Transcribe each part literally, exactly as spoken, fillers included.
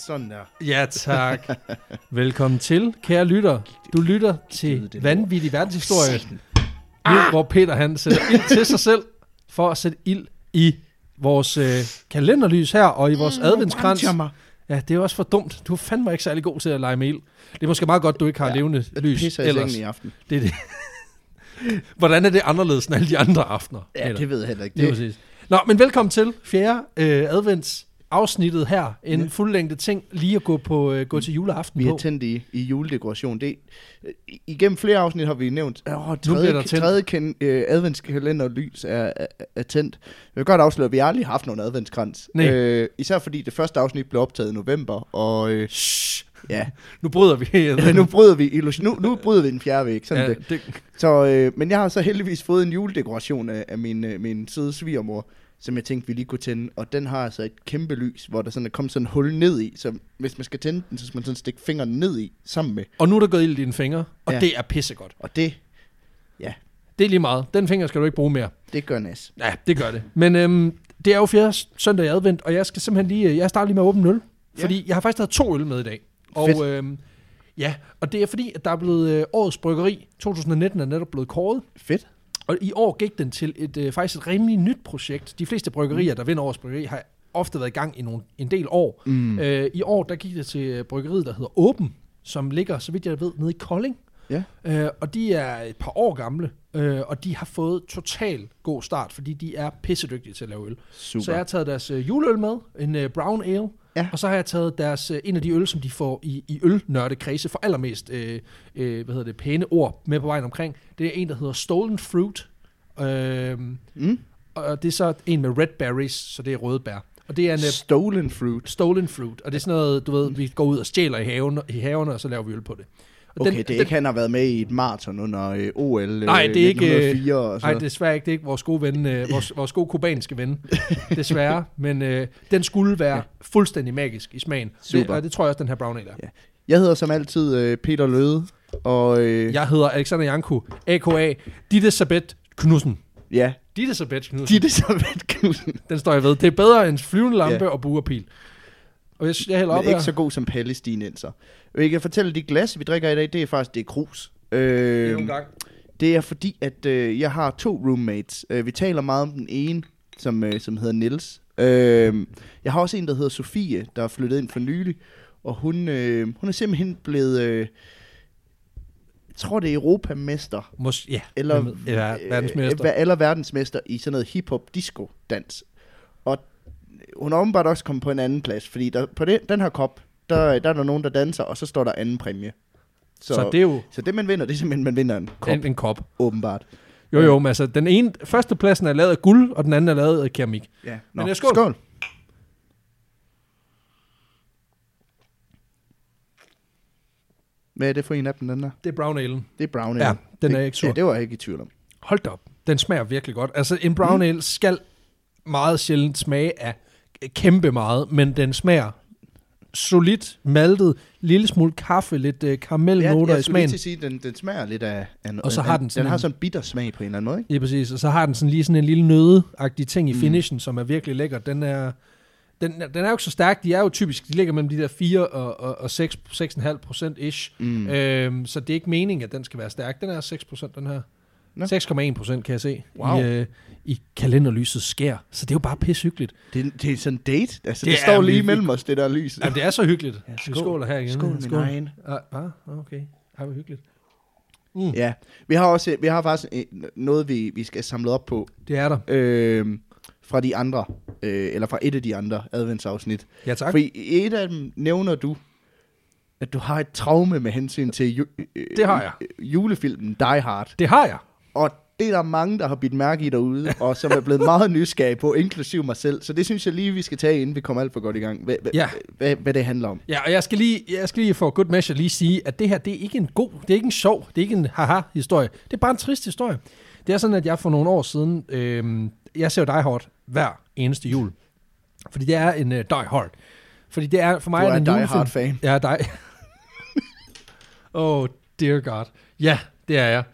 Sådan der. Ja, tak. Velkommen til, kære lytter. Du lytter til Vanvittig Verdenshistorie, nu, hvor Peter han sætter ild til sig selv, for at sætte ild i vores øh, kalenderlys her, og i vores mm, adventskrans. Ja, det er også for dumt. Du er fandme ikke særlig god til at lege med ild. Det er måske meget godt, du ikke har ja, levende lys pisser ellers. I aften. Det er det. Hvordan er det anderledes end alle de andre aftener? Ja, eller? Det ved jeg heller ikke. Det er præcis. Nå, men velkommen til fjerde øh, advents afsnittet her. En ja. fuldlængde ting lige at gå på øh, gå til juleaften vi på. Vi er tændt i, i juledekoration. Det, øh, igennem flere afsnit har vi nævnt, at oh, tredje, tredje ken, øh, adventskalender lys er, er, er tændt. Jeg vil godt afsløre, at vi aldrig har haft nogen adventskrans. Øh, især fordi det første afsnit blev optaget i november. Og øh, ja, nu bryder vi. ja, nu bryder vi nu, nu bryder vi den fjerde væg. Sådan ja, det. Det. Så, øh, men jeg har så heldigvis fået en juledekoration af, af min, øh, min søde svigermor, som jeg tænkte, vi lige kunne tænde, og den har altså et kæmpe lys, hvor der sådan er kommet sådan et hul ned i, så hvis man skal tænde den, så skal man sådan stikke fingeren ned i, sammen med. Og nu er der gået ild i dine fingre, og ja. det er pissegodt. Og det, ja. Det er lige meget. Den finger skal du ikke bruge mere. Det gør næs. Ja, det gør det. Men øhm, det er jo fjerde søndag i advent, og jeg skal simpelthen lige, jeg starter lige med at åbne en øl, fordi ja. jeg har faktisk taget to øl med i dag. Og øhm, ja, og det er fordi, at der er blevet øh, årets bryggeri, to tusind nitten er netop blevet kåret. Fedt. Og i år gik den til et øh, faktisk et rimelig nyt projekt. De fleste bryggerier, der vinder årets bryggeri, har ofte været i gang i nogle, en del år. Mm. Øh, I år, der gik det til bryggeriet, der hedder Åben, som ligger, så vidt jeg ved, nede i Kolding. Ja. Øh, og de er et par år gamle, øh, og de har fået total god start, fordi de er pissedygtige til at lave øl. Super. Så jeg har taget deres øh, juleøl med, en øh, brown ale, ja. og så har jeg taget deres, øh, en af de øl, som de får i, i ølnørdekredse for allermest øh, øh, hvad hedder det, pæne ord med på vejen omkring. Det er en, der hedder Stolen Fruit, øh, mm. og det er så en med red berries, så det er røde bær. Og det er en, Stolen Fruit? Stolen Fruit, og det er sådan noget, du ved, vi går ud og stjæler i haven, i haverne, og så laver vi øl på det. Okay, den, det er den, ikke, han har været med i et maraton under øh, O L nej, det er nitten hundrede og fire. Og så. Nej, desværre ikke. Det er ikke vores gode ven, øh, vores, vores gode kubanske ven, desværre. Men øh, den skulle være ja. fuldstændig magisk i smagen. Det, og det tror jeg også, den her brown ale er. Ja. Jeg hedder som altid øh, Peter Løde. Og, øh, jeg hedder Alexander Janku, a k a. Ditte Sabet Knudsen. Ja. Ditte Sabet Knudsen. Ditte Sabet Knudsen. Den står jeg ved. Det er bedre end flyvende lampe ja. og buerpil. Og jeg, jeg hælder Men op ikke her. så god som palæstinenser. Jeg kan fortælle, de glas, vi drikker i dag, det er faktisk det er krus. Øh, det, er det er fordi, at øh, jeg har to roommates. Øh, vi taler meget om den ene, som, øh, som hedder Niels. Øh, jeg har også en, der hedder Sofie, der er flyttet ind for nylig. Og hun, øh, hun er simpelthen blevet, øh, jeg tror det er europamester. Mås- ja, eller, eller verdensmester. Øh, eller verdensmester i sådan noget hip-hop-disco-dans. Og hun er åbenbart også kommet på en anden plads, fordi der, på den, den her kop, der, der er der nogen, der danser, og så står der anden præmie. Så, så det er jo... Så det, man vinder, det er simpelthen, man vinder en kop. En, en kop. Åbenbart. Jo, jo, men altså, den ene, første pladsen er lavet af guld, og den anden er lavet af keramik. Ja. Men Nå, skål. skål. Hvad er det for en af dem, den der? Det er brown ale. Det er brown ale. Ja, den er ikke sur. Ja, det var jeg ikke i tvivl om. Hold da op. Den smager virkelig godt. Altså, en brown mm. ale skal meget sjældent smage af kæmpe meget, men den smager solidt, maltet, lille smule kaffe, lidt uh, karamelnoter ja, i smagen. Jeg skulle lige til at sige, den, den smager lidt af... af og så af, har den sådan den en, har sådan en bitter smag på en eller anden måde, ikke? Ja, præcis. Og så har den sådan lige sådan en lille nødeagtig ting i finishen, mm. som er virkelig lækker. Den er, den, den er jo ikke så stærk. De er jo typisk, de ligger mellem de der fire og, og, og seks komma fem procent ish. Mm. Øhm, så det er ikke meningen, at den skal være stærk. Den er seks procent, den her. No. seks komma en procent kan jeg se wow. i, øh, i kalenderlyset skær. Så det er jo bare pisse hyggeligt. Det, det er sådan en date. Altså, det, det står lige mellem os, det der lys. Jamen, det er så hyggeligt. Ja, skål. Vi skåler her igen. Skål, skål. Min ah, ah, okay. Ej, hvor hyggeligt. Mm. Ja, vi har også vi har faktisk noget, vi, vi skal samle op på. Det er der. Øh, fra de andre, øh, eller fra et af de andre adventsafsnit. Ja, tak. For i et af dem nævner du, at du har et traume med hensyn til ju- øh, det har jeg. julefilmen Die Hard. Det har jeg. Og det er der mange, der har bidt mærke i derude, og som er blevet meget nysgerrige på, inklusive mig selv. Så det synes jeg lige, vi skal tage, inden vi kommer alt for godt i gang. Hvad, ja. hvad, hvad det handler om. Ja, og jeg skal lige, jeg skal lige for good measure lige sige, at det her, det er ikke en god, det er ikke en sjov, det er ikke en haha-historie. Det er bare en trist historie. Det er sådan, at jeg for nogle år siden, øh, jeg ser Die Hard hver eneste jul. Fordi det er en uh, Die Hard. Fordi det er for mig... Du er en Die Hard-fan. Ja, Die... oh, dear God. Ja, det er jeg.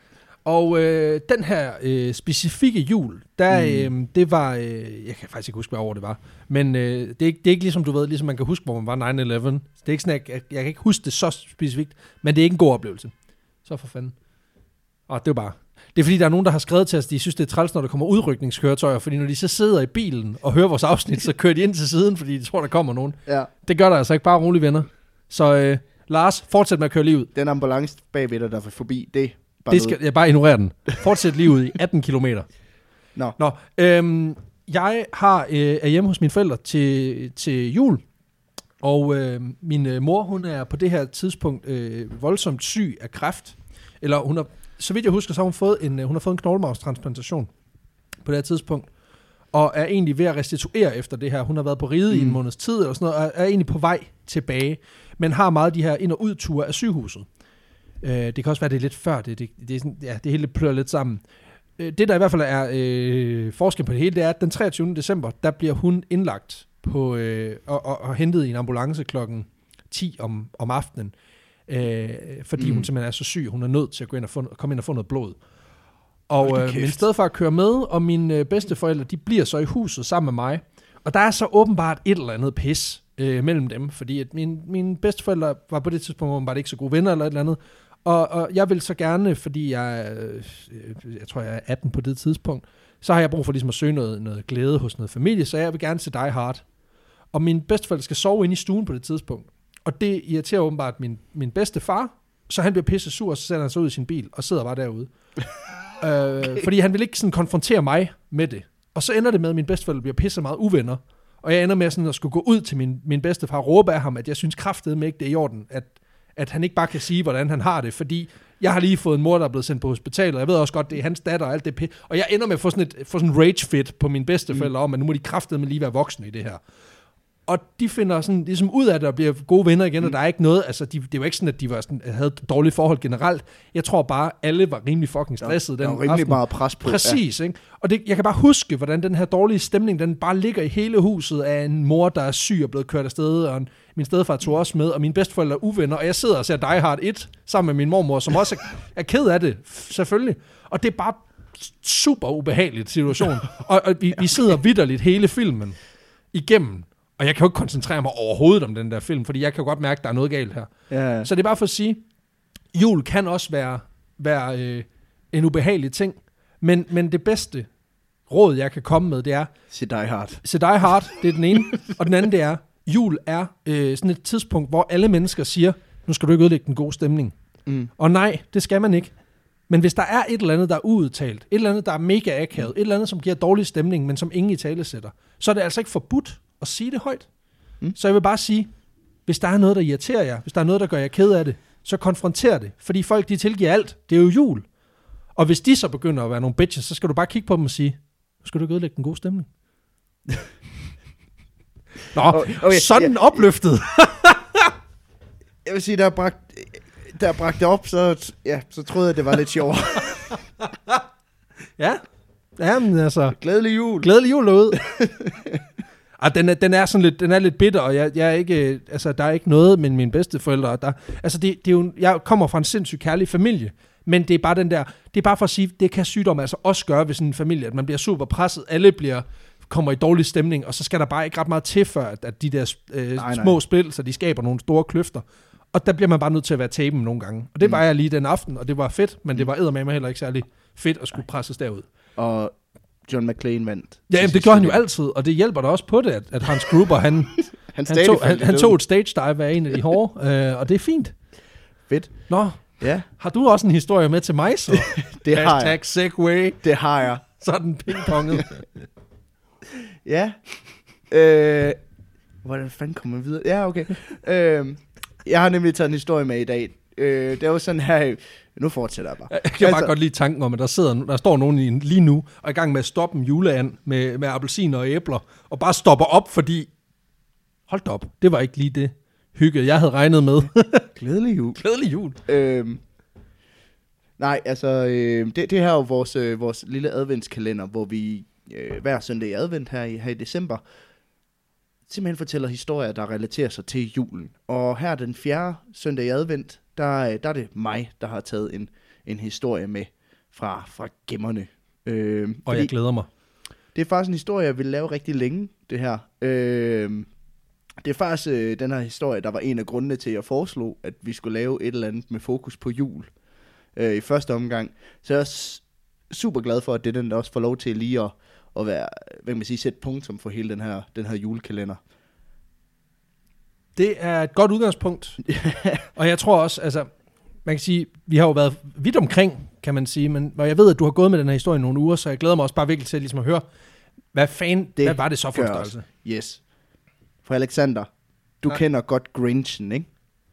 Og øh, den her øh, specifikke jul, der, mm. øh, det var, øh, jeg kan faktisk ikke huske, hvad år det var, men øh, det, er ikke, det er ikke ligesom du ved, ligesom man kan huske, hvor man var nine eleven. Det er ikke sådan, jeg, jeg, jeg kan ikke huske det så specifikt, men det er ikke en god oplevelse. Så for fanden. Og det er bare... Det er fordi, der er nogen, der har skrevet til os, de synes, det er træls, når der kommer udrykningskøretøjer, fordi når de så sidder i bilen og hører vores afsnit, så kører de ind til siden, fordi de tror, der kommer nogen. Ja. Det gør der altså ikke, bare rolige venner. Så øh, Lars, fortsæt med at køre lige ud. Den ambulance bagved dig, der er forbi, det bare det skal, jeg bare ignorerer den. Fortsæt lige ud i atten kilometer. Nå. Nå øhm, jeg har, øh, er hjemme hos mine forældre til, til jul, og øh, min øh, mor, hun er på det her tidspunkt øh, voldsomt syg af kræft. Eller hun har, så vidt jeg husker, så har hun fået en, hun har fået en knoglemarvstransplantation på det her tidspunkt, og er egentlig ved at restituere efter det her. Hun har været på ride mm. i en måneds tid, eller sådan noget, og er egentlig på vej tilbage, men har meget de her ind- og udture af sygehuset. Øh, det kan også være, det er lidt før, det, det, det, er sådan, ja, det hele plører lidt sammen. Øh, det, der i hvert fald er øh, forskel på det hele, det er, at den treogtyvende december, der bliver hun indlagt på, øh, og, og, og hentet i en ambulance klokken ti om, om aftenen, øh, fordi mm. hun simpelthen er så syg, hun er nødt til at gå ind og få, komme ind og få noget blod. Og øh, min stedfar kører med, og mine øh, bedsteforældre, de bliver så i huset sammen med mig. Og der er så åbenbart et eller andet pis øh, mellem dem, fordi at mine, mine bedsteforældre var på det tidspunkt, hvor man bare ikke så gode venner eller et eller andet. Og, og jeg vil så gerne, fordi jeg, øh, jeg tror, jeg er atten på det tidspunkt, så har jeg brug for ligesom at søge noget, noget glæde hos noget familie, så jeg vil gerne se Die Hard. Og mine bedsteforældre skal sove inde i stuen på det tidspunkt. Og det irriterer åbenbart min, min bedste far, så han bliver pisse sur, og så sætter han sig ud i sin bil og sidder bare derude. Okay. Øh, fordi han vil ikke sådan konfrontere mig med det. Og så ender det med, at min bedsteforældre bliver pisse meget uvenner. Og jeg ender med sådan at skulle gå ud til min, min bedstefar og råbe af ham, at jeg synes kraftedeme ikke, det er i orden, at, at han ikke bare kan sige, hvordan han har det. Fordi jeg har lige fået en mor, der er blevet sendt på hospitalet, og jeg ved også godt, det er hans datter og alt det pisse. Og jeg ender med at få sådan, et, få sådan en rage fit på mine bedsteforældre mm. om, at nu må de kraftedeme lige være voksne i det her. Og de finder sådan ligesom ud af det og bliver gode venner igen, mm. og der er ikke noget, altså de, det var ikke sådan, at de var sådan, havde et dårligt forhold generelt. Jeg tror bare, alle var rimelig fucking stresset den aften. Der var rimelig aften. Meget pres på. Præcis, ja. Ikke? Og det, jeg kan bare huske, hvordan den her dårlige stemning, den bare ligger i hele huset af en mor, der er syg og blevet kørt afsted, og en, min stedfar tog også med, og mine bedsteforældre er uvenner, og jeg sidder og ser Die Hard et sammen med min mormor, som også er, er ked af det, selvfølgelig. Og det er bare super ubehageligt situation. og, og vi, vi sidder vitterligt hele filmen igennem. Og jeg kan jo ikke koncentrere mig overhovedet om den der film, fordi jeg kan jo godt mærke, at der er noget galt her. Ja. Så det er bare for at sige, jul kan også være, være øh, en ubehagelig ting, men, men det bedste råd, jeg kan komme med, det er... Se Die Hard. Se Die Hard, det er den ene. Og den anden, det er, jul er øh, sådan et tidspunkt, hvor alle mennesker siger, nu skal du ikke ødelægge den gode stemning. Mm. Og nej, det skal man ikke. Men hvis der er et eller andet, der er uudtalt, et eller andet, der er mega akavet, et eller andet, som giver dårlig stemning, men som ingen i tale sætter, så er det altså ikke forbudt at sige det højt. Mm. Så jeg vil bare sige, hvis der er noget, der irriterer jer, hvis der er noget, der gør jer ked af det, så konfronter det. Fordi folk, de tilgiver alt. Det er jo jul. Og hvis de så begynder at være nogle bitches, så skal du bare kigge på dem og sige, skal du ikke ødelægge den gode stemning? Nå, okay, okay, sådan ja, opløftet. Jeg vil sige, der er bragt, der er bragt det op, så, ja, så troede jeg, det var lidt sjovt. Ja. Jamen altså. Glædelig jul. Glædelig jul derude. Ah, den, er, den er sådan lidt, den er lidt bitter, og jeg, jeg er ikke, altså der er ikke noget med mine bedsteforældre. Der, altså det, det er jo, jeg kommer fra en sindssygt kærlig familie, men det er bare den der, det er bare for at sige, det kan sygdom altså også gøre ved sådan en familie, at man bliver super presset, alle bliver kommer i dårlig stemning, og så skal der bare ikke ret meget til, før at, at de der øh, nej, små nej. splittelser, de skaber nogle store kløfter. Og der bliver man bare nødt til at være taben nogle gange. Og det mm. var jeg lige den aften, og det var fedt, men det var eddermame heller ikke særlig fedt at skulle presses derud. Og John McClane vandt. Ja, jamen, det gør han jo altid, og det hjælper da også på det, at, at Hans Gruber, han, han, han, tog, han, han tog et stage dive af en af de hårde, øh, og det er fint. Fedt. Nå, ja. Har du også en historie med til mig, så? Det har Hashtag jeg. Segway. Det har jeg. Så er den pingponget. Ja. Øh, hvordan fanden kommer man videre? Ja, okay. øh, jeg har nemlig taget en historie med i dag. Øh, det er jo sådan her... Nu fortsætter jeg bare. Jeg kan altså, bare godt lide tanken om, at der, sidder, der står nogen i, lige nu og er i gang med at stoppe en juleand med, med appelsiner og æbler, og bare stopper op, fordi... Hold da op, det var ikke lige det hygge, jeg havde regnet med. Glædelig jul. Glædelig jul. Øhm, nej, altså, øh, det, det her er jo vores, øh, vores lille adventskalender, hvor vi øh, hver søndag i advent her i, her i december simpelthen fortæller historier, der relaterer sig til julen. Og her den fjerde søndag i advent, der, der er det mig, der har taget en, en historie med. fra, fra gemmerne. Øh, og jeg glæder mig. Det er faktisk en historie, jeg vil lave rigtig længe, det her. Øh, det er faktisk øh, den her historie, der var en af grundene til, at jeg foreslog, at vi skulle lave et eller andet med fokus på jul øh, i første omgang. Så jeg er s- super glad for, at det den også får lov til lige at, at være, hvad kan man sige, sætte punktum for hele den her, den her julekalender. Det er et godt udgangspunkt. Og jeg tror også, altså, man kan sige, vi har jo været vidt omkring, kan man sige, men og jeg ved, at du har gået med den her historie i nogle uger, så jeg glæder mig også bare virkelig til ligesom at høre, hvad fanden, det hvad var det så for en størrelse? Yes. For Alexander, du Nej. kender godt Grinchen, ikke?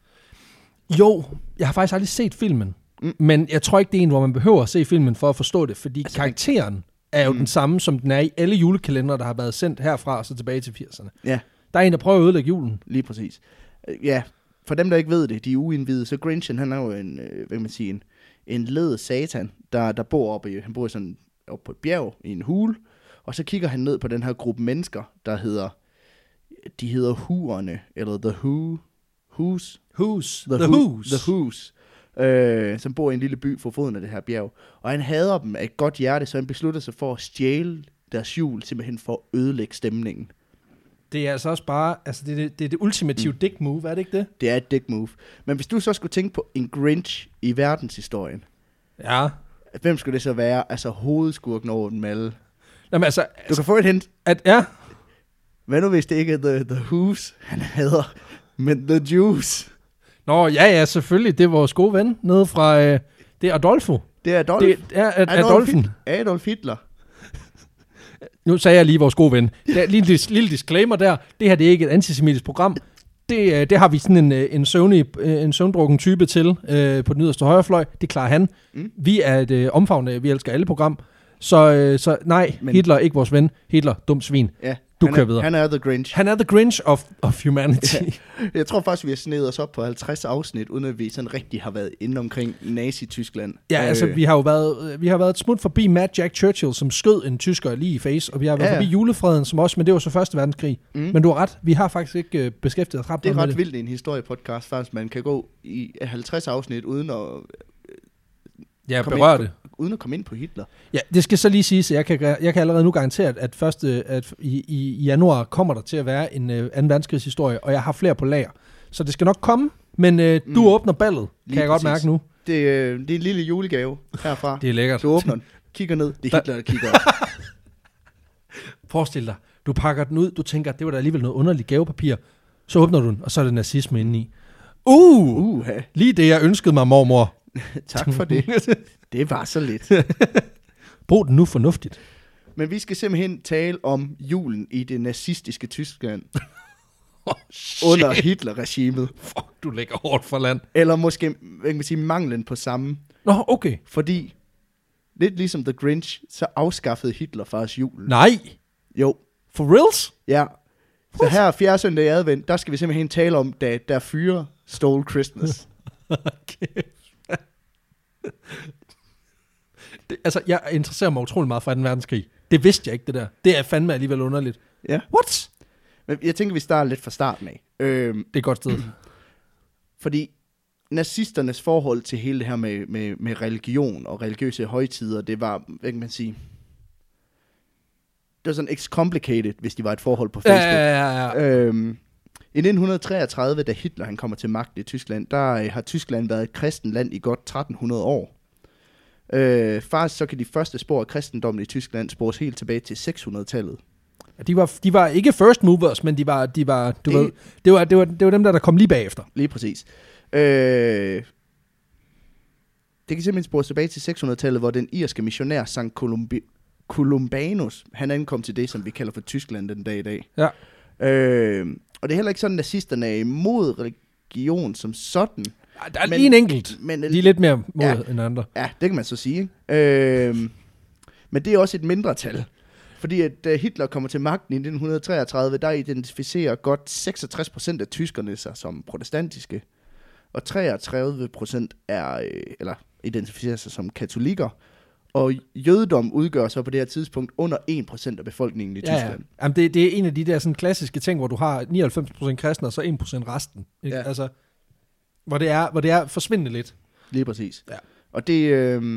Jo, jeg har faktisk aldrig set filmen, mm. men jeg tror ikke, det er en, hvor man behøver at se filmen for at forstå det, fordi altså, karakteren er jo mm. den samme, som den er i alle julekalendere, der har været sendt herfra og så tilbage til firserne. Ja. Der er en, der prøver at ødelægge julen. Lige præcis. Ja, for dem, der ikke ved det, de er uindvidede, så Grinchen, han er jo en, øh, hvad kan man sige, en, en led satan, der, der bor oppe i, han bor sådan oppe på et bjerg i en hule, og så kigger han ned på den her gruppe mennesker, der hedder, de hedder Huerne, eller The Who, Who's, Who's, The, the Who, Who's, The Who's, øh, som bor i en lille by for foden af det her bjerg, og han hader dem af et godt hjerte, så han beslutter sig for at stjæle deres jul, simpelthen for at ødelægge stemningen. Det er altså også bare, altså det er det, det, er det ultimative mm. dick move, er det ikke det? Det er et dick move. Men hvis du så skulle tænke på en Grinch i verdenshistorien, ja. Hvem skulle det så være? Altså hovedskurken over den alle. Jamen altså... Du altså, kan få et hint. At, ja. Hvad nu hvis det ikke er The, the Who's, han hedder, men The Jews? Nå, ja, ja, selvfølgelig. Det er vores gode ven nede fra... Øh, det er Adolfo. Det er Adolf. Det er Ad, Adolf Adolfen. Adolf Hitler. Nu sagde jeg lige vores gode ven. Der er lige en lille, lille disclaimer der. Det her det er ikke et antisemitisk program. Det, det har vi sådan en, en, søvnig, en søvndrukken type til øh, på den yderste højrefløj. Det klarer han. Mm. Vi er et øh, omfavnende, vi elsker alle program. Så, øh, så nej, Men, Hitler er ikke vores ven. Hitler, dum svin. Ja, du kører videre. Han er The Grinch. Han er The Grinch of, of humanity. Ja. Jeg tror faktisk, vi har snedet os op på halvtreds afsnit, uden at vi sådan rigtig har været inde omkring Nazi-Tyskland. Ja, øh. altså vi har jo været, vi har været et smut forbi Mad Jack Churchill, som skød en tysker lige i face, og vi har været ja, ja. forbi julefreden, som også, men det var så første verdenskrig. Mm. Men du har ret, vi har faktisk ikke beskæftiget os ret Det er ret det. vildt i en historiepodcast, faktisk. Man kan gå i halvtreds afsnit uden at... Ja, berøre det. Uden at komme ind på Hitler. Ja, det skal så lige siges, at jeg kan, jeg kan allerede nu garantere, at, første, at i, i januar kommer der til at være en uh, anden verdenskrigshistorie, og jeg har flere på lager. Så det skal nok komme, men uh, du mm. åbner ballet, lige kan jeg præcis. Godt mærke nu. Det, uh, det er en lille julegave herfra. Det er lækkert. Du åbner den, kigger ned, det er Hitler, der kigger op. Forestil dig, du pakker den ud, du tænker, det var da alligevel noget underligt gavepapir, så åbner du den, og så er det nazisme indeni. Uh, uh lige det, jeg ønskede mig, mormor. Tak for det. Det var så lidt. Brug den nu fornuftigt. Men vi skal simpelthen tale om julen i det nazistiske Tyskland. Oh, under Hitler-regimet. Fuck, du lægger hårdt for land. Eller måske, hvad kan man sige, manglen på samme. Nå, okay. Fordi, lidt ligesom The Grinch, så afskaffede Hitler faktisk julen. Nej. Jo. For reals? Ja. Så her fjerde søndag i advent, der skal vi simpelthen tale om, da der fyre stole Christmas. Okay. Det, altså, jeg interesserer mig utrolig meget for den verdenskrig. Det vidste jeg ikke, det der. Det er fandme alligevel underligt. Ja. What? Men jeg tænker, vi starter lidt fra starten af. Øhm, det er et godt sted. Fordi nazisternes forhold til hele det her med, med, med religion og religiøse højtider, det var, hvad kan man sige, det var sådan excomplicated, hvis de var et forhold på Facebook. Ja, ja, ja, ja. Øhm, I nitten treogtredive, da Hitler han kommer til magten i Tyskland, der øh, har Tyskland været et kristent land i godt tretten hundrede år. Øh, faktisk så kan de første spor af kristendommen i Tyskland spores helt tilbage til seks hundrede-tallet. De var, de var ikke first movers, men de var, de var, du det, ved, det, var, det, var, det var dem, der, der kom lige bagefter. Lige præcis. Øh, det kan simpelthen spores tilbage til seks hundrede-tallet, hvor den irske missionær Sankt Columbi- Columbanus, han ankom til det, som vi kalder for Tyskland den dag i dag. Ja. Øh, og det er heller ikke sådan, at nazisterne er imod religion som sådan. Der er men, lige en enkelt. Men, de er lidt mere mod ja, end andre. Ja, det kan man så sige. Øh, men det er også et mindretal. Fordi at da Hitler kommer til magten i nitten treogtredive, der identificerer godt seksogtres procent af tyskerne sig som protestantiske. Og treogtredive procent er, eller identificerer sig som katolikker. Og jødedom udgør så på det her tidspunkt under en procent af befolkningen i ja, Tyskland. Ja. Jamen det, det er en af de der sådan klassiske ting, hvor du har nioghalvfems procent kristne, og så en procent resten. Ikke? Ja. Altså, hvor det, er, hvor det er forsvindende lidt. Lige præcis. Ja. Og det, øh,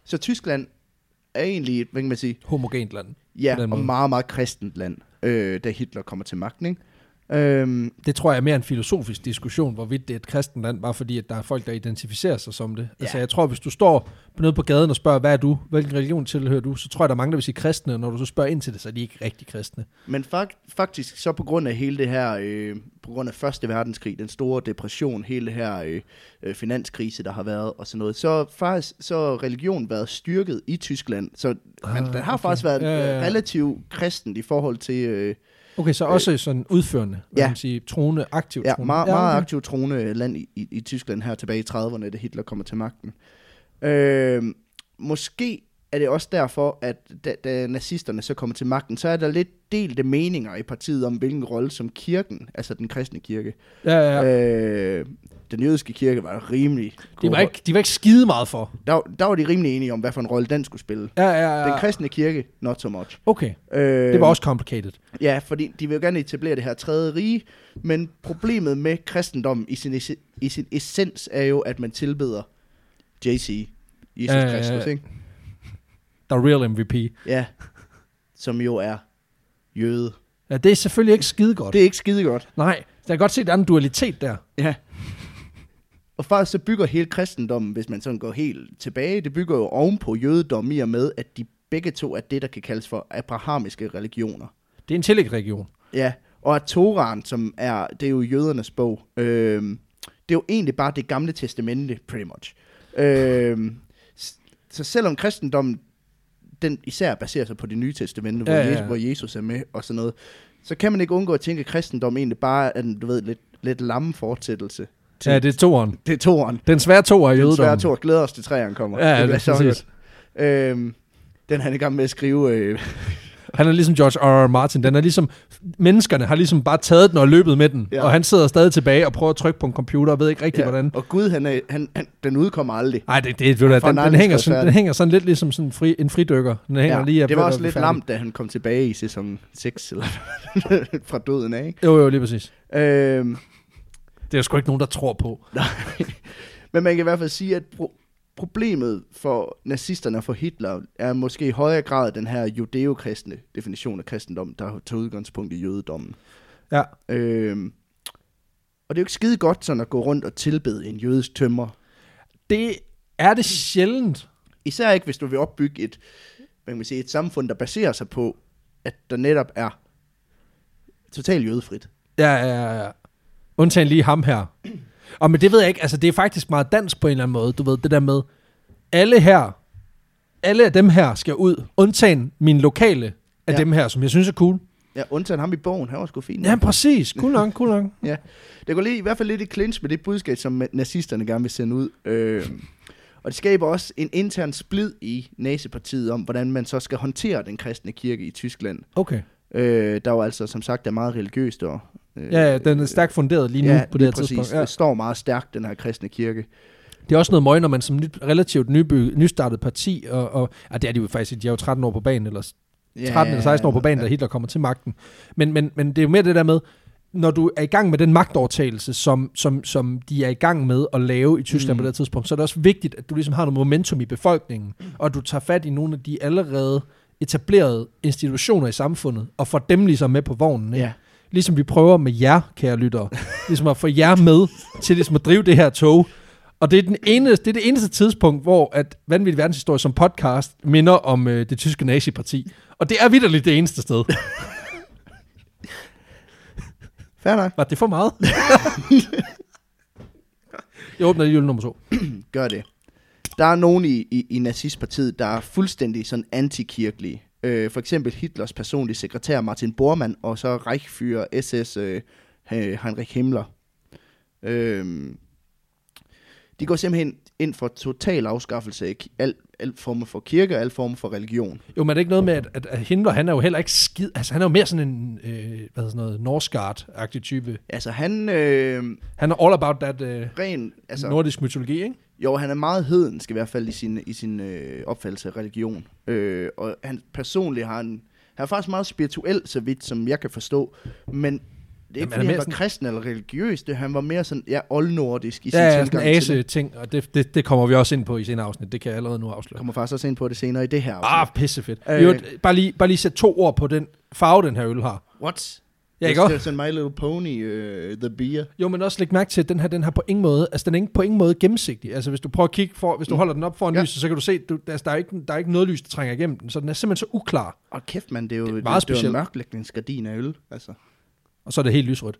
så Tyskland er egentlig, hvad kan man sige? Homogent land. Ja, og meget, meget kristent land, øh, da Hitler kommer til magten, ikke? Øhm, det tror jeg er mere en filosofisk diskussion, hvorvidt det er et kristent land, bare fordi, at der er folk, der identificerer sig som det. Ja. Altså, jeg tror, hvis du står nede på gaden og spørger, hvad er du? Hvilken religion tilhører du? Så tror jeg, der er mange, der vil sige kristne, og når du så spørger ind til det, så er de ikke rigtig kristne. Men fakt, faktisk, så på grund af hele det her, øh, på grund af første verdenskrig, den store depression, hele det her øh, øh, finanskrise, der har været, og sådan noget, så faktisk, så religion været styrket i Tyskland. Så ah, man, den har okay. faktisk været ja, ja, ja. relativt kristent i forhold til... Øh, Okay, så også øh, sådan udførende, hvad ja. man sige, troende, aktivt ja, troende. Meget, ja, okay. meget aktivt troende land i, i, i Tyskland her tilbage i trediverne, da Hitler kommer til magten. Øh, måske er det også derfor, at da, da nazisterne så kommer til magten, så er der lidt delte meninger i partiet om, hvilken rolle som kirken, altså den kristne kirke. Ja, ja, ja. Øh, den jødiske kirke var rimelig... De var, ikke, de var ikke skide meget for. Der, der var de rimelig enige om, hvad for en rolle den skulle spille. Ja, ja, ja. Den kristne kirke, not so much. Okay, øh, det var også complicated. Ja, fordi de vil jo gerne etablere det her tredje rige, men problemet med kristendom i sin, i sin essens er jo, at man tilbeder J C, Jesus øh, Kristus, ikke? The real M V P. Ja, som jo er jøde. Ja, det er selvfølgelig ikke skide godt. Det er ikke skide godt. Nej, jeg kan godt se, at der er en dualitet der. Ja. Og faktisk så bygger hele kristendommen, hvis man sådan går helt tilbage, det bygger jo ovenpå jødedom i og med, at de begge to er det, der kan kaldes for abrahamiske religioner. Det er en tillægsregion. Ja, og at Toraen, som er, det er jo jødernes bog, øh, det er jo egentlig bare det gamle testamente, pretty much. Øh, så selvom kristendommen, den især baserer sig på det nye testamente, ja, hvor, ja, Jesus, hvor Jesus er med og sådan noget, så kan man ikke undgå at tænke, at kristendom egentlig bare er en, du ved, lidt, lidt lamme fortsættelse. Til, ja, det er toeren. Det er toeren. Den svære toer i jødedommen. Den svære toer. Glæder os til træerne kommer. Ja, det, det er præcis. Øhm, den han er i gang med at skrive... Øh. Han er ligesom George R. R. Martin. Den er ligesom... Menneskerne har ligesom bare taget den og løbet med den. Ja. Og han sidder stadig tilbage og prøver at trykke på en computer og ved ikke rigtig, ja. hvordan... Og Gud, han er, han, han, den udkommer aldrig. Nej, det, det, det, den, den, hænger sådan, den hænger sådan lidt ligesom sådan fri, en fridykker. Den hænger ja, lige det var også lidt lamt, da han kom tilbage i sæson seks eller fra døden af, ikke? Jo, jo, lige præcis. Øhm, det er sgu ikke nogen, der tror på. Nej. Men man kan i hvert fald sige, at pro- problemet for nazisterne og for Hitler er måske i højere grad den her judæokristne definition af kristendom, der tager udgangspunkt i jødedommen. Ja. Øhm, og det er jo ikke skide godt sådan at gå rundt og tilbede en jødisk tømrer. Det er det sjældent. Især ikke, hvis du vil opbygge et, hvad kan man sige, et samfund, der baserer sig på, at der netop er totalt jødefrit. Ja, ja, ja. Undtagen lige ham her. Og men det ved jeg ikke, altså det er faktisk meget dansk på en eller anden måde, du ved, det der med, alle her, alle af dem her skal ud, undtagen min lokale af ja. dem her, som jeg synes er cool. Ja, undtagen ham i bogen, han var sgu fint. Ja, præcis, cool nok, cool nok. Ja, det går lige, i hvert fald lidt i clinch med det budskab, som nazisterne gerne vil sende ud. Øh, og det skaber også en intern splid i nazipartiet om, hvordan man så skal håndtere den kristne kirke i Tyskland. Okay. Øh, der var altså som sagt er meget religiøst og øh, ja, ja, den er stærkt funderet lige nu ja, på det her præcis. tidspunkt. Ja. Det står meget stærkt, den her kristne kirke. Det er også noget møg, når man som nyt, relativt nyby, nystartet parti, og, og ja, det er de jo faktisk, de er jo tretten år på banen, eller tretten eller seksten år på banen, ja. da Hitler kommer til magten. Men, men, men det er jo mere det der med, når du er i gang med den magtovertagelse, som, som, som de er i gang med at lave i Tyskland mm. på det tidspunkt, så er det også vigtigt, at du ligesom har noget momentum i befolkningen, og at du tager fat i nogle af de allerede etablerede institutioner i samfundet, og får dem ligesom med på vognen. Ikke? Ja. Ligesom vi prøver med jer, kære lyttere, ligesom at få jer med til ligesom at drive det her tog. Og det er, den eneste, det er det eneste tidspunkt, hvor at Vanvittig Verdenshistorie som podcast minder om øh, det tyske naziparti. Og det er vitterligt det eneste sted. Fair nok. Var det for meget? Jeg åbner lige nummer to. Gør det. Der er nogen i, i, i nazistpartiet, der er fuldstændig sådan antikirkelige. Øh, for eksempel Hitlers personlige sekretær Martin Bormann, og så Reichsführer S S øh, Heinrich Himmler. Øh, de går simpelthen ind for total afskaffelse af al, al former for kirke og al former for religion. Jo, men er det ikke noget med, at, at Himmler, han er jo heller ikke skid... Altså, han er jo mere sådan en, øh, hvad sådan noget, Norskard-agtig type. Altså, han... Øh, han er all about that øh, ren, altså, nordisk mytologi, ikke? Jo, han er meget hedensk i hvert fald i sin, i sin øh, opfattelse af religion. Øh, og han personligt har han... Han er faktisk meget spirituel, så vidt som jeg kan forstå. Men Det er ikke, fordi han var sådan... kristen eller religiøs. Det, han var mere sådan, ja, oldnordisk i sin ja, tilgang til det. Ja, sådan ase-ting, og det, det, det kommer vi også ind på i senere afsnit. Det kan jeg allerede nu afsløre. Kommer faktisk også ind på det senere i det her afsnit. Ah, pissefedt. Øh... Jo, bare, lige, bare lige sæt to ord på den farve, den her øl har. What? Ja, ikke også? Det er sådan My Little Pony, uh, The Beer. Jo, men også læg mærke til, at den her, den her på ingen måde, altså den er ikke på ingen måde gennemsigtig. Altså hvis du prøver at kigge for, hvis du mm. holder den op foran ja. lyset, så kan du se, du, altså, der, er ikke, der er ikke noget lys, der trænger igennem den, så den er simpelthen så uklar. Og kæft man, det er jo, det er meget det, det er jo en mørklægningsgardin af øl, altså. Og så er det helt lysrødt.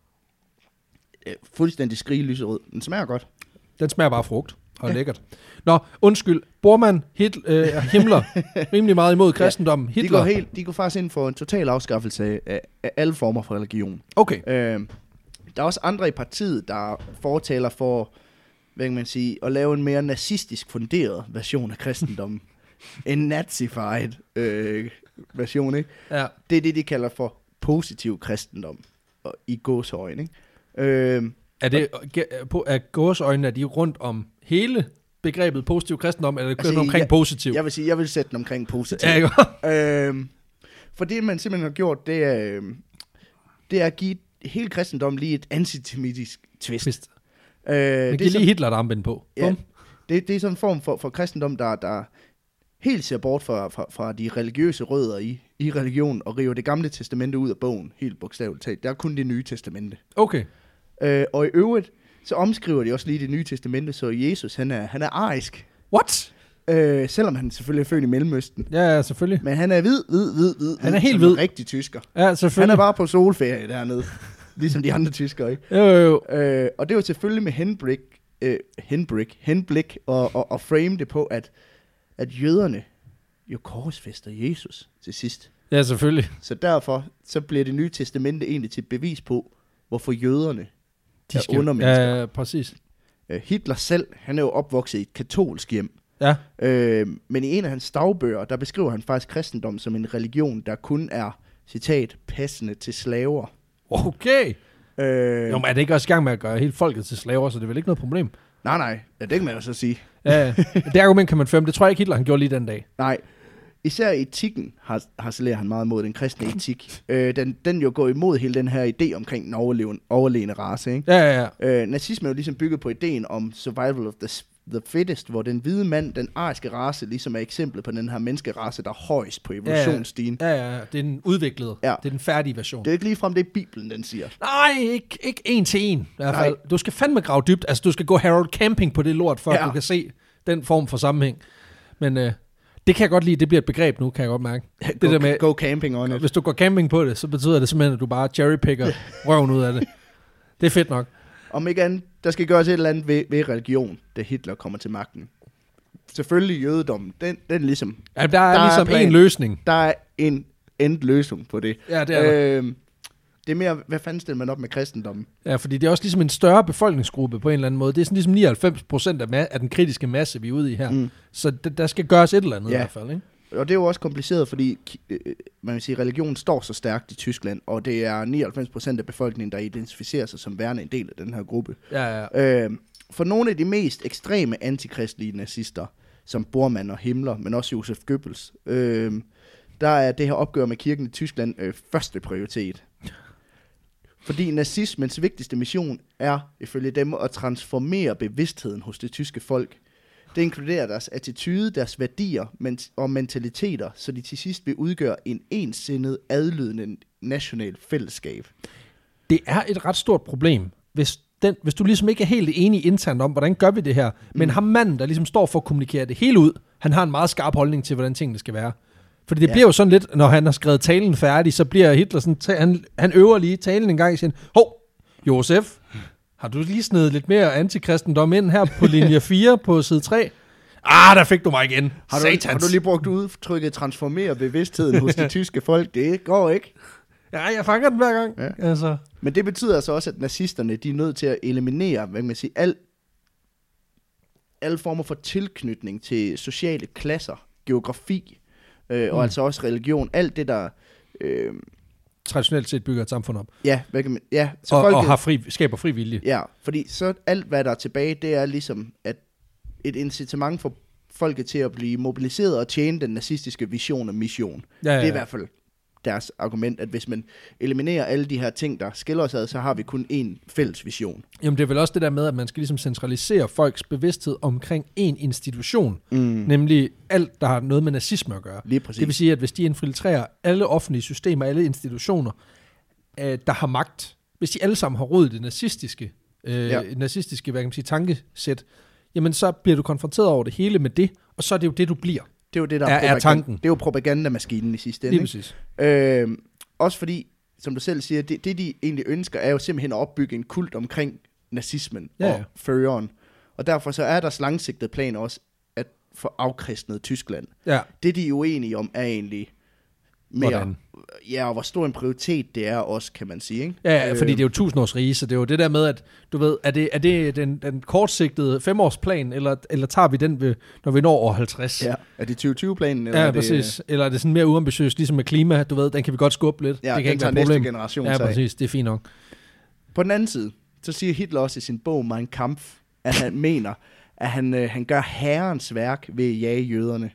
Fuldstændig skrige lyserød. Den smager godt. Den smager bare frugt. Og ja. Lækkert. Nå, undskyld. Bormann, Hitler, øh, Himmler, rimelig meget imod kristendommen. Ja, de, går helt, de går faktisk ind for en total afskaffelse af, af alle former for religion. Okay. Øh, der er også andre i partiet, der fortaler for, hvad kan man sige, at lave en mere nazistisk funderet version af kristendommen. En nazified øh, version, ikke? Ja. Det er det, de kalder for positiv kristendom. Og i gåsøjne, ikke? Øh, er det er gåsøjne, er de rundt om hele begrebet positiv kristendom, eller er det kun altså, omkring jeg, positiv? Jeg vil sige, jeg vil sætte den omkring positiv. Ja, øhm, for det, man simpelthen har gjort, det er, øhm, det er at give hele kristendommen lige et antisemitisk twist. twist. Øh, det giver lige Hitler et armbind på. Ja, det, det er sådan en form for, for kristendom, der, der helt ser bort fra, fra, fra de religiøse rødder i, i religionen, og river det gamle testamente ud af bogen, helt bogstaveligt talt. Der er kun det nye testamente. Okay. Øh, og i øvrigt, så omskriver de også lige det nye testamente, så Jesus, han er, han er arisk. What? Øh, selvom han selvfølgelig er født i Mellemøsten. Ja, selvfølgelig. Men han er hvid, hvid, hvid, hvid. Han er helt hvid. Rigtig tysker. Ja, selvfølgelig. Han er bare på solferie dernede. Ligesom de andre tyskere, ikke? Jo, jo, jo. Øh, og det var selvfølgelig med henblik, øh, henblik, henblik og, og, og frame det på, at, at jøderne jo korsfæster Jesus til sidst. Ja, selvfølgelig. Så derfor så bliver det nye testamente egentlig til bevis på, hvorfor jøderne de skal, er undermennesker. Ja, præcis. Hitler selv, han er jo opvokset i et katolsk hjem. Ja. Øh, men i en af hans dagbøger, der beskriver han faktisk kristendom som en religion, der kun er, citat, passende til slaver. Okay. Øh, jo, men er det ikke også i gang med at gøre hele folket til slaver, så det er vel ikke noget problem? Nej, nej. Ja, det kan man jo så sige. Ja, det argument kan man føre, det tror jeg ikke Hitler, han gjorde lige den dag. Nej. Især etikken har, harcelerer han meget mod, den kristne etik. øh, den, den jo går imod hele den her idé omkring den overlevende, overlegne race. Ikke? Ja, ja, ja. Øh, nazismen er jo ligesom bygget på ideen om survival of the, the fittest, hvor den hvide mand, den ariske race, ligesom er eksemplet på den her menneskerace, der er højst på evolutionsstigen. Ja, ja, ja. Det er den udviklede. Ja. Det er den færdige version. Det er ikke ligefrem det, Bibelen den siger. Nej, ikke, ikke en til en. I hvert fald. Du skal fandme grave dybt. Altså, du skal gå Harold Camping på det lort, før ja. Du kan se den form for sammenhæng. Men øh, det kan jeg godt lide. Det bliver et begreb nu, kan jeg godt mærke. Det go, der med, go camping on it. Hvis du går camping på det, så betyder det simpelthen, at du bare cherrypicker røven ud af det. Det er fedt nok. Om ikke andet, der skal gøres et eller andet ved, ved religion, da Hitler kommer til magten. Selvfølgelig jødedommen, den, den ligesom... Ja, der er der ligesom er en løsning. Der er en end løsning på det. Ja, det er øh, Det er mere, hvad fanden stiller man op med kristendommen? Ja, fordi det er også ligesom en større befolkningsgruppe på en eller anden måde. Det er sådan ligesom nioghalvfems procent af, ma- af den kritiske masse, vi er ude i her. Mm. Så d- der skal gøres et eller andet ja. I hvert fald, ikke? Og det er jo også kompliceret, fordi øh, man vil sige, religionen står så stærkt i Tyskland, og det er nioghalvfems procent af befolkningen, der identificerer sig som værende en del af den her gruppe. Ja, ja. Øh, for nogle af de mest ekstreme antikristlige nazister, som Bormann og Himmler, men også Josef Goebbels, øh, der er det her opgør med kirken i Tyskland øh, første prioritet. Fordi nazismens vigtigste mission er, ifølge dem, at transformere bevidstheden hos det tyske folk. Det inkluderer deres attitude, deres værdier og mentaliteter, så de til sidst vil udgøre en ensindet, adlydende national fællesskab. Det er et ret stort problem, hvis, den, hvis du ligesom ikke er helt enig internt om, hvordan gør vi det her, mm. men ham manden, der ligesom står for at kommunikere det hele ud, han har en meget skarp holdning til, hvordan tingene skal være. Fordi det ja. Bliver jo sådan lidt, når han har skrevet talen færdig, så bliver Hitler sådan, han, han øver lige talen en gang i sin, hov, Josef, har du lige snedet lidt mere antikristendom ind her på linje fire på side tre? Ah, der fik du mig igen. Har du, har du lige brugt udtrykket transformere bevidstheden hos de tyske folk? Det går ikke. Ja, jeg fanger den hver gang. Ja. Altså. Men det betyder altså også, at nazisterne, de er nødt til at eliminere, hvad kan man sige, al, alle former for tilknytning til sociale klasser, geografi, øh, og mm. altså også religion. Alt det, der... Øh, traditionelt set bygger et samfund op. Ja, hvad kan man, ja så og, folket, og har fri, skaber fri vilje. Ja, fordi så alt, hvad der er tilbage, det er ligesom at et incitament for folket til at blive mobiliseret og tjene den nazistiske vision og mission. Ja, ja, ja. Det er i hvert fald deres argument, at hvis man eliminerer alle de her ting, der skiller os ad, så har vi kun én fælles vision. Jamen det er vel også det der med, at man skal ligesom centralisere folks bevidsthed omkring én institution, mm. nemlig alt, der har noget med nazisme at gøre. Lige præcis. Det vil sige, at hvis de infiltrerer alle offentlige systemer, alle institutioner, øh, der har magt, hvis de alle sammen har rod i det nazistiske, øh, ja. nazistiske hvad kan man sige, tankesæt, jamen så bliver du konfronteret over det hele med det, og så er det jo det, du bliver. Det er jo det, der er, er, er tanken. Det er jo propagandamaskinen i sidste ende. Lige præcis. Øh, også fordi, som du selv siger, det, det de egentlig ønsker, er jo simpelthen at opbygge en kult omkring nazismen ja, ja. og føreren. Og derfor så er deres langsigtede plan også at få afkristnet Tyskland. Ja. Det, de er uenige om, er egentlig mere, hvordan? Ja, og hvor stor en prioritet det er også, kan man sige. Ikke? Ja, ja, fordi det er jo tusindårs rige, så det er jo det der med, at du ved, er det, er det den, den kortsigtede femårsplan, eller, eller tager vi den, ved, når vi når år halvtreds? Ja, er det tyve tyve-planen? Eller ja, er præcis. Det, eller er det sådan mere uambitiøst, ligesom med klima, du ved, den kan vi godt skubbe lidt. Ja, det kan ikke være et problem. Næste generation. Ja, præcis, det er fint nok. På den anden side, så siger Hitler også i sin bog Mein Kampf, at han mener, at han, øh, han gør herrens værk ved at jage jøderne.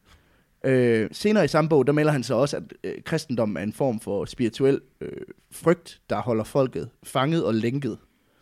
Øh, senere i samme bog, der melder han så også, at øh, kristendommen er en form for spirituel øh, frygt, der holder folket fanget og lænket.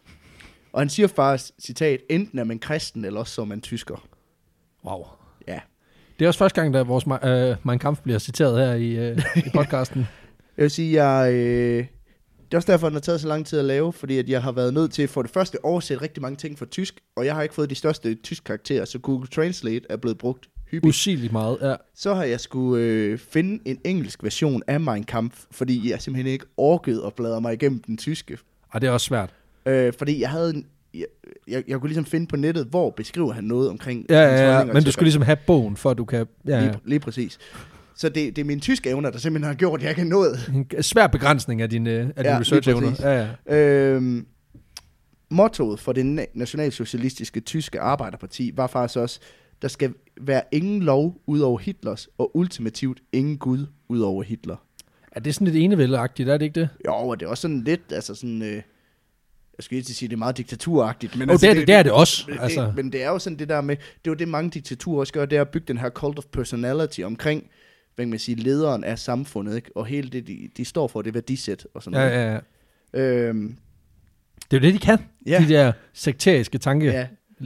Og han siger faktisk, citat, enten er man kristen, eller også så er man tysker. Wow. Ja. Det er også første gang, da vores øh, Mein Kampf bliver citeret her i, øh, i podcasten. Jeg vil sige, jeg, øh, det er også derfor, den har taget så lang tid at lave, fordi at jeg har været nødt til for det første oversætte rigtig mange ting fra tysk, og jeg har ikke fået de største tysk karakterer, så Google Translate er blevet brugt usigeligt meget, ja. Så har jeg skulle øh, finde en engelsk version af Mein Kampf, fordi jeg simpelthen ikke orkede at bladre mig igennem den tyske. Og det er også svært. Øh, fordi jeg havde en, jeg, jeg, jeg kunne ligesom finde på nettet, hvor beskriver han noget omkring... Ja, ja, ja, men du skulle ligesom have bogen, for at du kan... Ja, lige, lige præcis. Så det, det er mine tyske evner, der simpelthen har gjort, at jeg kan nå det. En svær begrænsning af dine, af dine ja, research-evner. Ja, ja. Øhm, mottoet for det nationalsocialistiske tyske arbejderparti var faktisk også, der skal være ingen lov ud over Hitlers, og ultimativt ingen Gud ud over Hitler. Er det sådan lidt enevældeagtigt, er det ikke det? Jo, og det er også sådan lidt, altså sådan, øh, jeg skal ikke sige, det er meget diktaturagtigt. Men oh, altså, det, er det, det er det også. Det, altså. det, men det er jo sådan det der med, det er jo det mange diktaturer også gør, det er at bygge den her cult of personality omkring, hvad kan man sige, lederen af samfundet, ikke? Og hele det, de, de står for, det værdisæt og sådan ja, noget. Ja, ja. Øhm, det er jo det, de kan, ja. De der sekteriske tanker. Ja.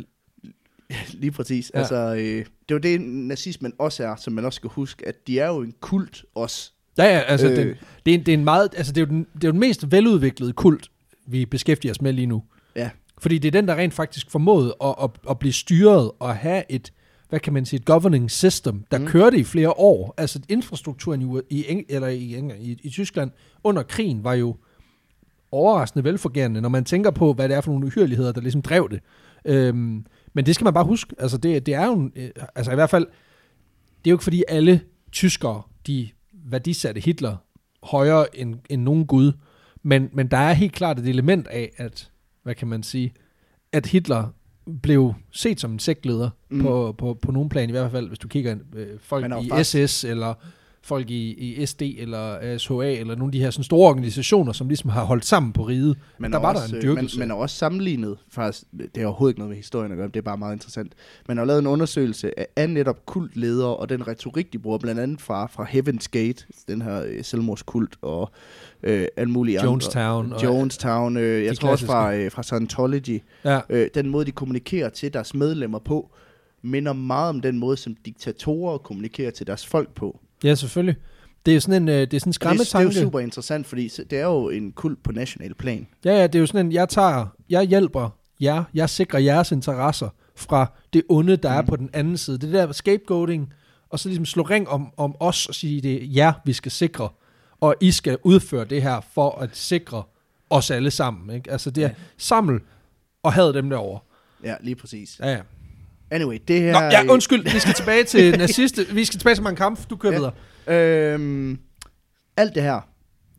Lige præcis. Ja. Altså, øh, det er jo det, nazismen også er, som man også skal huske, at de er jo en kult også. Ja, ja, altså, øh, det, det, er, det er en meget, altså, det er jo den, det er jo den mest veludviklede kult, vi beskæftiger os med lige nu. Ja. Fordi det er den, der rent faktisk formåede at, at, at blive styret og have et, hvad kan man sige, et governing system, der mm. kørte i flere år. Altså, infrastrukturen i, i, eller i, i, i Tyskland under krigen var jo overraskende velfungerende, når man tænker på, hvad det er for nogle uhyrligheder, der ligesom drev det. Øhm, Men det skal man bare huske. Altså det, det er jo, altså i hvert fald, det er jo ikke fordi alle tyskere, de værdisatte Hitler højere end, end nogen gud, men, men der er helt klart et element af, at, hvad kan man sige, at Hitler blev set som en sektleder mm. på, på, på nogen plan, i hvert fald, hvis du kigger øh, folk i faktisk... S S, eller folk i, i S D, eller S H A, eller nogle af de her sådan store organisationer, som ligesom har holdt sammen på riget. Men der var også, der en dyrkelse. Man, man er også sammenlignet, faktisk, det har overhovedet ikke noget med historien at gøre, det er bare meget interessant. Man har lavet en undersøgelse af, af netop kultledere, og den retorik, de bruger, blandt andet fra, fra Heaven's Gate, den her øh, selvmordskult, og øh, alle mulige Jonestown. andre. Jonestown. Øh, jeg tror klassiske. også fra, øh, fra Scientology. Ja. Øh, den måde, de kommunikerer til deres medlemmer på, minder meget om den måde, som diktatorer kommunikerer til deres folk på. Ja, selvfølgelig. Det er sådan en, det er sådan en skræmmetanke. Det er jo super interessant, fordi det er jo en kult på national plan. Ja, ja, det er jo sådan en, jeg tager, jeg hjælper jer, jeg sikrer jeres interesser fra det onde, der mm. er på den anden side. Det der scapegoating, og så ligesom slå ring om, om os og sige, det er jer, vi skal sikre, og I skal udføre det her for at sikre os alle sammen. Ikke? Altså det er ja. Samle og had dem derovre. Ja, lige præcis. Ja, ja. Anyway, det her... Nå, ja, undskyld, vi skal tilbage til naziste. Vi skal tilbage til Mein Kampf. Du kører ja. videre. Øhm, alt det her,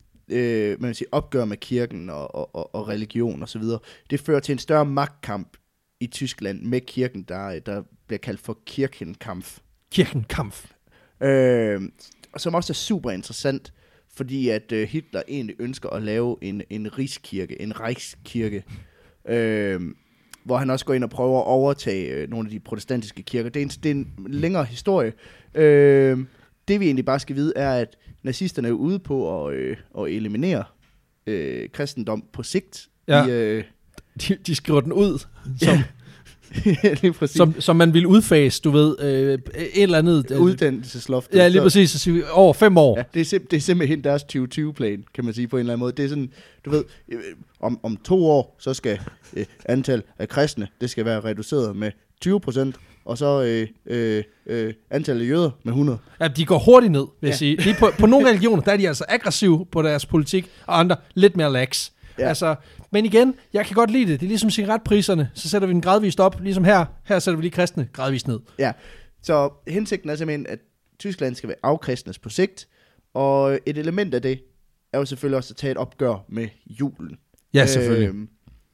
øh, man vil sige, opgør med kirken og, og, og religion og så videre, det fører til en større magtkamp i Tyskland med kirken, der, der bliver kaldt for Kirchenkampf. Kirchenkampf. Øh, som også er super interessant, fordi at øh, Hitler egentlig ønsker at lave en, en rigskirke, en Reichskirke, øh, hvor han også går ind og prøver at overtage øh, nogle af de protestantiske kirker. Det er en, det er en længere historie. Øh, det vi egentlig bare skal vide, er, at nazisterne er ude på at, øh, at eliminere øh, kristendom på sigt. Ja. I, øh, de, de skriver den ud, som, ja, lige præcis. som, som man ville udfase, du ved, øh, et eller andet... Øh, uddannelsesloft. Ja, lige præcis, så siger vi over fem år. Ja, det, er sim- det er simpelthen deres tyve tyve-plan, kan man sige på en eller anden måde. Det er sådan, du ved, øh, om, om to år, så skal øh, antal af kristne, det skal være reduceret med tyve procent, og så øh, øh, øh, antallet af jøder med hundrede. Ja, de går hurtigt ned, vil jeg Ja. sige. De på, på nogle religioner, der er de altså aggressive på deres politik, og andre lidt mere lax. Ja. Altså, men igen, jeg kan godt lide det. Det er ligesom cigaretpriserne. Så sætter vi den gradvist op, ligesom her. Her sætter vi lige kristne gradvist ned. Ja, så hensigten er simpelthen, at Tyskland skal være afkristnes på sigt, og et element af det er jo selvfølgelig også at tage et opgør med julen. Ja, selvfølgelig. Øh,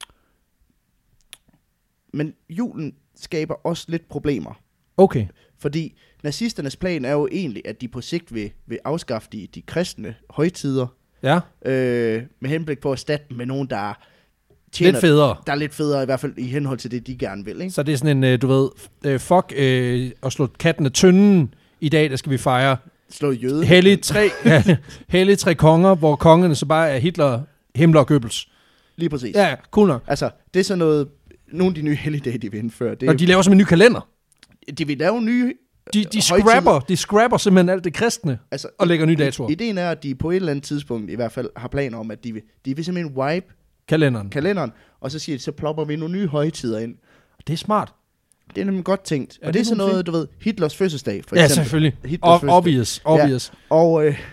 men julen skaber også lidt problemer. Okay. Fordi nazisternes plan er jo egentlig, at de på sigt vil, vil afskaffe de, de kristne højtider, ja. øh, med henblik på at erstatte dem med nogen, der tjener, lidt federe. Der er lidt federe, i hvert fald i henhold til det, de gerne vil. Ikke? Så det er sådan en, du ved, uh, fuck uh, at slå katten af tynden. I dag, der skal vi fejre slå jøde. Hellige tre, ja, hellige tre konger, hvor kongerne så bare er Hitler, Himmler og Goebbels. Lige præcis. Ja, cool nok. Altså, det er sådan noget, nogle af de nye helligdage, de vil indføre. Det og de laver som en ny kalender. De vil lave nye De, de, scrapper, de scrapper simpelthen alt det kristne, altså, og lægger nye datoer. Ideen er, at de på et eller andet tidspunkt i hvert fald har planer om, at de vil, de vil simpelthen wipe kalenderen. kalenderen, og så siger de, så plopper vi nogle nye højtider ind. Det er smart. Det er nemlig godt tænkt. Ja, og det er sådan noget, fint. du ved, Hitlers fødselsdag, for ja, eksempel. Selvfølgelig. Hitlers O- obvious, obvious. Ja, og, øh,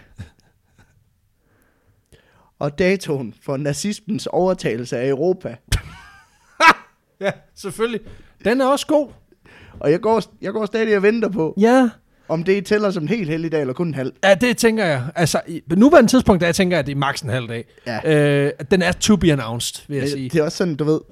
og datoen for nazismens overtagelse af Europa. Ja, selvfølgelig. Den er også god. Og jeg går, jeg går stadig og venter på, ja. om det tæller som en helt heldig dag, eller kun en halv. Ja, det tænker jeg. Altså, på nuværende tidspunkt, der jeg tænker jeg, at det er maks en halv dag. Ja. Øh, den er to be announced, vil jeg det, sige. Det er også sådan, du ved...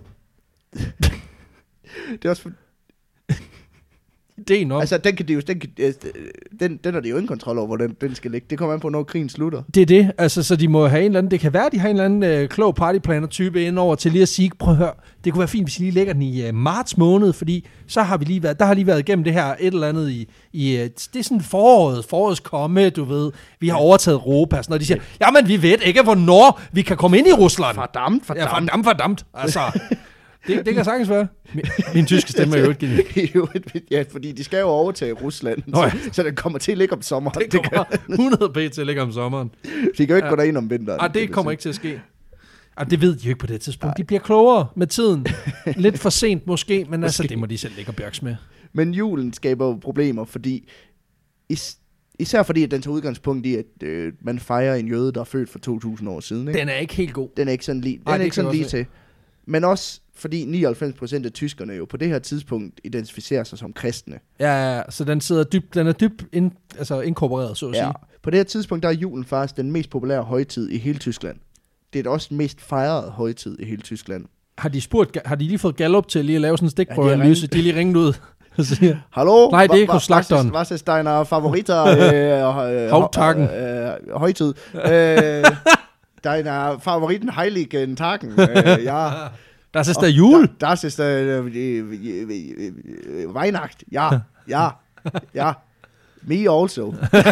det er også... For... Ideen om. Altså, den, kan de jo, den, kan, den, den er det jo ingen kontrol over, hvor den, den skal ligge. Det kommer an på, når krigen slutter. Det er det. Altså, så de må have en eller anden... Det kan være, de har en eller anden øh, klog partyplaner-type indover til lige at sige, prøv at høre, det kunne være fint, hvis I lige lægger den i øh, marts måned, fordi så har vi lige været... Der har lige været igennem det her et eller andet i... i øh, det er sådan foråret, forårets komme, du ved. Vi har overtaget Europa, sådan, og de siger, jamen, vi ved ikke, hvornår vi kan komme ind i Rusland. Fordamt, fordamt. Ja, fordamt, fordamt. Altså... Det, det kan sagtens være. Min, min tyske stemme er jo ikke genial. Ja, fordi de skal jo overtage Rusland, Nå, ja. så, så den kommer til at ligge om sommeren. Det kommer hundrede p til at ligge om sommeren. De kan jo ikke ja. gå derind om vinteren. Ah, det kommer ikke til at ske. Ah, det ved de jo ikke på det tidspunkt. De bliver klogere med tiden. Lidt for sent måske, men måske. Altså, det må de selv ligge og bjørks med. Men julen skaber jo problemer, fordi... Is, især fordi, at den tager udgangspunkt i, at øh, man fejrer en jøde, der er født for to tusind år siden. Ikke? Den er ikke helt god. Den er ikke sådan lige, den Ej, er ikke sådan lige se. til. Men også fordi nioghalvfems procent af tyskerne jo på det her tidspunkt identificerer sig som kristne. Ja, ja, så den sidder dybt, den er dybt ind, altså inkorporeret, så at ja. sige. På det her tidspunkt, der er julen faktisk den mest populære højtid i hele Tyskland. Det er da også den mest fejrede højtid i hele Tyskland. Har de spurgt, har de lige fået Gallup til lige at lave sådan en stikprøveanalyse? Ja, de, de lige ringet ud. Hallo? Nej, det er ikke hos slagteren. Hvad er deine favoritter øh, Haupttagen. Øh, øh, højtid? Øh, deine favoritten heiligen Tagen? Øh, ja. Das ist der Jul. Das ist der Weihnacht. Ja, ja, ja. Me also.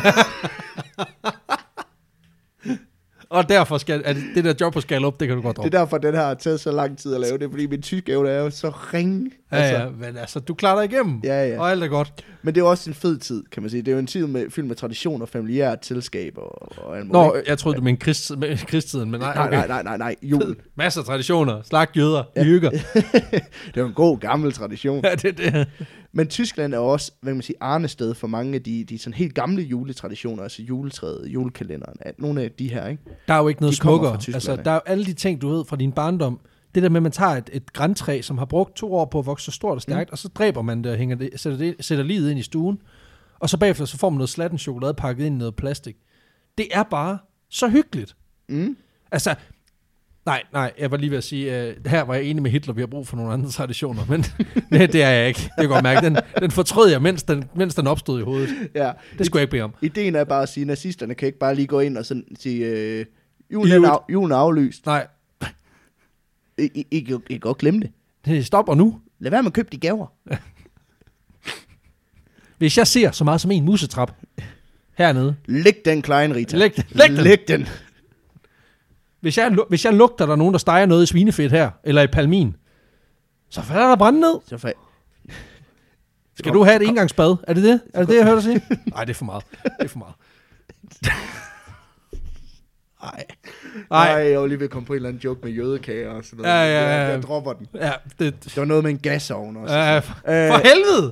Og derfor skal at det der job på Gallup, det kan du godt droppe. Det er derfor, den her har taget så lang tid at lave det, fordi min tysk evne er jo så ringe. Ja, altså. ja, men altså, du klarer dig igennem, ja, ja. og alt er godt. Men det er jo også en fed tid, kan man sige. Det er jo en tid med, fyldt med tradition og familiært tilskab og, og alt Nå, jeg troede, du mente krist, med krigstiden, men nej, nej, okay. nej, nej, nej, nej, jul. Masser af traditioner, slagt jøder, ja. hygger. Det er jo en god gammel tradition. Ja, det er det. Men Tyskland er også, hvad kan man sige, arnested for mange af de, de sådan helt gamle juletraditioner, altså juletræet, julekalenderen, nogle af de her, ikke? Der er jo ikke noget smukkere. Altså, der er jo alle de ting, du ved fra din barndom. Det der med, at man tager et, et grantræ, som har brugt to år på at vokse så stort og stærkt, mm. og så dræber man det og hænger det, sætter, det, sætter livet ind i stuen, og så bagefter så får man noget slatten chokolade pakket ind i noget plastik. Det er bare så hyggeligt. Mm. Altså, nej, nej, jeg var lige ved at sige, uh, her var jeg enig med Hitler, vi har brug for nogle andre traditioner, men det, det er jeg ikke. Det kan godt mærke. Den, den fortrød jeg, mens den, mens den opstod i hovedet. Ja. Det skulle jeg ikke bede om. Ideen er bare at sige, at nazisterne kan ikke bare lige gå ind og sådan sige, øh, julen, er af, julen er aflyst. Nej. I, I, I, I kan godt glemme det. Det stopper nu. Lad være med at købe de gaver. Hvis jeg ser så meget som en musetrap, hernede. Læg den, Klein, Rita. Læg den. Læg den. Læg den. Hvis jeg, hvis jeg lugter, der er nogen, der steger noget i svinefedt her, eller i palmin, så falder der brænde ned. Så fald... Skal du have et engangsbad? Er det det? Er det det, jeg hørte dig sige? Nej, det er for meget. Det er for meget. Nej. Nej, jeg var lige ved at komme på en eller anden joke med jødekager og sådan noget. Ja, ja, ja. Jeg, jeg dropper den. Ja, det... det var noget med en gasovn også. Ja, for, for helvede!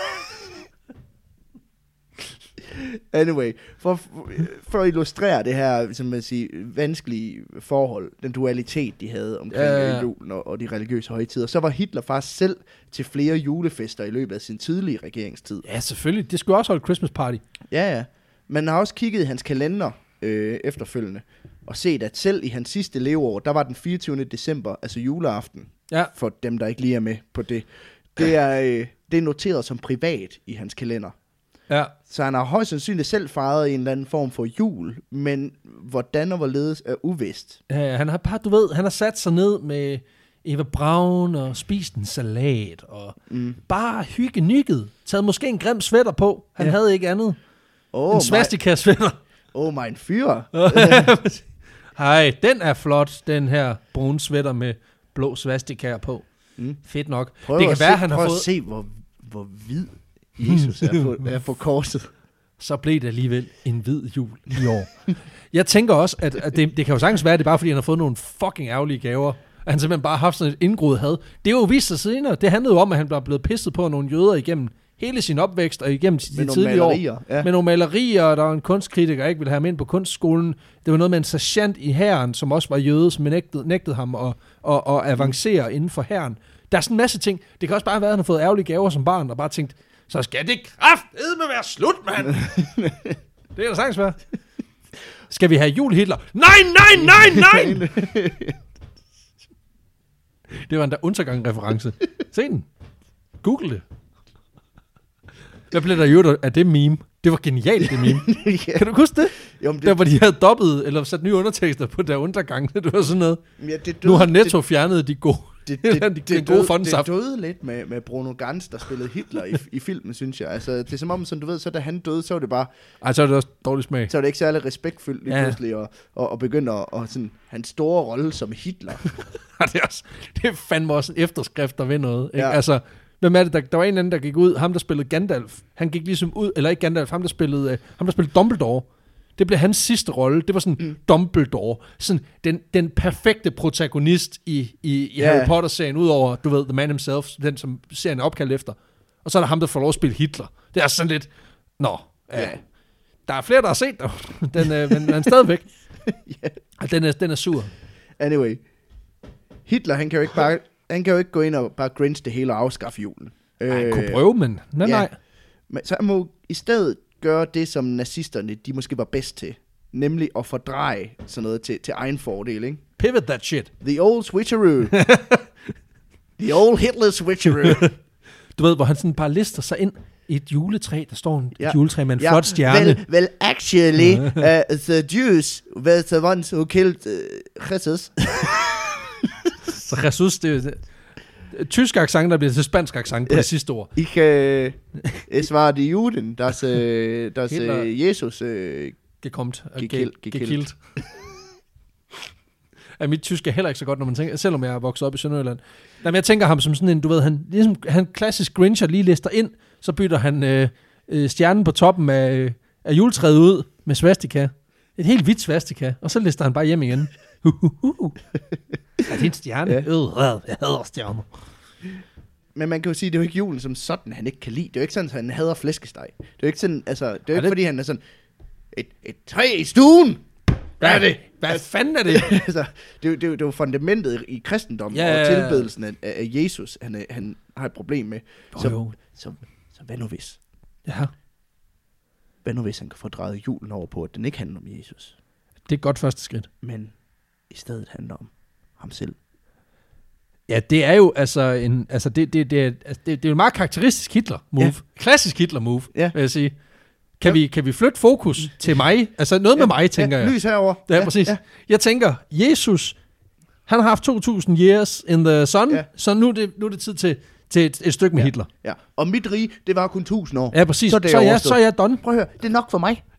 Anyway, for, for at illustrere det her, som man siger, vanskelige forhold, den dualitet, de havde omkring ja, ja, ja. julen og, og de religiøse højtider, så var Hitler faktisk selv til flere julefester i løbet af sin tidlige regeringstid. Ja, selvfølgelig. Det skulle også holde Christmas party. Ja, ja. Man har også kigget i hans kalender øh, efterfølgende, og set, at selv i hans sidste leveår, der var den fireogtyvende december, altså juleaften, ja. for dem, der ikke lige er med på det. Det er, øh, det er noteret som privat i hans kalender. Ja. Så han har højst sandsynligt selv fejret en eller anden form for jul, men hvordan og hvorledes er uvist. Ja, han har bare, du ved, han har sat sig ned med Eva Braun og spist en salat og mm. bare hygge-nykket. Taget måske en grim sweater på. Han ja. havde ikke andet. Oh, en svastika-sweater. Oh, mein fyr. Hej, den er flot, den her brune sweater med blå svastikaer på. Mm. Fedt nok. Prøv det kan være, se, han har fået... at se, hvor, hvor hvid Jesus er på, er på korset. Så blev det alligevel en hvid jul i år. Jeg tænker også, at, at det, det kan jo sagtens være, at det er bare fordi, han har fået nogle fucking ærgerlige gaver. At han simpelthen bare har haft sådan et indgroet had. Det er jo vist sig senere. Det handlede jo om, at han blev blevet pisset på nogle jøder igennem hele sin opvækst og igennem de tidlige år. Ja. Med nogle malerier, og der var en kunstkritiker, der ikke ville have ham ind på kunstskolen. Det var noget med en sergeant i hæren, som også var jøde, som nægtede, nægtede ham at, at, at avancere mm. inden for hæren. Der er sådan en masse ting. Det kan også bare være, at han har fået ærgerlige gaver som barn, og bare tænkt, så skal det kraftedme være slut, mand! Det er da sagtens være. Skal vi have jul Hitler? Nej, nej, nej, nej! Det var en der Untergang-reference. Se den. Google det. Hvad blev der jo af det meme? Det var genialt, det meme. Ja. Kan du huske det? Jo, det? Der hvor de havde dobbelt, eller sat nye undertekster på der Untergang. Det var sådan noget. Ja, det døde, nu har Netto det, fjernet de gode, det, det, de, det, gode fondsaft. Det døde lidt med, med Bruno Ganz, der spillede Hitler i, i filmen, synes jeg. Altså, det er som om, som du ved, så da han døde, så var det bare... Ej, så var det også dårlig smag. Så var det ikke særlig respektfuldt lige ja. pludselig, og, og, og begynde at, og sådan, hans store rolle som Hitler. det, er også, det er fandme også en efterskrift, der ved noget. Ikke? Ja. Altså... Hvem er det, der, der var en anden, der gik ud, ham der spillede Gandalf, han gik ligesom ud, eller ikke Gandalf, ham der spillede, uh, ham der spillede Dumbledore, det blev hans sidste rolle, det var sådan mm. Dumbledore, sådan den, den perfekte protagonist i, i, i yeah. Harry Potter-serien, udover, du ved, The Man Himself, den som serien er opkaldt efter, og så er der ham, der får lov at spille Hitler, det er sådan lidt, nå, yeah. uh, der er flere, der har set det, den, uh, men, men stadigvæk, yeah. den, er, den er sur. Anyway, Hitler, han kan jo ikke bare... Han kan jo ikke gå ind og bare grinch det hele og afskaffe julen. Nej, han kunne prøve, men nej, ja. nej. Men så han må i stedet gøre det, som nazisterne, de måske var bedst til. Nemlig at fordreje sådan noget til, til egen fordel, ikke? Pivot that shit. The old switcheroo. The old Hitler switcheroo. Du ved, hvor han sådan bare lister sig ind i et juletræ, der står en ja. juletræ med en ja. flot stjerne. Well, well actually, uh, the Jews were the ones who killed uh, Jesus. Så Jesus, det er det, tysk accent, der bliver til spansk accent på ja. det sidste ord. Ich, äh, es war die Juden, dass, äh, dass äh, Jesus äh, gekommt, gekillt. gekillt. Ja, mit tysk er heller ikke så godt, når man tænker, selvom jeg er vokset op i Sønderjylland. Nej, men jeg tænker ham som sådan en, du ved, han, ligesom, han klassisk Grincher lige lister ind, så bytter han øh, øh, stjernen på toppen af, af juletræet ud med svastika. Et helt hvidt svastika, og så lister han bare hjem igen. Er det en stjerne? Ja. Øh, jeg hader stjerner. Men man kan jo sige, at det er jo ikke julen som sådan, han ikke kan lide. Det er jo ikke sådan, at han hader flæskesteg. Det er jo ikke sådan, altså, det er jo er ikke det? fordi han er sådan, et, et træ i stuen! Hvad er det? Hvad fanden er det? altså, det, er jo, det, er jo, det er jo fundamentet i kristendommen ja, og tilbedelsen af, af Jesus, han, han har et problem med. Oh, så, så, så hvad nu hvis? Ja. Hvad nu hvis han kan få drejet julen over på, at den ikke handler om Jesus? Det er et godt første skridt. Men i stedet handler om ham selv. Ja, det er jo altså en, altså det, det, det, altså det, det er jo en meget karakteristisk Hitler-move. Ja. Klassisk Hitler-move, ja. vil jeg sige. Kan, ja. vi, kan vi flytte fokus til mig? Altså noget ja. med mig, tænker ja. jeg. Lys herover. Ja, ja, præcis. Ja. Jeg tænker, Jesus, han har haft to tusind years in the sun, ja. så nu er, det, nu er det tid til, til et, et stykke med ja. Hitler. Ja, og mit rige, det var kun tusind år. Ja, præcis. Så, så, jeg, så er jeg done. Prøv at høre, det er nok for mig.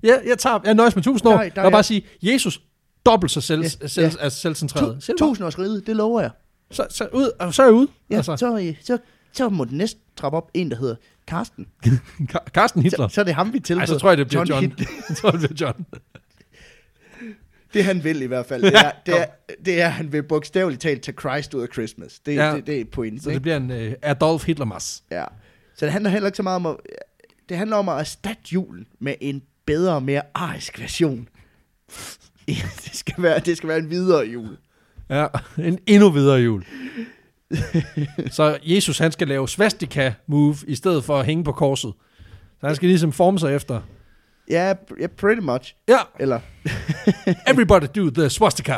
Ja, jeg tager, jeg nøjes med tusind år. Der, der jeg vil bare sige, Jesus, dobbelt så selv, ja, selv, ja. Altså selvcentreret. Tu, tusind års ride, det lover jeg. Så, så, ud, og så er jeg ude. Ja, altså. så, så, så må den næste trappe op en, der hedder Karsten. Karsten Hitler. Så, så er det ham, vi tilbyder. Ej, så tror jeg, det bliver John. John. Jeg tror, det bliver John. Det han vil i hvert fald, det er, det er, det er han vil bogstaveligt talt tage Christ ud af Christmas. Det, ja. det, det er pointen. Så det bliver en uh, Adolf Hitler-mas. Ja. Så det handler heller ikke så meget om at, det handler om at erstatte julen med en bedre, mere arisk version. Ja, det skal være, det skal være en videre jul. Ja, en endnu videre jul. Så Jesus, han skal lave swastika-move, i stedet for at hænge på korset. Så han skal ligesom forme sig efter. Ja, yeah, yeah, pretty much. Ja. Eller everybody do the swastika.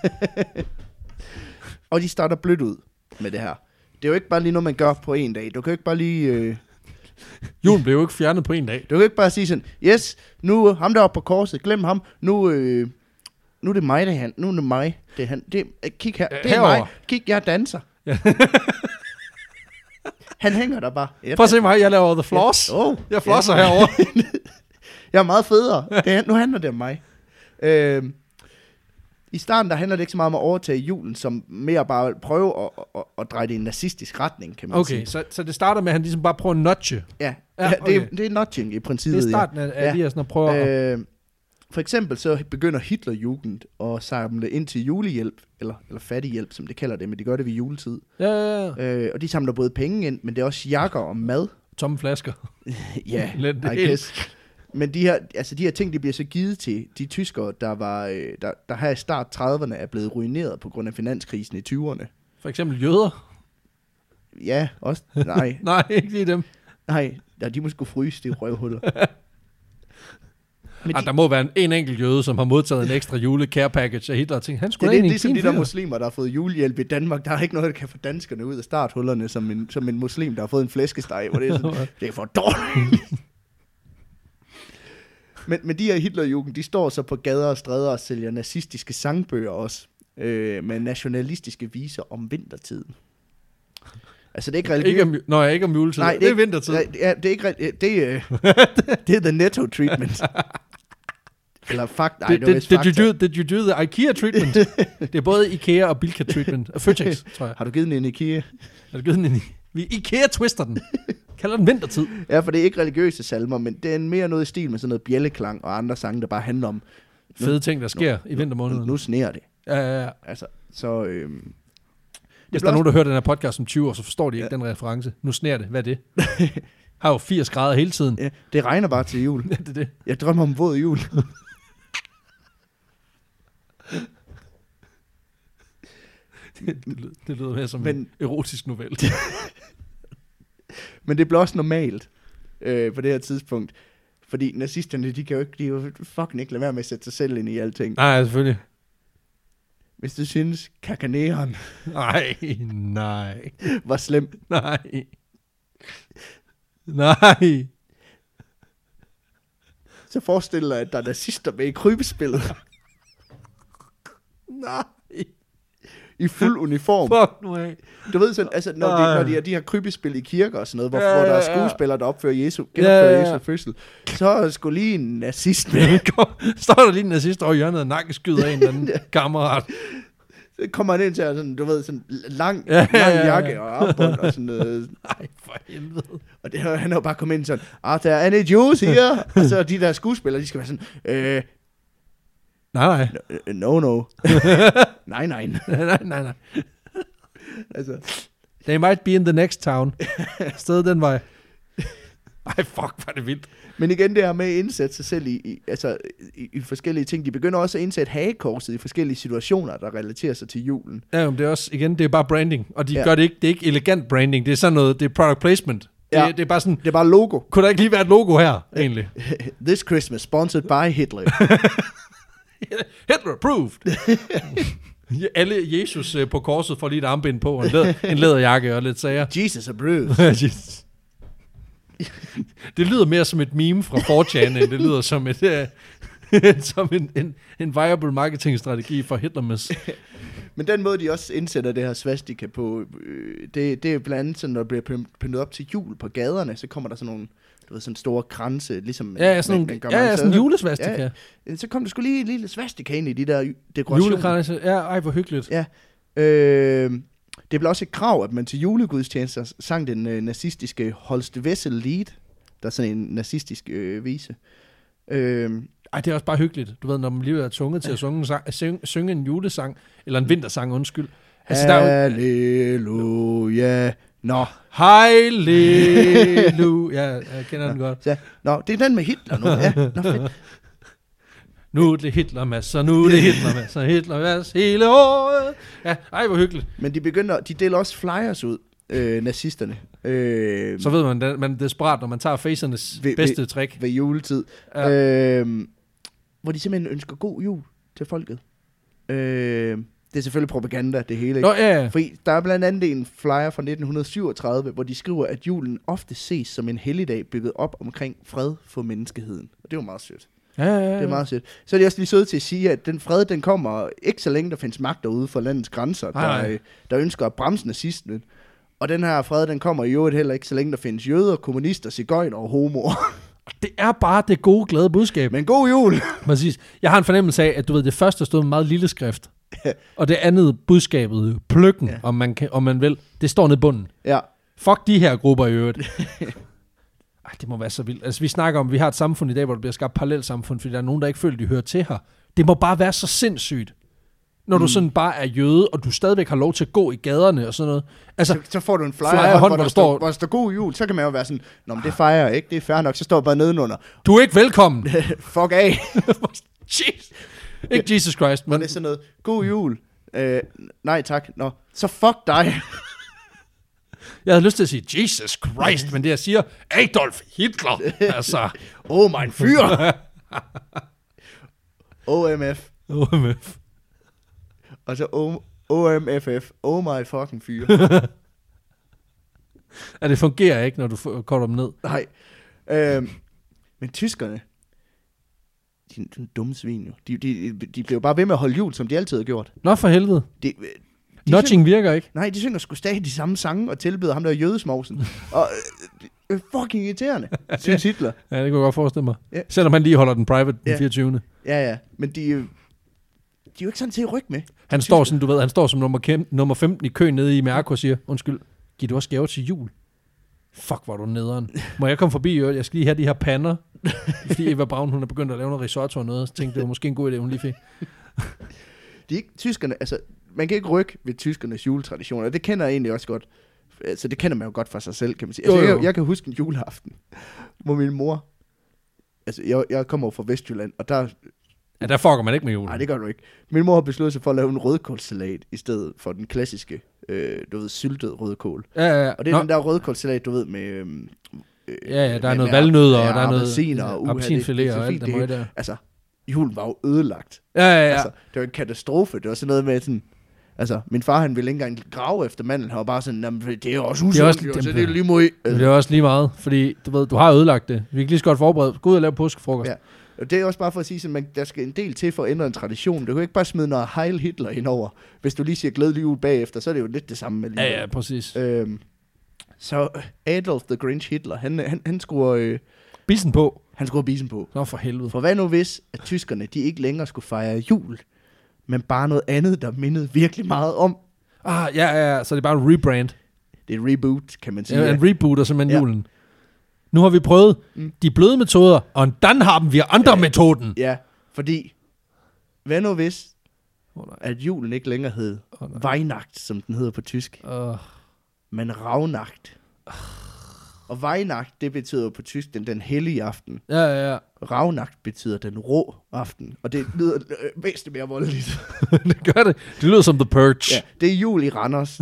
Og de starter blødt ud med det her. Det er jo ikke bare lige noget, man gør på en dag. Du kan jo ikke bare lige... Øh... Julen blev jo ikke fjernet på en dag. Du kan jo ikke bare sige sådan, yes, nu ham der oppe på korset, glem ham, nu... Øh... Nu er det mig, det er han. Nu er det mig. Det er han. Det er, kig her. Det er Herover. mig. Kig, jeg danser. Ja. Han hænger der bare. Prøv at se mig, jeg laver the floss. Ja. Oh, jeg flosser ja. herovre. Jeg er meget federe. Det er, nu handler det om mig. Øh, I starten, der handler det ikke så meget om at overtage julen, som mere bare prøve at, at, at dreje det i en nazistisk retning, kan man okay, sige. Okay, så, så det starter med, at han ligesom bare prøver at nudge. Ja, ja, ja okay. det, det er nudging i princippet. Det er starten af, af ja. de her sådan at prøve at... Øh, For eksempel så begynder Hitlerjugend at samle ind til julehjælp, eller, eller fattighjælp, som det kalder det, men de gør det ved juletid. Ja, ja, ja. Øh, og de samler både penge ind, men det er også jakker og mad. Tomme flasker. Ja, I guess. Men de her, altså de her ting, de bliver så givet til de tyskere, der, var, der, der her i start trediverne er blevet ruineret på grund af finanskrisen i tyverne. For eksempel jøder? Ja, også. Nej. Nej, ikke lige dem. Nej, der, de må sgu fryse, de røvhuller. Men de, ah, der må være en, en enkelt jøde, som har modtaget en ekstra julecare package af Hitler, og tænkt, han skulle det, da det, det er ligesom de der muslimer, der har fået julehjælp i Danmark. Der er ikke noget, der kan få danskerne ud af starthullerne, som en, som en muslim, der har fået en flæskesteg, hvor det er sådan, det er for dårligt. men, men de her Hitlerjugend, de står så på gader og stræder og sælger nazistiske sangbøger også, øh, med nationalistiske viser om vintertiden. Altså det er ikke religiøst. Ikke om, når jeg ikke om juletid. Nej, det, det er vintertid. Nej, det er, det er ikke det er, det er the netto treatment. Eller fuck, nej, did, det er did, did, you do, did you do the IKEA treatment? Det er både IKEA og Bilka treatment. Og Føtex, tror jeg. Har du givet den en IKEA? Har du givet den en Vi IKEA twister den. Kalder den vintertid. Ja, for det er ikke religiøse salmer, men det er mere noget i stil med sådan noget bjælleklang og andre sange, der bare handler om nu, fede ting, der sker nu, i vintermåneden. Nu, nu sneer det. Ja, ja, ja. Altså, så... Øhm, Hvis der er nogen, der hører den her podcast om tyve år, så forstår de ikke ja. den reference. Nu sneer det. Hvad er det? Har jo firs grader hele tiden. Ja, det regner bare til jul. Ja, det er det. Jeg drømmer om våd jul. det, det, lyder, det lyder mere som men, en erotisk novelle. Men det bliver også normalt øh, på det her tidspunkt. Fordi nazisterne, de kan jo ikke, de jo fucking ikke lade være med at sætte sig selv ind i alting. Nej, selvfølgelig. Hvis du synes, kakaneren... Nej, nej. Var slem. Nej. Nej. Så forestil dig, at der er nazister med i krybespillet. Nej. I fuld uniform. Fuck nu af. Du ved sådan, altså, når de, når de, er, de har krybespil i kirker og sådan noget, hvor, ja, hvor der er skuespillere, der opfører Jesu, genopfører ja, ja, ja. Jesu fødsel, så er der sgu lige en nazist med. Står der lige en nazist over hjørnet og nakkeskyder af en eller anden kammerat. Så kommer han ind til sådan, du ved, sådan lang, ja, lang ja, ja, jakke ja. og armbånd og sådan noget. Nej, for helvede. Og det, han har jo bare kommet ind sådan, ah, der er any Jews her. Og så de der skuespillere, de skal være sådan, øh... Nej, nej. No, no. nej, nej. nej, nej, nej. Altså. They might be in the next town. Sted den vej. Ej, fuck, var det vildt. Men igen, det her med at indsætte sig selv i, i, altså, i, i forskellige ting. De begynder også at indsætte hagekorset i forskellige situationer, der relaterer sig til julen. Ja, men det er også, igen, det er bare branding. Og de ja. gør det ikke, det er ikke elegant branding. Det er sådan noget, det er product placement. Ja. Det, det er bare sådan. Det er bare logo. Kunne der ikke lige være et logo her, egentlig? This Christmas, sponsored by Hitler. Hitler approved. Alle Jesus på korset får lige et armbind på, og en, læder, en læderjakke og lidt sager. Jesus approved. Jesus. Det lyder mere som et meme fra four chan, end det lyder som, et, uh, som en, en, en viable marketingstrategi for Hitlermas. Men den måde, de også indsætter det her svastika på, øh, det, det er blandt andet sådan, når det bliver pyntet op til jul på gaderne, så kommer der sådan nogle, du ved, sådan store kranse, ligesom... Ja, ja, sådan, man, man ja, ja, sådan en julesvastika. Ja, så kom der sgu lige en lille svastika ind i de der dekorationer. Julekranse, ja, ej, hvor hyggeligt. Ja, øh, det blev også et krav, at man til julegudstjenester sang den øh, nazistiske Holst Wessel Lied, der er sådan en nazistisk øh, vise. Øh, Ej, det er også bare hyggeligt. Du ved, når man lige er tvunget til at synge en, sang, at synge, synge en julesang, eller en vintersang, undskyld. Altså, halleluja. Nå. Halleluja. Ja, jeg kender den godt. Ja. Nå, det er den med Hitler nu. Ja, nå, fedt. Nu er det Hitler-masser, nu er det Hitler-masser, Hitler-masser hele året. Ja, ej, hvor hyggeligt. Men de begynder, de deler også flyers ud, øh, nazisterne. Øh, Så ved man, at man er desperat, når man tager facernes ved, bedste ved, trick. Ved juletid. Ja. Øh, hvor de simpelthen ønsker god jul til folket. Øh, det er selvfølgelig propaganda, det hele. Ikke? Nå, ja, ja. Fordi der er blandt andet en flyer fra nitten syvogtredive, hvor de skriver, at julen ofte ses som en helligdag bygget op omkring fred for menneskeheden. Og det er jo meget sødt. Ja, ja, ja. Det er meget sødt. Så er de også lige søde til at sige, at den fred, den kommer ikke så længe, der findes magt derude for landets grænser, der, der ønsker at bremse nazismen. Og den her fred, den kommer i øvrigt heller ikke så længe, der findes jøder, kommunister, sigøjner og homoer. Det er bare det gode, glade budskab. Men god jul! Præcis. Jeg har en fornemmelse af, at du ved, det første stod med meget lille skrift. Og det andet budskabet, pløkken, ja. om, man kan, om man vil, det står nede i bunden. Ja. Fuck de her grupper i øvrigt. Ej, det må være så vildt. Altså, vi snakker om, vi har et samfund i dag, hvor der bliver skabt parallelsamfund, fordi der er nogen, der ikke føler, de hører til her. Det må bare være så sindssygt. Når mm. du sådan bare er jøde, og du stadigvæk har lov til at gå i gaderne og sådan noget. Altså, så, så får du en flyer, flyer hånd, hånd, hvor, hvor der står, hvor der står god jul, så kan man jo være sådan, nå, men det fejrer ikke, det er fair nok, så står bare nedenunder. Du er ikke velkommen. Fuck af. Jeez. Ikke Jesus Christ, men... Det er sådan noget, god jul. Øh, nej tak, nå, så fuck dig. Jeg havde lyst til at sige Jesus Christ, men det jeg siger, Adolf Hitler. Altså. Oh, mein Führer. O M F. O M F. Og så O M F F. Oh my fucking fyr. Ja, det fungerer ikke, når du korter dem ned. Nej. Øhm, men tyskerne, de er en dumme svin jo. De, de, de bliver jo bare ved med at holde jul, som de altid har gjort. Nå for helvede. De, de Nudging synger, virker ikke. Nej, de synger sgu stadig de samme sange og tilbyder ham der jødesmovsen. Og øh, fucking irriterende, synes Hitler. Ja, det kunne jeg godt forestille mig. Ja. Selvom han lige holder den private den fireogtyvende Ja, ja. Men de, de er jo ikke sådan til at rykke med. Han står sådan, du ved, han står som nummer, kem, nummer femten i køen nede i Mærko og siger, undskyld, giver du også gaver til jul? Fuck, hvor du nederen. Må jeg komme forbi, og jeg skal lige have de her pander? Fordi Eva Braun, hun er begyndt at lave noget risotto og noget, så tænkte, det var måske en god idé, hun lige fik. De er ikke, tyskerne, altså, man kan ikke rykke ved tyskernes juletraditioner, det kender jeg egentlig også godt. Altså, det kender man jo godt for sig selv, kan man sige. Altså, jo, jo. Jeg, jeg kan huske en juleaften, hvor min mor, altså, jeg, jeg kommer fra Vestjylland, og der... Ja, der fucker man ikke med julen. Nej, det gør du ikke. Min mor har besluttet sig for at lave en rødkålssalat, i stedet for den klassiske, øh, du ved, syltet rødkål. Ja, ja, ja. Og det er Nå. den der rødkålssalat, du ved, med... Øh, ja, ja, der er noget valnødder, og der er noget ja, appelsinfilet og alt der må der. Altså, julen var jo ødelagt. Ja, ja, ja. Altså, det var en katastrofe. Det var sådan noget med sådan... Altså, min far, han ville ikke engang grave efter manden. Han var bare sådan, det er jo også usundt, det, det, det er lige meget. Altså. Det er også lige meget, fordi du ved, du har ødelagt det. Vi kan lige så godt forberede. Gå ud og lave påskefrokost. Ja. Og det er også bare for at sige, at man, der skal en del til for at ændre en tradition. Du kan ikke bare smide noget Heil Hitler indover. Hvis du lige siger glædelig jul bagefter, så er det jo lidt det samme med ja, ja, præcis. Øhm, så Adolf the Grinch Hitler, han, han, han skruer... Øh, bisen på. Han skruer bisen på. Nå, for helvede. For hvad nu hvis, at tyskerne, de ikke længere skulle fejre jul, men bare noget andet, der mindede virkelig meget om. Ah, ja, ja, ja. Så det er bare en rebrand. Det er en reboot, kan man sige. Ja, en reboot er simpelthen ja. Julen. Nu har vi prøvet mm. de bløde metoder, og dann haben wir andre ja, metoden. Ja, fordi, hvad nu hvis, oh, at julen ikke længere hed oh, Weihnacht, som den hedder på tysk, uh. men Rauhnacht. Uh. Og Weihnacht, det betyder på tysk den, den hellige aften. Ja, ja, ja. Rauhnacht betyder den rå aften, og det lyder øh, væsentligt mere voldeligt. Det gør det. Det lyder som The Purge. Ja, det er jul i Randers.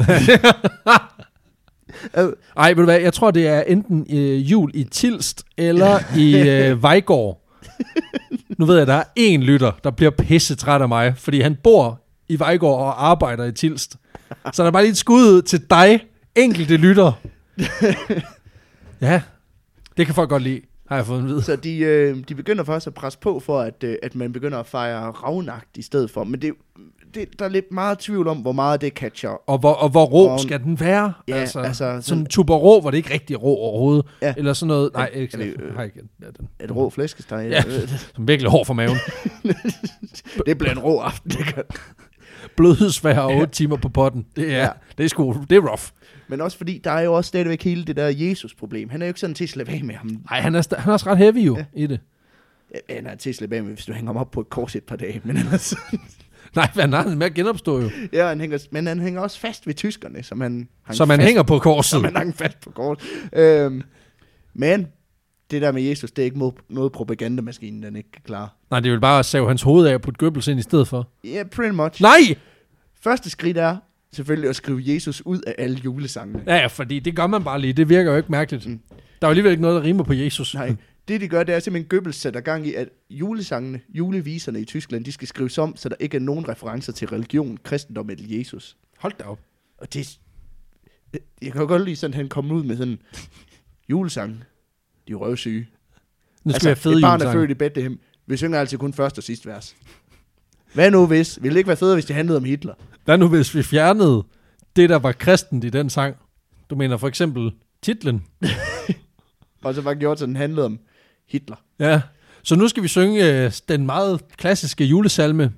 Ej, ved du hvad, jeg tror det er enten øh, jul i Tilst eller i øh, Vejgaard. Nu ved jeg, der er én lytter, der bliver pissetræt af mig, fordi han bor i Vejgaard og arbejder i Tilst. Så der er bare lige et skud til dig, enkelte lytter. Ja, det kan folk godt lide. Har jeg fået en vid. Så de, øh, de begynder først at presse på for, at, øh, at man begynder at fejre ravnagt i stedet for. Men det, det, der er lidt meget tvivl om, hvor meget det catcher. Og hvor, og hvor rå og, skal den være? Ja, altså, altså sådan, sådan tuber rå, hvor det ikke rigtig rå overhovedet. Ja. Eller sådan noget. Nej, ja, ikke. Øh, har ikke ja, den. Er det rå flæskesteg? Ja, som virkelig hård for maven. Det bliver en rå aften, det gør. Blødsvær og otte timer på potten. Det er, ja. det er sgu, det er rough. Men også fordi, der er jo også stadigvæk hele det der Jesus-problem. Han er jo ikke sådan til at slippe af med ham. Nej, han er, han er også ret heavy jo, ja. i det. Ja, han er til at slippe af med, hvis du hænger ham op på et kors et par dage. Men ellers... Nej, han har med at genopstå jo. Ja, han hænger, men han hænger også fast ved tyskerne, som han... Som han hænger på korset. Som han hænger fast på korset. Øhm, men det der med Jesus, det er ikke mod, noget propagandamaskinen, den ikke kan klare. Nej, det er jo bare at save hans hoved af og putte Goebbels ind i stedet for. Ja, yeah, pretty much. Nej! Første skridt er selvfølgelig at skrive Jesus ud af alle julesangene. Ja, ja, fordi det gør man bare lige. Det virker jo ikke mærkeligt. Mm. Der er jo alligevel ikke noget, der rimer på Jesus. Nej, det de gør, det er simpelthen Goebbels sætter gang i, at julesangene, juleviserne i Tyskland, de skal skrives om, så der ikke er nogen referencer til religion, kristendom eller Jesus. Hold da op. Og det... Jeg kan jo godt lide sådan, at han kommer ud med sådan... Julesange. De er røvsyge. Nu skal altså, et barn er født i Bethlehem. Vi synger altid kun første og sidste vers. Hvad nu hvis? Ville det ikke være federe, hvis det handlede om Hitler? Hvad nu hvis vi fjernede det, der var kristent i den sang? Du mener for eksempel titlen. Og så var gjort, så den handlede om Hitler. Ja, så nu skal vi synge øh, den meget klassiske julesalme.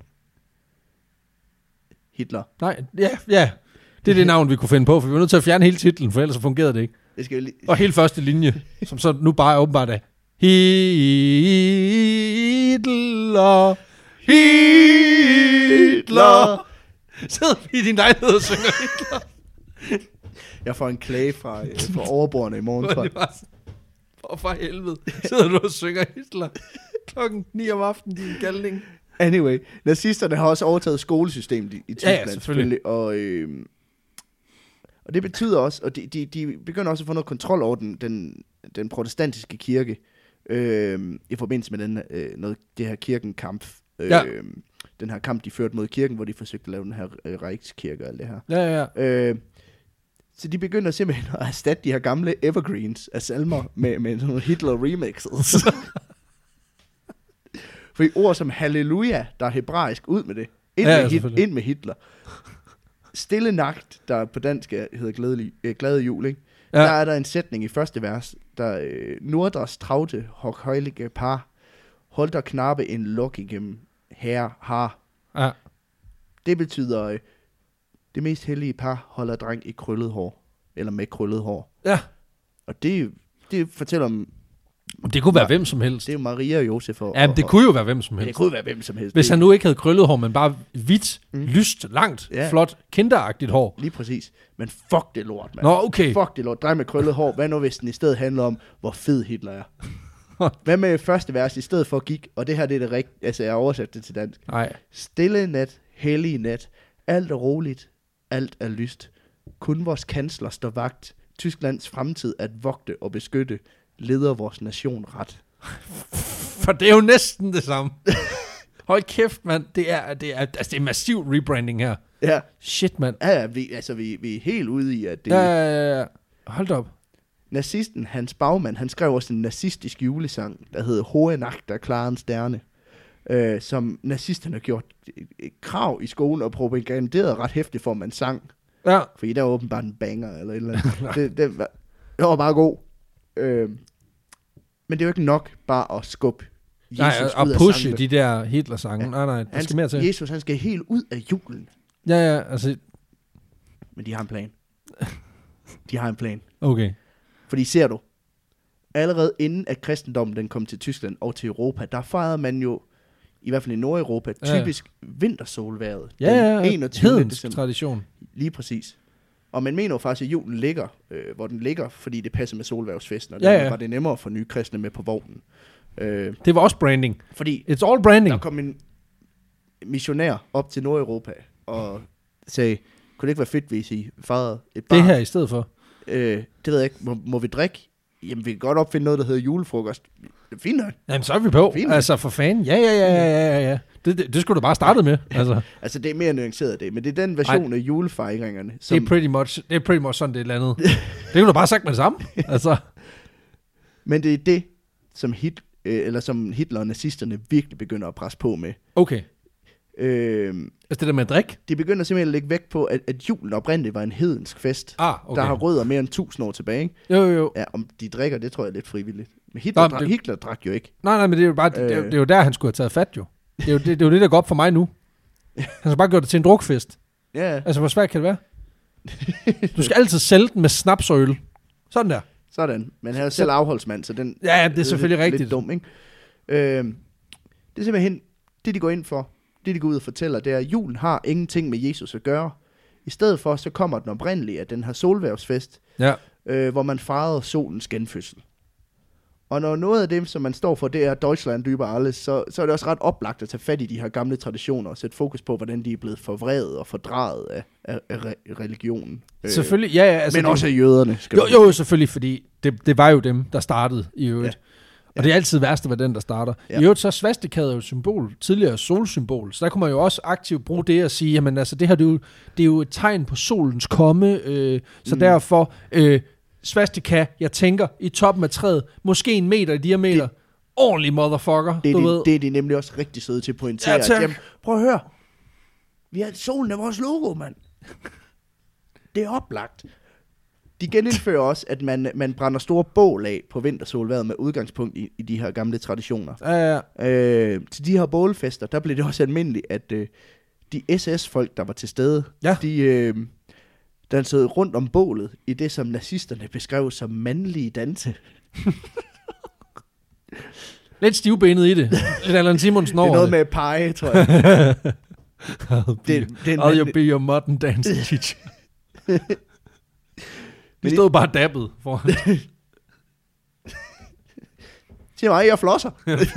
Hitler. Nej, ja, ja. Det er det navn, vi kunne finde på, for vi var nødt til at fjerne hele titlen, for ellers så fungerede det ikke. Det skal lige... Og hele første linje, som så nu bare er åbenbart af Hitler, Hitler. Sidder vi i din lejlighed og synger Hitler? Jeg får en klage fra, fra overbordene i morgen, tror jeg. Og for helvede, sidder du og synger Hitler klokken ni om aftenen, din galning. Anyway, nazisterne har også overtaget skolesystemet i, i Tyskland, ja, ja, selvfølgelig. Og, øh, og det betyder også, og de, de, de begynder også at få noget kontrol over den, den, den protestantiske kirke, øh, i forbindelse med den, øh, noget, det her kirkenkamp. Øh, ja. Den her kamp, de førte mod kirken, hvor de forsøgte at lave den her øh, Reichskirke og alt det her. Ja, ja, ja. Øh, Så de begynder simpelthen at erstatte de her gamle evergreens af salmer med, med sådan nogle Hitler-remixes. For ord som halleluja, der er hebraisk, ud med det. Ind, ja, med, hit, ind med Hitler. Stille nagt, der på dansk hedder glædelig, øh, glade jul, ikke? Ja. Der er der en sætning i første vers, der øh, Norders traute, hoc heilige par, holder knappe en lok igennem herre har. Ja. Det betyder... Øh, det mest hellige par holder dreng i krøllet hår. Eller med krøllet hår. Ja. Og det, det fortæller om... Det kunne være hvem som helst. Det er jo Maria og Josef. Og, ja, men det og, kunne jo være hvem som helst. Det kunne være hvem som helst. Hvis han nu ikke havde krøllet hår, men bare hvidt, mm. lyst, langt, ja. flot, kinderagtigt hår. Lige præcis. Men fuck det lort, mand. Nå, okay. Fuck det lort. Dreng med krøllet hår. Hvad nu hvis den i stedet handler om, hvor fed Hitler er? Hvad med første vers i stedet for gik? Og det her det er det rigtigt. Altså, jeg har oversat det til dansk. Nej. Stille nat, hellige nat. Alt er roligt. Alt er lyst. Kun vores kansler står vagt. Tysklands fremtid at vogte og beskytte. Leder vores nation ret. For det er jo næsten det samme. Hold kæft, mand. Det er, det er, altså, det er massiv rebranding her. Ja. Shit, mand. Ja, ja vi, altså, vi, vi er helt ude i, at det... Ja, ja, ja. Hold da op. Nazisten, Hans Baumann, han skrev også en nazistisk julesang, der hed Hohe Nacht der klaren sterne. Øh, som nazisterne har gjort et, et krav i skolen og propaganderet ret hæftigt for, at man sang. Ja. Fordi der var åbenbart en banger eller et eller andet. det, det, var, det var bare god. Øh, men det er jo ikke nok bare at skubbe Jesus nej, ud og af pushe sangene. de der Hitler-sange. Ja. Nej, nej, der skal mere til. Jesus, han skal helt ud af julen. Ja, ja, altså... Men de har en plan. De har en plan. Okay. Fordi ser du, allerede inden at kristendommen den kom til Tyskland og til Europa, der fejrede man jo, i hvert fald i Nordeuropa, typisk ja. vintersolværet. Ja, ja, ja. enogtyvende december. Tradition. Lige præcis. Og man mener jo faktisk, at julen ligger, øh, hvor den ligger, fordi det passer med solværvsfesten, og ja, ja. der var det nemmere for nye kristne med på vognen. Øh, det var også branding. Fordi It's all branding. Der kom en missionær op til Nordeuropa og sagde, kunne det ikke være fedt, hvis I fejrede et barn? Det her i stedet for? Øh, det ved jeg ikke. Må, må vi drikke? Jamen, vi kan godt opfinde noget, der hedder julefrokost. Det er fint nok. Jamen, så er vi på. Fint. Altså, for fanden. Ja, ja, ja, ja, ja, ja. Det, det, det skulle du bare starte med. Altså. altså, det er mere nuanceret det, men det er den version Ej. af julefejringerne. Som... Det er pretty much, det er pretty much sådan, det er landet. Det kunne du bare sagt med det samme. Altså. Men det er det, som, hit, øh, eller som Hitler og nazisterne virkelig begynder at presse på med. Okay. Øh, altså det der med drik? De begynder simpelthen at lægge vægt på, at, at julen oprindeligt var en hedensk fest, ah, okay. der har rødder mere end tusind år tilbage. Ikke? Jo, jo, jo. Ja, om de drikker, det tror jeg er lidt frivilligt. Men Hitler, Nå, drak, det... Hitler drak jo ikke. Nej, nej, men det er jo bare, øh... det, er, det er jo der, han skulle have taget fat jo. Det er jo det, det, er jo det der går op for mig nu. Han skal bare gøre det til en drukfest. Ja. Altså, hvor svært kan det være? Du skal altid sælge den med snaps og øl. Sådan der. Sådan. Men han er jo selv afholdsmand, så den ja, ja, det er selvfølgelig lidt, rigtigt. Lidt dum, ikke? Øh, det er simpelthen, det de går ind for, det de går ud og fortæller, det er, at julen har ingenting med Jesus at gøre. I stedet for, så kommer den oprindelige af den her solværvsfest, ja. øh, hvor man fejrede solens genfødsel. Og når noget af det, som man står for, det er Deutschland über alles, så, så er det også ret oplagt at tage fat i de her gamle traditioner og sætte fokus på, hvordan de er blevet forvredet og fordraget af, af, af religionen. Selvfølgelig, ja, ja. Altså men det, også af jøderne. Jo, jo, selvfølgelig, fordi det, det var jo dem, der startede i øvrigt. Ja. Og det er altid værst at være den, der starter. Ja. I øvrigt så er svastikaet jo et symbol, tidligere solsymbol, så der kunne man jo også aktivt bruge det at sige, jamen altså det her, det er jo, det er jo et tegn på solens komme, øh, så mm. derfor... Øh, svastika, jeg tænker, i toppen af træet, måske en meter i diameter. Det, ordentlig motherfucker, det, du det, ved. Det er de nemlig også rigtig søde til at pointere. Ja, jamen, prøv at høre. Vi har solen af vores logo, mand. Det er oplagt. De genindfører også, at man, man brænder store bål af på vintersolværet med udgangspunkt i, i de her gamle traditioner. Ja, ja. Øh, til de her bålfester, der blev det også almindeligt, at øh, de S S-folk, der var til stede, ja. de... Øh, dansede rundt om bålet i det, som nazisterne beskrev som mandlige danse. Lidt stivbenet i det. Lidt Allan Simonsen over det. er noget det. med pege, tror jeg. I'll be, det, det I'll you be your modern dance teacher. De stod bare dabbet foran. Sig mig, jeg flosser.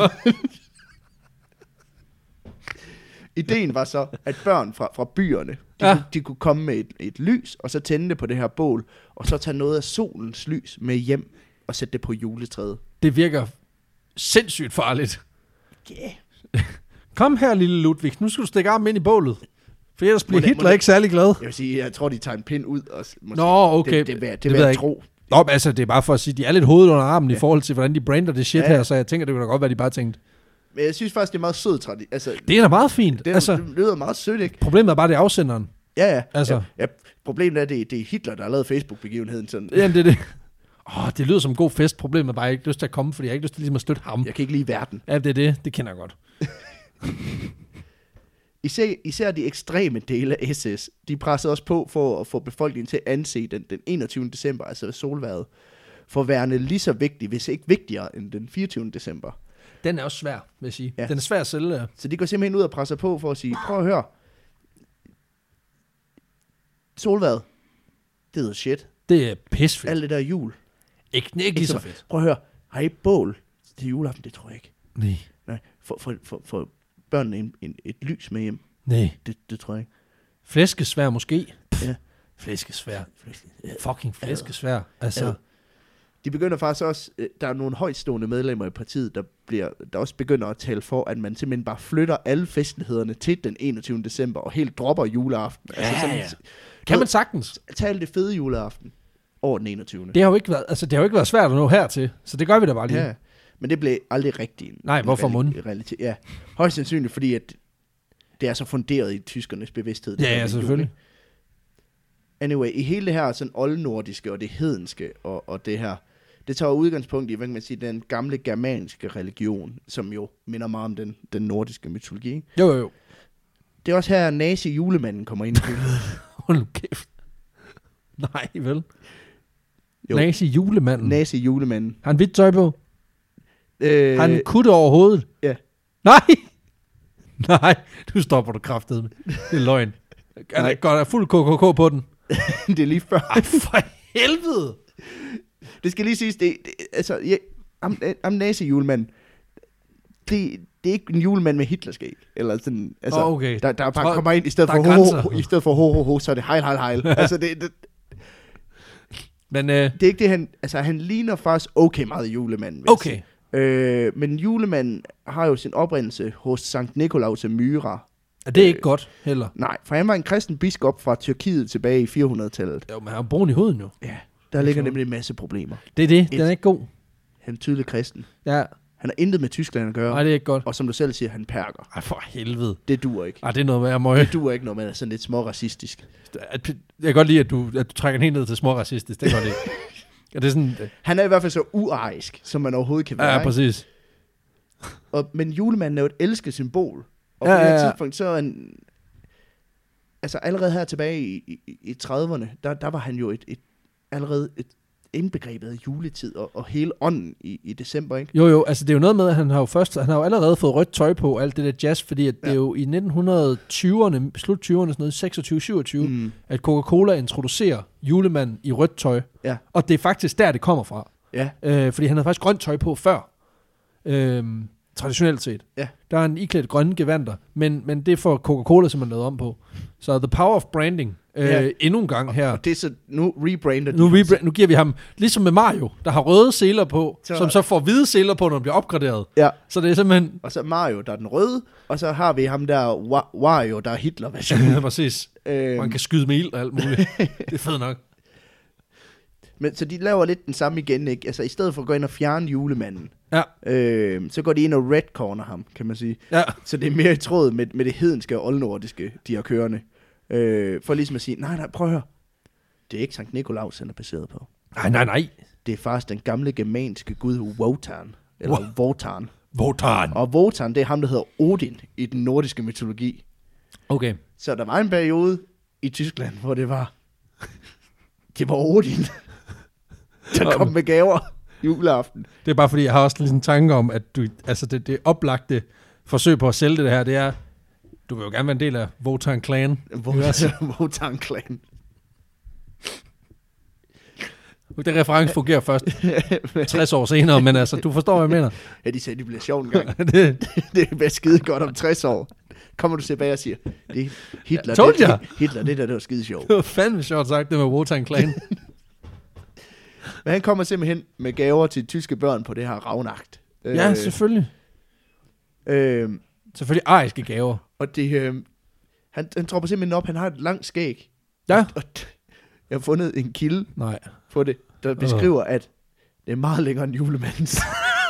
Ideen var så, at børn fra, fra byerne, de, ja. kunne, de kunne komme med et, et lys, og så tænde det på det her bål, og så tage noget af solens lys med hjem, og sætte det på juletræet. Det virker sindssygt farligt. Yeah. Kom her, lille Ludvig, nu skal du stikke armen ind i bålet. For ellers bliver må Hitler det, ikke særlig glad. Jeg vil sige, jeg tror, de tager en pind ud. Og Nå, okay. Det, det, det, det, det vil jeg tro. Nå, men altså, det er bare for at sige, de er lidt hovedet under armen ja. i forhold til, hvordan de brander det shit ja. her, så jeg tænker, det kunne da godt være, de bare tænkte. Men jeg synes faktisk, det er meget sødt tradition. Altså, det er da meget fint. Det, altså, det lyder meget sødt, ikke? Problemet er bare, det er afsenderen. Ja, ja. Altså. ja, ja. Problemet er, at det, det er Hitler, der har lavet Facebook-begivenheden. Sådan. Jamen, det er det. Åh, det lyder som en god fest. Problemet er bare, jeg har ikke lyst til at komme, fordi jeg har ikke lyst til ligesom at støtte ham. Jeg kan ikke lide verden. Ja, det er det. Det kender jeg godt. især, især de ekstreme dele af S S, de pressede også på for at få befolkningen til at anse den, den enogtyvende december, altså solværet, for værende lige så vigtig, hvis ikke vigtigere end den fireogtyvende december. Den er også svær, vil jeg sige. Ja. Den er svær at sælge. Så de går simpelthen ud og presser på for at sige, prøv at høre, solværet, det er shit. Det er pisfedt. Alt det der jul. Ikke, ikke lige så fedt. Prøv at høre, har I bål til juleaften? Det tror jeg ikke. Nej. Nej, for, for, for, for børnene en, en, et lys med hjem. Nej. Det, det tror jeg ikke. Flæskesvær måske. Ja. Flæskesvær. Flæske. Fucking flæskesvær. Altså. Ja. De begynder faktisk også, der er nogle højtstående medlemmer i partiet, der, bliver, der også begynder at tale for, at man simpelthen bare flytter alle festlighederne til den enogtyvende december, og helt dropper juleaften. Ja, altså sådan, ja. Kan man sagtens. Tale det fede juleaften over den enogtyvende. Det har jo ikke været, altså, det har jo ikke været svært at nå hertil, så det gør vi da bare lige. Ja, men det blev aldrig rigtigt. Nej, hvorfor munden? Ja, højst sandsynligt, fordi at det er så funderet i tyskernes bevidsthed. Ja, ja, selvfølgelig. Anyway, i hele det her sådan oldnordiske og det hedenske og, og det her, det tager udgangspunkt i, hvad kan man sige, den gamle germanske religion, som jo minder meget om den, den nordiske mytologi. Jo, jo, jo. Det er også her, nazi-julemanden kommer ind i billedet. Hold nu kæft. Nej, vel? Nazi-julemanden? Nazi-julemanden. Har han hvidt tøj på? Øh, Har han kutte over hovedet? Ja. Nej! Nej, du stopper du kraftedeme. Det er løgn. Er der godt er fuld K K K på den? Det er lige før. Ej, for helvede! Det skal lige siges, det, det altså, ja, am, am nazi-julemanden, det, det er ikke en julemand med Hitlerskæg, eller sådan, altså, oh, okay. der, der bare kommer ind, i stedet for ho, ho, i stedet for ho, ho, ho, så er det hejl, hejl, hejl. Altså, det, det, men, øh, det er ikke det, han, altså, han ligner faktisk okay meget julemanden. Okay. Øh, men julemanden har jo sin oprindelse hos Sankt Nikolaus af Myra. Er det øh, ikke godt, heller? Nej, for han var en kristen biskop fra Tyrkiet tilbage i fire hundrede-tallet. Jo, men han har brun i huden jo. Ja, der ligger nemlig en masse problemer. Det er det, den er ikke god. Han er tydelig kristen. Ja. Han har intet med Tyskland at gøre. Nej, det er ikke godt. Og som du selv siger, han perker. Ej, for helvede. Det duer ikke. Ej, det er noget med at møge. Det duer ikke, når man er sådan lidt småracistisk. Jeg kan godt lide, at du, at du trækker den helt ned til småracistisk. Det er godt lide. Ja, det er sådan, han er i hvert fald så uarisk, som man overhovedet kan være. Ja, præcis. Og, men julemanden er jo et elsket symbol. Og ja, på det her ja, ja. tidspunkt, så er en... Altså allerede her tilbage i, i, i trediverne, der, der var han jo et, et allerede et indbegrebet af juletid og, og hele ånden i, i december, ikke? Jo, jo, altså det er jo noget med, at han har jo først, han har jo allerede fået rødt tøj på, alt det der jazz, fordi at ja. det er jo i nitten tyverne, slut tyverne, sådan noget, seksogtyve syvogtyve, mm. at Coca-Cola introducerer julemanden i rødt tøj. Ja. Og det er faktisk der, det kommer fra. Ja. Øh, fordi han havde faktisk grønt tøj på før. Øh, traditionelt set. Ja. Der er en iklædt grønne gevanter, men, men det får Coca-Cola simpelthen lavet om på. Så the power of branding, øh, ja. endnu en gang her. Og det er så, nu rebrander de. Nu, rebra- nu giver vi ham, ligesom med Mario, der har røde seler på, så, som så får hvide seler på, når han bliver opgraderet. Ja. Så det er simpelthen... Og så Mario, der er den røde, og så har vi ham der, Wa- Wario, der er Hitler-versionen. Ja, præcis. Øhm. Man kan skyde med ild og alt muligt. Det er fedt nok. Men så de laver lidt den samme igen, ikke? Altså i stedet for at gå ind og fjerne julemanden, ja. øh, så går de ind og redcorner ham, kan man sige. Ja. Så det er mere i tråd med, med det hedenske og oldnordiske, de har kørende. Øh, for ligesom at sige, nej, nej, prøv at høre. Det er ikke Sankt Nikolaus, han er baseret på. Nej, nej, nej. Det er faktisk den gamle germanske gud Wotan, eller Wo- Wotan. Wotan. Og Wotan, det er ham, der hedder Odin i den nordiske mytologi. Okay. Så der var en periode i Tyskland, hvor det var, det var Odin, der kom med gaver juleaften. Det er bare fordi, jeg har også lidt en tanke om, at du, altså det, det oplagte forsøg på at sælge det her, det er, du vil jo gerne være en del af Wotan Clan. Wotan Clan. Den reference fungerer først tres år senere, men altså, du forstår, hvad jeg mener. Ja, de sagde, det bliver sjovt en gang. det, det bliver skide godt om tres år. Kommer du tilbage og siger, det er Hitler, ja, det, Hitler, det der, det var skide sjovt. Det var fandme sjovt sagt, det med Wotan Clan. Men han kommer simpelthen med gaver til tyske børn på det her ravnagt. Ja, øh, selvfølgelig. Øh, selvfølgelig ariske gaver. Og det, øh, han, han tropper simpelthen op, han har et langt skæg. Ja. Og, og jeg har fundet en kilde Nej. på det, der beskriver, uh. at det er meget længere end julemandens.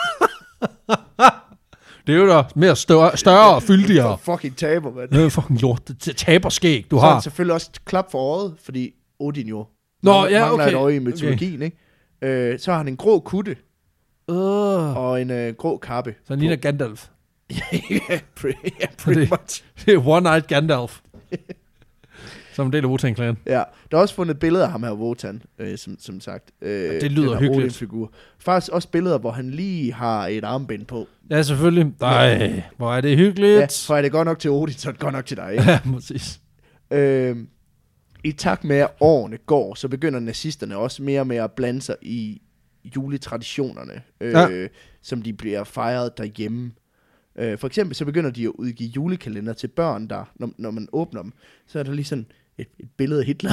Det er jo da mere større, større og fyldigere. Det er fucking taber, mand. Det er fucking jord. Det er taberskæg, du så har. Så selvfølgelig også klap for øjet, fordi Odin jo Nå, mangler, ja, okay. mangler et øje i mytologien, okay. ikke? Øh, så har han en grå kutte. Uh. Og en øh, grå kappe. Så han ligner Gandalf. Ja, pretty, yeah, pretty det, much. Det er One-Eyed Gandalf. Som en del af Wu-Tang Clan. Ja, der er også fundet billeder af ham her, Wotan, øh, som, som sagt. Øh, ja, det lyder hyggeligt. Figur. Faktisk også billeder, hvor han lige har et armbind på. Ja, selvfølgelig. Nej, hvor er det hyggeligt. Ja, for er det godt nok til Odin, så er det godt nok til dig. Ikke? Ja, præcis. Øh, I takt med, at årene går, så begynder nazisterne også mere og mere at blande sig i juletraditionerne, øh, ja. som de bliver fejret derhjemme. Øh, for eksempel så begynder de at udgive julekalender til børn, der, når, når man åbner dem, så er der lige sådan et, et billede af Hitler.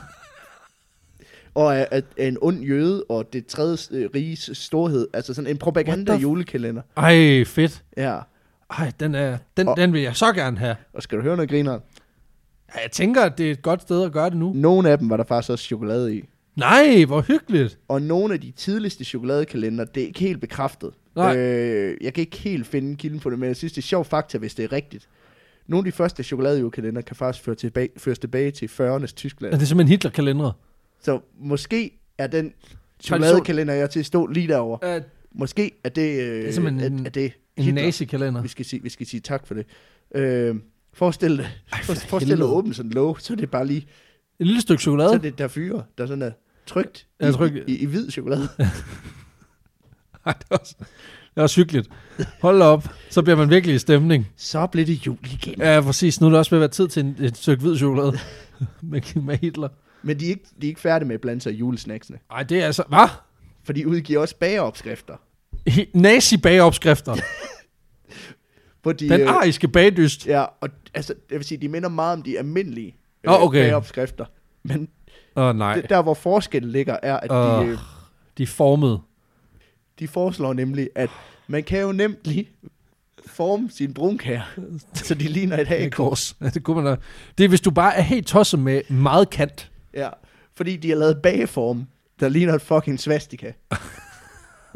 og af, af, af en ond jøde, og det tredje øh, riges storhed. Altså sådan en propaganda julekalender. Ej, fedt. Ja. Ej, den, er, den, og, den vil jeg så gerne have. Og skal du høre noget, griner? Ja, jeg tænker, at det er et godt sted at gøre det nu. Nogle af dem var der faktisk også chokolade i. Nej, hvor hyggeligt. Og nogle af de tidligste chokoladekalender, det er ikke helt bekræftet. Øh, jeg kan ikke helt finde kilden på det, men jeg synes, det er sjov fakta, hvis det er rigtigt. Nogle af de første chokoladejulekalender kan faktisk føre tilbage, føres tilbage til fyrreernes Tyskland. Er det simpelthen Hitler-kalendere? Så måske er den chokoladekalender, jeg til at stå lige derovre. Uh, måske er det, øh, det er simpelthen er, er det en nazi-kalender. Vi skal sige, vi skal sige tak for det. Øh, forestil dig, Ej, for forestil dig at åbne sådan en låg, så det er bare lige et lille stykke chokolade. Så er det der fyre, der sådan er trygt, ja, i, tryk. i, i, i hvid chokolade. Ej, det er også, det er også hyggeligt. Hold op, så bliver man virkelig i stemning. Så bliver det jul igen. Ja, præcis. Nu er det også ved at være tid til en, et stykke hvid chokolade med, med Hitler. Men de er, ikke, de er ikke færdige med at blande sig i julesnacksene. Nej, det er altså... Hvad? For de udgiver også bageopskrifter. Nazi-bageopskrifter. de, Den ariske bagdyst. Ja, og altså, jeg vil sige, de minder meget om de almindelige oh, okay. øh, bageopskrifter. Men oh, nej. Det, der, hvor forskellen ligger, er, at oh, de... Øh, de er formet. De foreslår nemlig, at man kan jo nemt lige forme sin brunkager, så de ligner et hagekors. Ja, det kunne man da. Det er, hvis du bare er helt tosset med meget kant. Ja, fordi de har lavet bageform, der ligner et fucking svastika. Okay.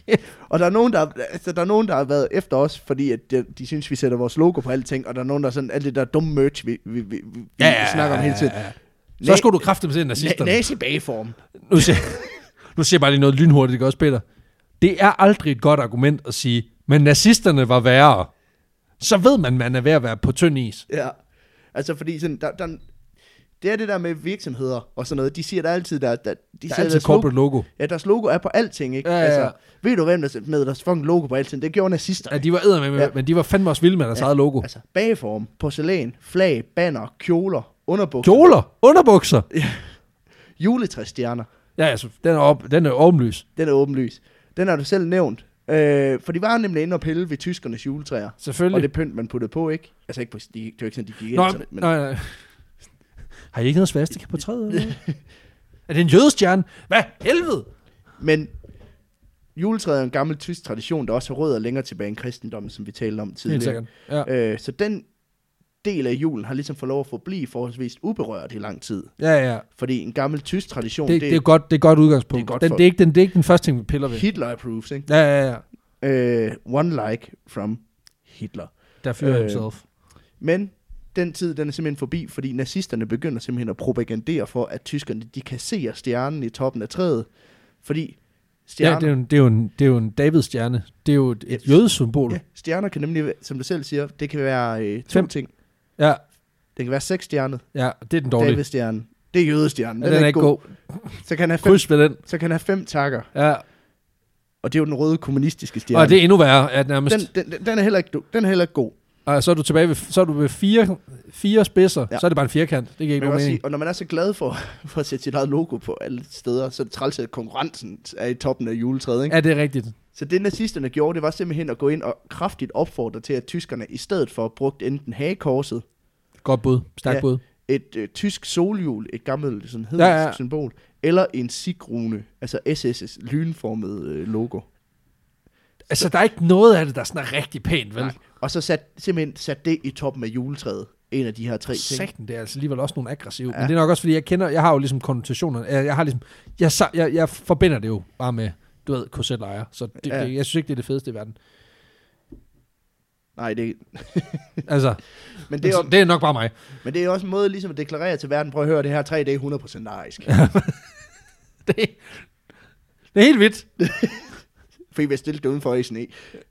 Og der er nogen, der, altså, der er nogen, der har været efter os, fordi at de, de synes, vi sætter vores logo på alting, og der er nogen, der er sådan, alt det der dumme merch, vi, vi, vi, vi ja, snakker om hele tiden. Ja, ja. Så skulle du kræfte til nazisterne. Na- Nazi-bageform. Nu siger, nu siger jeg bare lige noget lynhurtigt, det gør også, Peter. Det er aldrig et godt argument at sige, men nazisterne var værre. Så ved man, man er ved at være på tynd is. Ja, altså fordi sådan, der, der, det er det der med virksomheder og sådan noget. De siger der altid, der, der, de der er altid corporate logo. logo. Ja, deres logo er på alting, ikke? Ja, ja, ja. Altså, ved du hvem der med deres fucking logo på alting? Det gjorde nazisterne. Ja, de var eddermame med, ja. Men de var fandme også vilde med deres ja, eget logo. Altså, bageform, porcelæn, flag, banner, kjoler, underbukser. Kjoler? Underbukser? Ja. Juletræsstjerner. Ja, altså, den er, op, den er åbenlys. Den er åbenlys. Den har du selv nævnt. Øh, for de var nemlig inde og pille ved tyskernes juletræer. Selvfølgelig. Og det pynt, man puttede på, ikke? Altså ikke på, de, det var ikke sådan, de gik Nå, ind sådan men... nej, nej. Har I ikke noget svastika på træet? Er det en jødestjerne? Hvad helvede? Men juletræet er en gammel tysk tradition, der også har rødder længere tilbage end kristendommen, som vi talte om tidligere. Ja. Øh, så den del af julen har ligesom fået lov at forblive forholdsvis uberørt i lang tid. Ja, ja. Fordi en gammel tysk tradition... Det, det, det, er, godt, det er godt udgangspunkt. Det er, godt den, for... det, er ikke den, det er ikke den første ting, vi piller ved. Hitler approves, ikke? Ja, ja, ja. Uh, one like from Hitler. Der fyrer uh, himself. Men den tid, den er simpelthen forbi, fordi nazisterne begynder simpelthen at propagandere for, at tyskerne, de kasserer stjernen i toppen af træet. Fordi stjerner... Ja, det er jo en, det er jo en, det er jo en Davids-stjerne. Det er jo et, et ja, jødesymbol. Ja, stjerner kan nemlig, som du selv siger, det kan være øh, to Fem. ting. Ja. Det kan være seks stjerner. Ja, det er den dårlige. Davids-stjernen. Det er jødestjernen. Den, ja, den er, er ikke god. god. Så kan han have fem, Kryds ved den. Så kan han have fem takker. Ja. Og det er jo den røde kommunistiske stjerne. Og det er endnu værre, at nærmest... Den, den, den, er, heller ikke, den er heller ikke god. Og så er du tilbage ved, så er du ved fire, fire spidser, ja. Så er det bare en firkant. Det giver ikke nogen mening. Og når man er så glad for, for at sætte sit eget logo på alle steder, så er det træls, at konkurrencen er i toppen af juletræet, ikke? Ja, det er rigtigt. Så det nazisterne gjorde, det var simpelthen at gå ind og kraftigt opfordre til, at tyskerne i stedet for brugt enten hagekorset. Godt bud. Stærkt ja, bud. Et øh, tysk solhjul, et gammelt sådan hedens ja, ja. symbol, eller en sigrune, altså S S's lynformede øh, logo. Altså, så, der er ikke noget af det, der sådan er rigtig pænt, vel? Nej. Og så sat, simpelthen sat det i toppen af juletræet. En af de her tre ting. Sækken, det er altså alligevel også nogle aggressive. Ja. Men det er nok også, fordi jeg kender, jeg har jo ligesom konnotationer. Jeg, jeg har ligesom, jeg, jeg, jeg forbinder det jo bare med, du ved, K Z-lejre. Så det, ja. det, jeg synes ikke, det er det fedeste i verden. Nej, det altså, men det er, det er nok bare mig. Men det er også en måde ligesom at deklarere til verden, prøv at høre, det her tre, det er hundrede procent arisk. det, det er helt vildt. For I vil stille det udenfor i sne.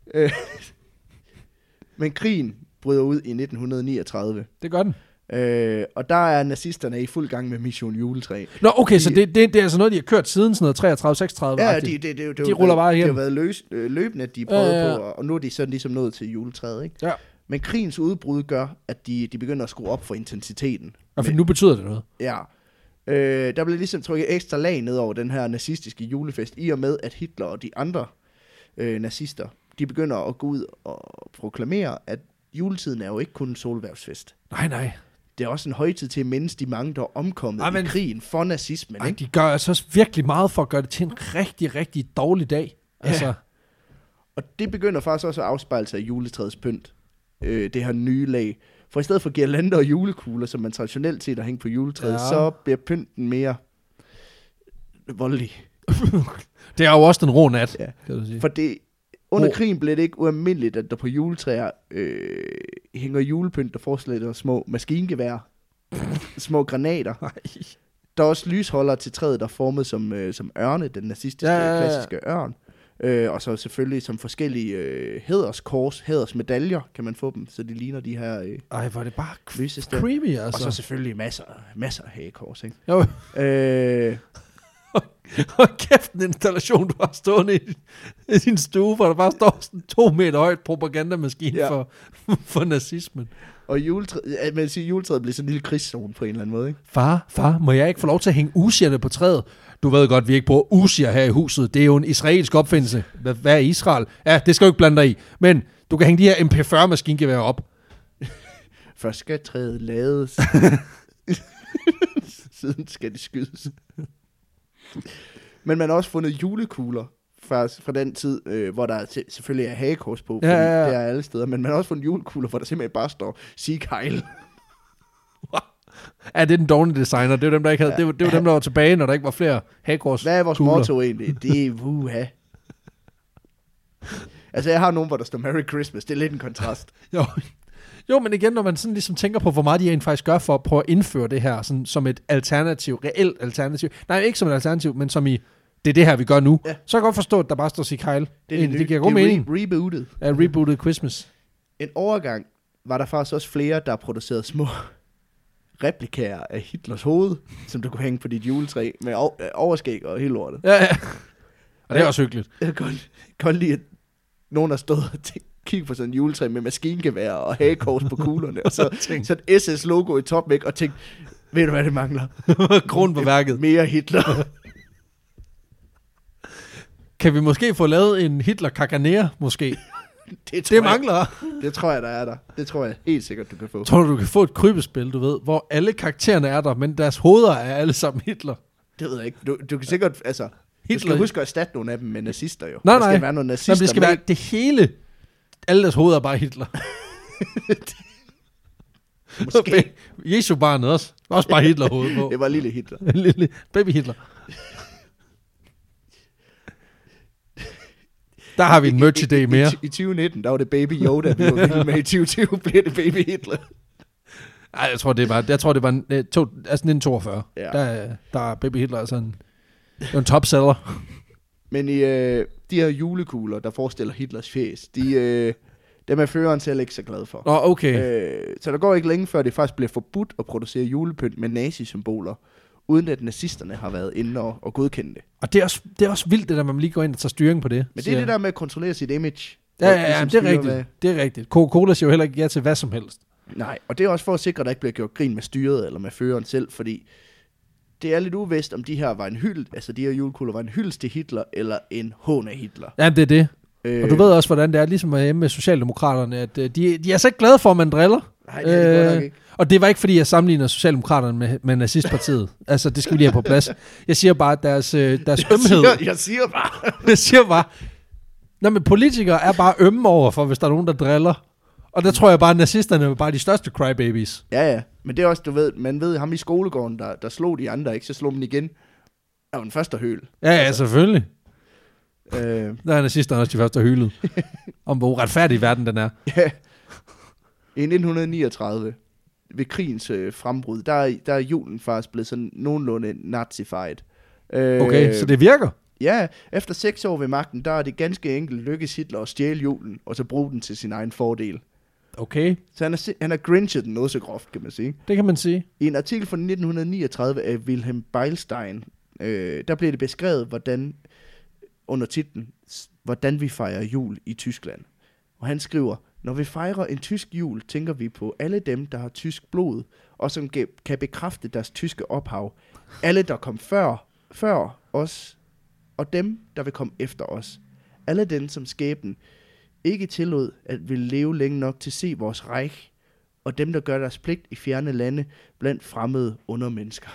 Men krigen bryder ud i nitten niogtredive. Det gør den. Øh, og der er nazisterne i fuld gang med Mission Juletræ. Nå, okay, de, så det, det, det er altså noget, de har kørt siden sådan noget treogtredive seksogtredive. Ja, de, det, det, det, det, de ruller bare hjem. Det har været løs, øh, løbende, at de prøvede ja, ja, ja. på, og nu er de sådan ligesom nået til juletræet, ikke? Ja. Men krigens udbrud gør, at de, de begynder at skrue op for intensiteten. Og for nu betyder det noget. Ja. Øh, der blev ligesom trykket ekstra lag ned over den her nazistiske julefest, i og med, at Hitler og de andre øh, nazister, de begynder at gå ud og proklamere, at juletiden er jo ikke kun en solhvervsfest. Nej, nej. Det er også en højtid til at mindes de mange, der er omkommet ej, men, i krigen for nazismen. Ej, ikke? De gør altså også virkelig meget for at gøre det til en rigtig, rigtig dårlig dag. Altså. Ja. Og det begynder faktisk også at afspejle sig i juletræets pynt. Øh, det her nye lag. For i stedet for girlander og julekugler, som man traditionelt set har hængt på juletræet, ja. så bliver pynten mere voldelig. Det er jo også den rå nat, ja. kan du sige. For det, under krigen blev det ikke ualmindeligt, at der på juletræer øh, hænger julepynt, der forestiller små maskingevær, små granater. Der er også lysholdere til træet, der er formet som, øh, som ørne, den nazistiske ja, ja, ja. klassiske ørn. Øh, og så selvfølgelig som forskellige øh, hæderskors, hædersmedaljer, kan man få dem, så de ligner de her øh, ej, hvor er det bare lysester. Creepy, altså. Og så selvfølgelig masser, masser af hagekors, ikke? Jo. Øh, og kæft en installation, du har stående i, i din stue, hvor der bare står sådan to meter højt propagandamaskine ja. for, for nazismen. Og juletræet, man siger, juletræet bliver sådan en lille krigszone på en eller anden måde, ikke? Far, far, må jeg ikke få lov til at hænge usierne på træet? Du ved godt, vi ikke bruger usier her i huset. Det er jo en israelsk opfindelse. Hvad, hvad er Israel? Ja, det skal du ikke blande dig i. Men du kan hænge de her M P fyrre maskingevær op. Først skal træet lades. Siden skal det skydes. Men man har også fundet julekugler fra, fra den tid, øh, hvor der selvfølgelig er hagekors på, ja, ja, ja. det er alle steder. Men man har også fundet julekugler, hvor der simpelthen bare står Sieg Heil. Ja, det er den dårlige designer. Det var dem, der ikke havde. Ja. Det var, det var dem, der var tilbage, når der ikke var flere hagekors. Hvad er vores kugler? Motto egentlig? Det er vuha. Altså, jeg har nogen, hvor der står Merry Christmas. Det er lidt en kontrast. jo. jo, men igen, når man sådan ligesom tænker på, hvor meget de egentlig faktisk gør for at prøve at indføre det her sådan, som et alternativ, reelt alternativ. Nej, ikke som et alternativ, men som i, det er det her, vi gør nu. Ja. Så kan jeg godt forstå, at der bare står Sig Heil. Det, det, det, det giver god mening. Re- rebooted. Ja, rebooted Christmas. En overgang var der faktisk også flere, der producerede små replikager af Hitlers hoved, som du kunne hænge på dit juletræ med overskæg og hele lortet. Ja, ja. Og det er også hyggeligt. Jeg kan godt, godt lide, at nogen har stået og kigget på sådan en juletræ med maskingevær og hagekors på kuglerne, og så, så et S S-logo i topmæk, og tænkte, ved du hvad det mangler? Kronen på værket. Mere Hitler. Kan vi måske få lavet en Hitler-kakanere, måske? Det, det mangler. Jeg, det tror jeg, der er der. Det tror jeg helt sikkert, du kan få. Tror du, du kan få et krybespil, du ved, hvor alle karaktererne er der, men deres hoveder er alle sammen Hitler? Det ved jeg ikke. Du, du kan sikkert, altså... Hitler. Du skal huske at erstatte nogle af dem med nazister, jo. Nej, der nej. skal være nogle nazister. Nej, det skal med. være det hele. Alle deres hoveder er bare Hitler. Måske. Jesu-barnet også. Også bare Hitler-hoved på. Det var lille Hitler. Lille baby Hitler. Der har vi en merch day mere. I, i, I tyve nitten, der var det Baby Yoda, vi var med. I tyve tyve bliver det Baby Hitler. Ej, jeg tror, det var, jeg tror, det var uh, to, altså nitten toogfyrre. Ja. Der, der er Baby Hitler altså en, en topseller. Men i uh, de her julekugler, der forestiller Hitlers fjes, de, uh, dem er føreren selv ikke så glad for. Åh, oh, okay. Uh, så der går ikke længe før, det faktisk bliver forbudt at producere julepynt med nazisymboler, uden at nazisterne har været inde og, og godkendt det. Og det er, også, det er også vildt, det der, man lige går ind og tager styring på det. Men det er det der med at kontrollere sit image. Ja, ja, ja, ja det er rigtigt. Med. Det er rigtigt. Coca-Cola siger jo heller ikke ja til hvad som helst. Nej, og det er også for at sikre, at der ikke bliver gjort grin med styret eller med føreren selv, fordi det er lidt uvist, om de her var en hyld, altså de her julekugler var en hyldest til Hitler, eller en hån af Hitler. Ja, det er det. Øh, og du ved også, hvordan det er, ligesom hjemme med Socialdemokraterne, at de, de er så ikke glade for, at man driller. Nej, det er det godt nok ikke. Og det var ikke, fordi jeg sammenligner Socialdemokraterne med, med nazistpartiet. Altså, det skal vi lige have på plads. Jeg siger bare, at deres, deres jeg ømhed... Siger, jeg siger bare... jeg siger bare... Nå, men politikere er bare ømme over for, hvis der er nogen, der driller. Og der tror jeg bare, at nazisterne er bare de største crybabies. Ja, ja. Men det er også, du ved, man ved, ham i skolegården, der, der slog de andre, ikke? Så slog man igen. Der var den første høl. Ja, ja, altså. Selvfølgelig. Øh. Der er nazisterne også de første hylede. Om hvor uretfærdig verden den er. Ja. I nitten niogtredive, ved krigens øh, frembrud, der er, der er julen faktisk blevet sådan nogenlunde nazified. Øh, okay, så det virker? Ja, efter seks år ved magten, der er det ganske enkelt lykkes Hitler at stjæle julen, og så bruge den til sin egen fordel. Okay. Så han har, han har grinchet den noget så groft, kan man sige. Det kan man sige. I en artikel fra nitten niogtredive af Wilhelm Beilstein, øh, der blev det beskrevet, hvordan, under titlen, hvordan vi fejrer jul i Tyskland. Og han skriver, når vi fejrer en tysk jul, tænker vi på alle dem, der har tysk blod, og som kan bekræfte deres tyske ophav. Alle, der kom før, før os, og dem, der vil komme efter os. Alle dem, som skæbnen ikke tillod at vil leve længe nok til at se vores Reich, og dem, der gør deres pligt i fjerne lande blandt fremmede undermennesker.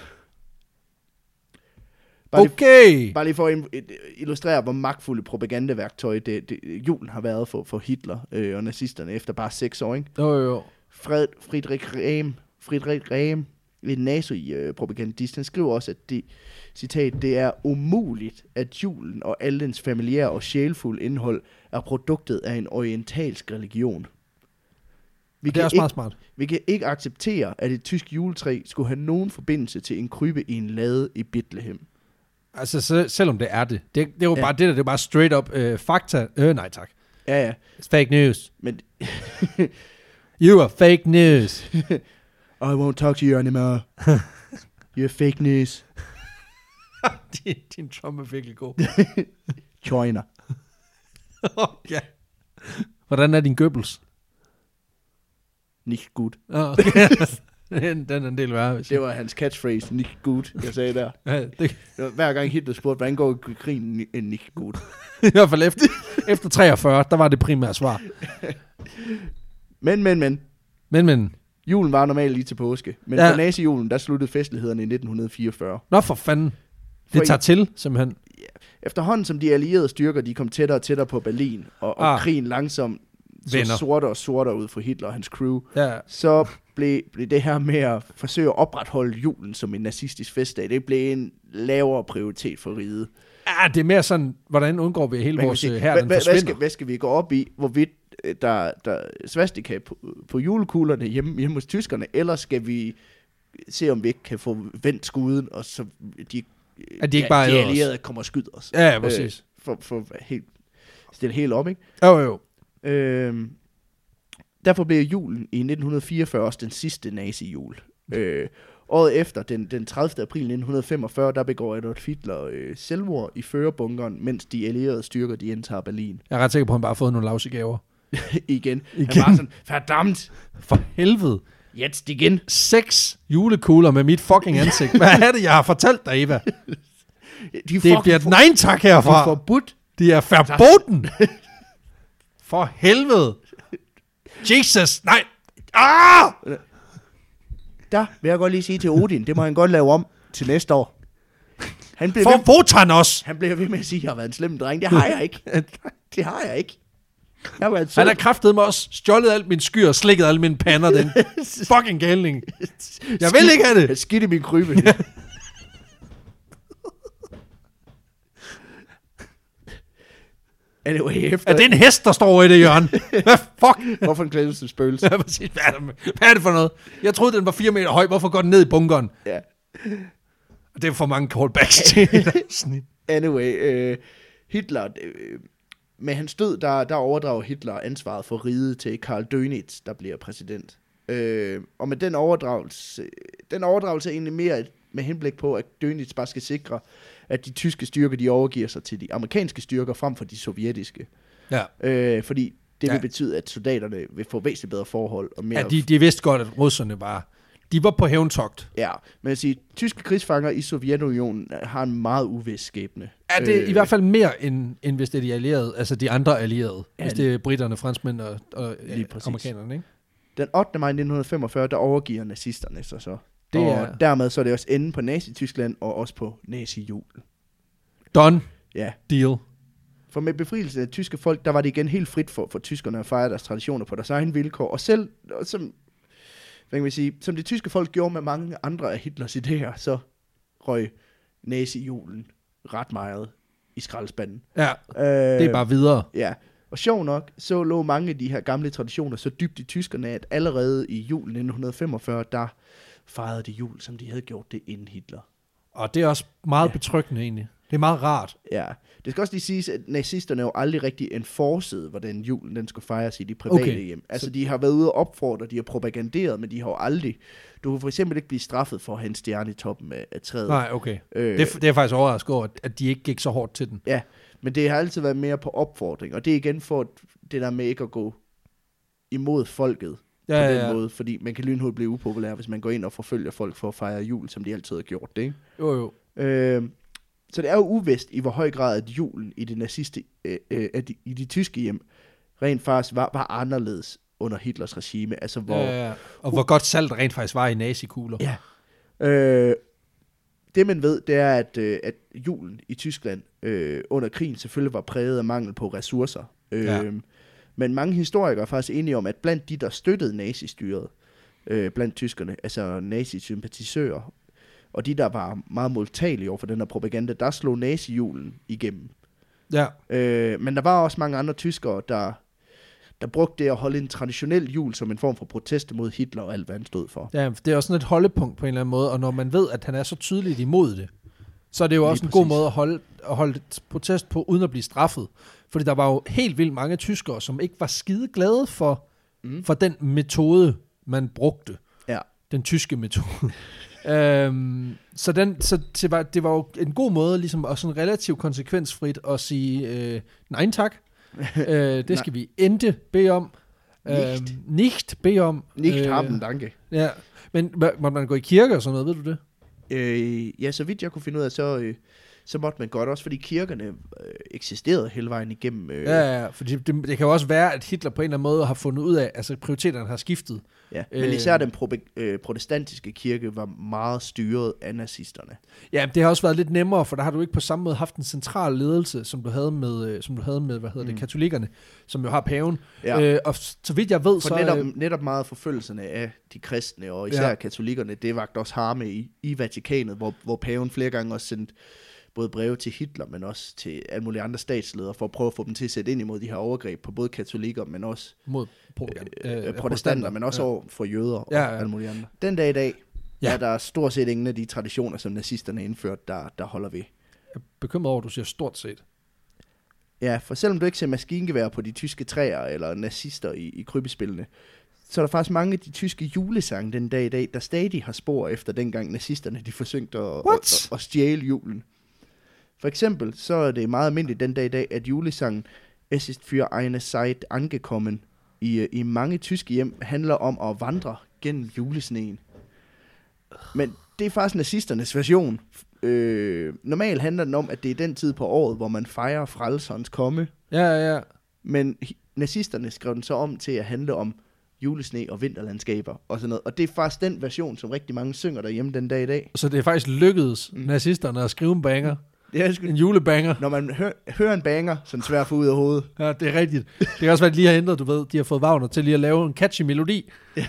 Bare okay! Lige, bare lige for at illustrere, hvor magtfulde propagandaværktøj det, det, julen har været for, for Hitler øh, og nazisterne efter bare seks år, ikke? Jo, jo. Fred, Friedrich Rehm, Friedrich Rehm, en nazi-propagandist, han skriver også, at det, citat, det er umuligt, at julen og al dens familiære og sjælfulde indhold er produktet af en orientalsk religion. Vi det er også meget smart. Vi kan ikke acceptere, at et tysk juletræ skulle have nogen forbindelse til en krybe i en lade i Bethlehem. Altså, så, selvom det er det. Det, det er jo ja. bare det der, det er bare straight up øh, fakta. Øh, nej tak. Ja, ja. It's fake news. Men you are fake news. I won't talk to you anymore. You're fake news. din, din Trump er virkelig god. Joiner. Ja. Hvordan er din Goebbels? Nicht gut. Oh, okay. Den er en del værre. Det var hans catchphrase, nicht gut, jeg sagde der. Ja, det... Hver gang Hitler spurgte, hvordan går krigen, nicht gut. I hvert fald efter, efter treogfyrre, der var det primære svar. Men, men, men. Men, men. Julen var normalt lige til påske. Men ja. På nazi-julen, der sluttede festlighederne i nitten fireogfyrre. Nå for fanden. Det for tager i... til, simpelthen. Ja. Efterhånden som de allierede styrker, de kom tættere og tættere på Berlin, og, og ah. krigen langsomt så sortere og sortere ud for Hitler og hans crew, ja. så blev, blev det her med at forsøge at opretholde julen som en nazistisk festdag, det blev en lavere prioritet for riget. Ja, det er mere sådan, hvordan undgår vi hele vores sige, her, hva, den hva, forsvinder. Hvad skal, hvad skal vi gå op i, hvorvidt der, der svastika på, på julekuglerne hjemme, hjemme hos tyskerne, eller skal vi se, om vi ikke kan få vendt skuden, og så de, at de ikke bare de allierede kommer og skyder os. Ja, ja, præcis. Øh, for, for helt, stille helt om, ikke? Jo, jo. Øh, derfor blev julen i nitten fireogfyrre også den sidste nazi-jul. Øh, året efter, den, den tredivte april nitten femogfyrre, der begår Adolf Hitler øh, selvmord i førerbunkeren, mens de allierede styrker, de indtager Berlin. Jeg er ret sikker på, at han bare har fået nogle lavsegaver. igen. igen. Han var sådan, verdammt. For helvede. Jetzt igen. Seks julekugler med mit fucking ansigt. Hvad er det, jeg har fortalt dig, Eva? De det bliver et nej tak herfra. De er forbudt. De er verboten. For helvede. Jesus, nej. Ah! Der vil jeg godt lige sige til Odin, det må han godt lave om til næste år. Han bliver For Wotan også. Han bliver ved med at sige, at jeg har været en slem dreng. Det har jeg ikke. Det har jeg ikke. Jeg har han har kraftedeme mig også stjålet alt min skyr og slikket alle mine pander. Den fucking galning. Jeg vil ikke have det. Skidt i min krybe. Anyway, efter... Er det en hest, der står i det hjørne? Hvad fuck? Hvorfor en klædelse som spøgelse? Ja, præcis. Hvad er, det, hvad er det for noget? Jeg troede, den var fire meter høj. Hvorfor går den ned i bunkeren? Ja. Det er for mange callbacks til. Anyway, øh, Hitler... Øh, med hans død, der, der overdrager Hitler ansvaret for riget til Karl Dönitz, der bliver præsident. Øh, og med den overdragelse... Den overdragelse er egentlig mere med henblik på, at Dönitz bare skal sikre, at de tyske styrker, de overgiver sig til de amerikanske styrker, frem for de sovjetiske. Ja. Øh, fordi det vil ja. betyde, at soldaterne vil få væsentligt bedre forhold. Og mere ja, de, de vidste godt, at russerne var... De var på hævntogt. Ja, men at sige, tyske krigsfanger i Sovjetunionen har en meget uvis skæbne. Ja, det er øh, i hvert fald mere, end, end hvis det er de allierede, altså de andre allierede. Ja, hvis det er britterne, franskmænd og, og ja, amerikanerne, ikke? Den ottende maj nitten femogfyrre, der overgiver nazisterne sig så. Det og er... dermed så er det også enden på Nazi-Tyskland og også på nazi-julen. Done. Ja. Deal. For med befrielsen af tyske folk, der var det igen helt frit for, for tyskerne at fejre deres traditioner på deres egen vilkår. Og selv, og som, hvad kan man sige, som det tyske folk gjorde med mange andre af Hitlers idéer, så røg nazi-julen ret meget i skraldespanden. Ja, øh, det er bare videre. Ja, og sjov nok, så lå mange af de her gamle traditioner så dybt i tyskerne, at allerede i julen nitten femogfyrre, der fejrede de jul, som de havde gjort det inden Hitler. Og det er også meget ja. betryggende egentlig. Det er meget rart. Ja, det skal også lige siges, at nazisterne jo aldrig rigtig enforcede, hvordan julen den skulle fejres i de private okay. hjem. Altså, så... de har været ude og opfordre, de har propaganderet, men de har jo aldrig... Du kan for eksempel ikke blive straffet for at have en stjerne i toppen af, af træet. Nej, okay. Øh, det, er, det er faktisk overrasket over, at de ikke gik så hårdt til den. Ja, men det har altid været mere på opfordring, og det er igen for det der med ikke at gå imod folket ja, på den ja, ja. måde, fordi man kan lynhurtigt blive upopulær, hvis man går ind og forfølger folk for at fejre jul, som de altid har gjort det, ikke? Jo, jo. Øh, så det er jo uvist i hvor høj grad at julen i det naziste, øh, øh, de, i de tyske hjem rent faktisk var, var anderledes under Hitlers regime. Altså hvor, ja, ja. Og hvor godt salt rent faktisk var i nazikugler. Ja. Øh, det man ved, det er, at, øh, at julen i Tyskland øh, under krigen selvfølgelig var præget af mangel på ressourcer. Øh, ja. Men mange historikere er faktisk enige om, at blandt de, der støttede nazistyret, øh, blandt tyskerne, altså nazisympatisører, og de, der var meget modtagelige over for den her propaganda, der slog nazi-julen igennem. Ja. Øh, men der var også mange andre tyskere, der, der brugte det at holde en traditionel jul som en form for protest mod Hitler og alt, hvad han stod for. Ja, det er også sådan et holdepunkt på en eller anden måde, og når man ved, at han er så tydeligt imod det, så er det jo også Lige en præcis. god måde at holde, at holde et protest på, uden at blive straffet. Fordi der var jo helt vildt mange tyskere, som ikke var skide glade for, mm. for den metode, man brugte. Ja. Den tyske metode. øhm, så den, så det, var, det var jo en god måde, ligesom også sådan relativt konsekvensfrit at sige, øh, nej tak, øh, det skal vi ikke bede om. Nicht. Øhm, nicht bede om. Nicht øh, haben, danke. Ja, men må man gå i kirke og sådan noget, ved du det? Øh, ja, så vidt jeg kunne finde ud af, så, øh, så måtte man godt også, fordi kirkerne øh, eksisterede hele vejen igennem. Øh. Ja, ja, fordi det, det kan jo også være, at Hitler på en eller anden måde har fundet ud af, altså prioriteterne har skiftet. Ja, men især øh, den pro- øh, protestantiske kirke var meget styret af nazisterne. Ja, det har også været lidt nemmere, for der har du ikke på samme måde haft en central ledelse, som du havde med, øh, som du havde med hvad hedder det, mm. katolikkerne, som jo har paven. Ja. Øh, og så vidt jeg ved, for så... netop, øh, netop meget forfølgelserne af de kristne, og især ja. katolikkerne, det vagt også harme i, i Vatikanet, hvor, hvor paven flere gange også sendte både breve til Hitler, men også til alle mulige andre statsledere, for at prøve at få dem til at sætte ind imod de her overgreb på både katolikker, men også mod pro- øh, øh, protestanter, men også ja. over for jøder og ja, ja. alle mulige andre. Den dag i dag, ja. er der stort set ingen af de traditioner, som nazisterne indførte, der, der holder ved. Jeg er bekymret over, at du siger stort set. Ja, for selvom du ikke ser maskingevær på de tyske træer, eller nazister i, i krybespillene, så er der faktisk mange af de tyske julesange den dag i dag, der stadig har spor efter dengang nazisterne, de forsøgte at, at, at, at stjæle julen. For eksempel, så er det meget almindeligt den dag i dag, at julesangen Es ist für eine Zeit angekommen i, i mange tyske hjem handler om at vandre gennem julesneen. Men det er faktisk nazisternes version. Øh, normalt handler den om, at det er den tid på året, hvor man fejrer frelserens komme. Ja, ja, ja. Men nazisterne skrev den så om til at handle om julesne og vinterlandskaber og sådan noget. Og det er faktisk den version, som rigtig mange synger derhjemme den dag i dag. Så det er faktisk lykkedes mm. nazisterne at skrive en banger. Ja, sgu... En julebanger. Når man hø- hører en banger, så er den svær at få ud af hovedet. Ja, det er rigtigt. Det kan også være, at de lige har ændret, du ved, de har fået Wagner til lige at lave en catchy melodi. Ja.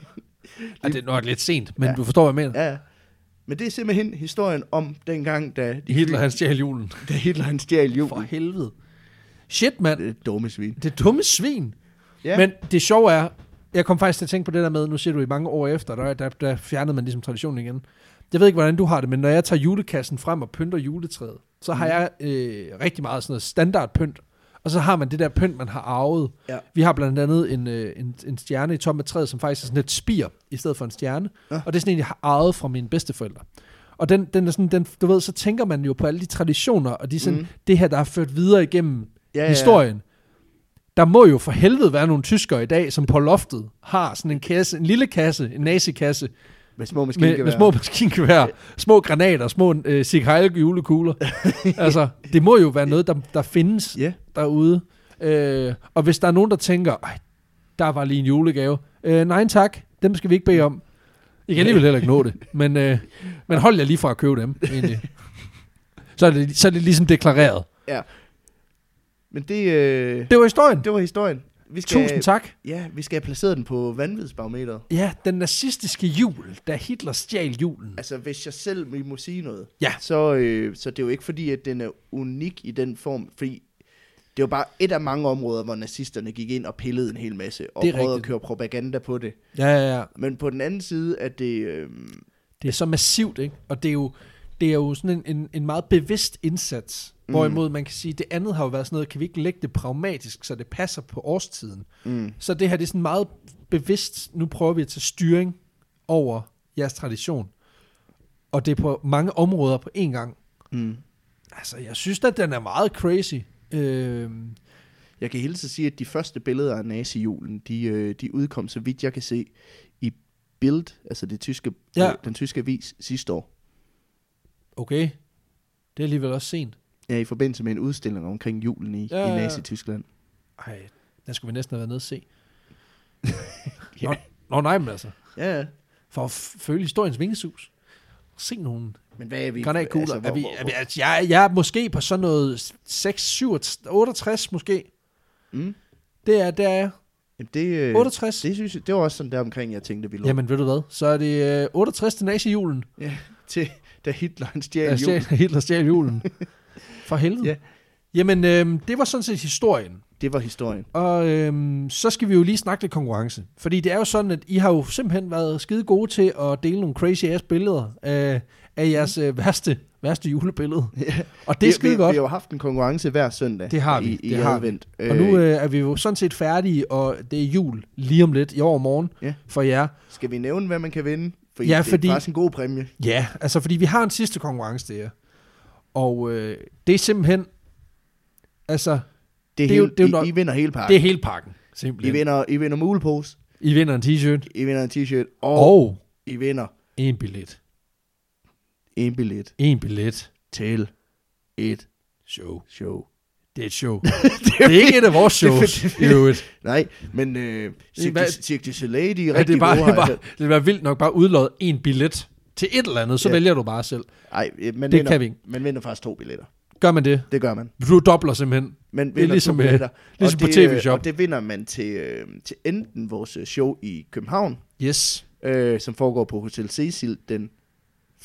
Ja, det er nok lidt sent, men ja. Du forstår, hvad jeg mener. Ja, men det er simpelthen historien om dengang, da... De Hitler han stjal julen. Da Hitler han stjal julen. For helvede. Shit, mand. Det er dumme svin. Det er dumme svin. Ja. Men det sjove er, jeg kom faktisk til at tænke på det der med, nu siger du i mange år efter, der, der, der fjernede man ligesom traditionen igen. Jeg ved ikke, hvordan du har det, men når jeg tager julekassen frem og pynter juletræet, så har mm. jeg øh, rigtig meget sådan noget standardpynt. Og så har man det der pynt, man har arvet. Ja. Vi har blandt andet en, øh, en, en stjerne i toppen af træet, som faktisk er sådan et spir, i stedet for en stjerne. Ja. Og det er sådan en, jeg har arvet fra mine bedsteforældre. Og den, den er sådan, den, du ved, så tænker man jo på alle de traditioner, og de sådan, mm. det her, der er ført videre igennem ja, historien. Ja. Der må jo for helvede være nogle tyskere i dag, som på loftet har sådan en kasse, en lille kasse, en nazikasse, med små maskingevær, med, med små maskingevær, ja. Små granater, små øh, Sig Heil julekugler. Altså, det må jo være noget, der, der findes yeah. derude. Øh, og hvis der er nogen, der tænker, ej, der var lige en julegave. Øh, nej tak, dem skal vi ikke bede om. I kan alligevel heller ikke nå det, men, øh, men hold jer lige fra at købe dem. Egentlig. Så, er det, så er det ligesom deklareret. Ja. Men det... Øh, det var historien. Det var historien. Vi skal, Tusind tak. Ja, vi skal have placeret den på vanvidsbarometeret. Ja, den nazistiske jul, da Hitler stjal julen. Altså, hvis jeg selv må sige noget, ja. så, øh, så det er jo ikke fordi, at den er unik i den form, fordi det er jo bare et af mange områder, hvor nazisterne gik ind og pillede en hel masse, og prøvede rigtigt. At køre propaganda på det. Ja, ja, ja. Men på den anden side, at det... Øh, det er så massivt, ikke? Og det er jo, det er jo sådan en, en, en meget bevidst indsats. Hvorimod man kan sige, det andet har jo været sådan noget, kan vi ikke lægge det pragmatisk, så det passer på årstiden. Mm. Så det her, det er sådan meget bevidst, nu prøver vi at tage styring over jeres tradition. Og det er på mange områder på én gang. Mm. Altså, jeg synes at den er meget crazy. Øh... Jeg kan hilse at sige, at de første billeder af nazi-julen, de, de udkom, så vidt jeg kan se, i Bild, altså det tyske, ja. den tyske avis sidste år. Okay. Det er alligevel også sent. Ja, i forbindelse med en udstilling omkring julen i, ja, i Nazi-Tyskland. Ej, der skulle vi næsten have været nede og se. ja. Nå, nå nej, men altså. Ja. For at føle historiens vingesus. Se nogle men hvad er vi? granatkugler. Altså, hvor, er vi, hvor, hvor? Er vi, altså, jeg, jeg er måske på sådan noget seks, syv, otteogtres måske. Mm. Det er, det er jeg. Jamen det, otteogtres. Det, synes jeg, det var også sådan der omkring, jeg tænkte, vi lå. Jamen ved du hvad, så er det øh, otteogtres til nazi-julen. Ja, til da Hitler stjal julen. Hitler stjal julen. For helvede. Ja. Jamen, øhm, det var sådan set historien. Det var historien. Og øhm, så skal vi jo lige snakke lidt konkurrence. Fordi det er jo sådan, at I har jo simpelthen været skide gode til at dele nogle crazy ass billeder af, af jeres øh, værste, værste julebillede. Ja. Og det er skide vi, godt. Vi har jo haft en konkurrence hver søndag. Det har vi. I, i det har vi. Og nu øh, er vi jo sådan set færdige, og det er jul lige om lidt, i overmorgen, ja. For jer. Skal vi nævne, hvad man kan vinde? For ja, det fordi, er faktisk en god præmie. Ja, altså fordi vi har en sidste konkurrence der. Og øh, det er simpelthen, altså... Det er, det er hele, jo, det er jo nok, I, I vinder hele pakken. Det er hele pakken, simpelthen. I vinder, I vinder mulepose. I vinder en t-shirt. I vinder en t-shirt. Og, og I vinder... En billet. En billet. En billet. Til et show. Show. Det er et show. det, er det er ikke et af vores shows. det, Nej, men øh, Cirque du Soleil, de er ja, rigtig det er bare, gode. Bare, det er vildt nok bare udlået en billet til et eller andet, så ja. Vælger du bare selv. Nej, man, det vinder, kan vi ikke. Man vinder faktisk to billetter. Gør man det? Det gør man. Du dobler simpelthen. Man det er ligesom, øh, ligesom på det, tv-shop. Og det vinder man til, øh, til enten vores show i København, yes. øh, som foregår på Hotel Cecil den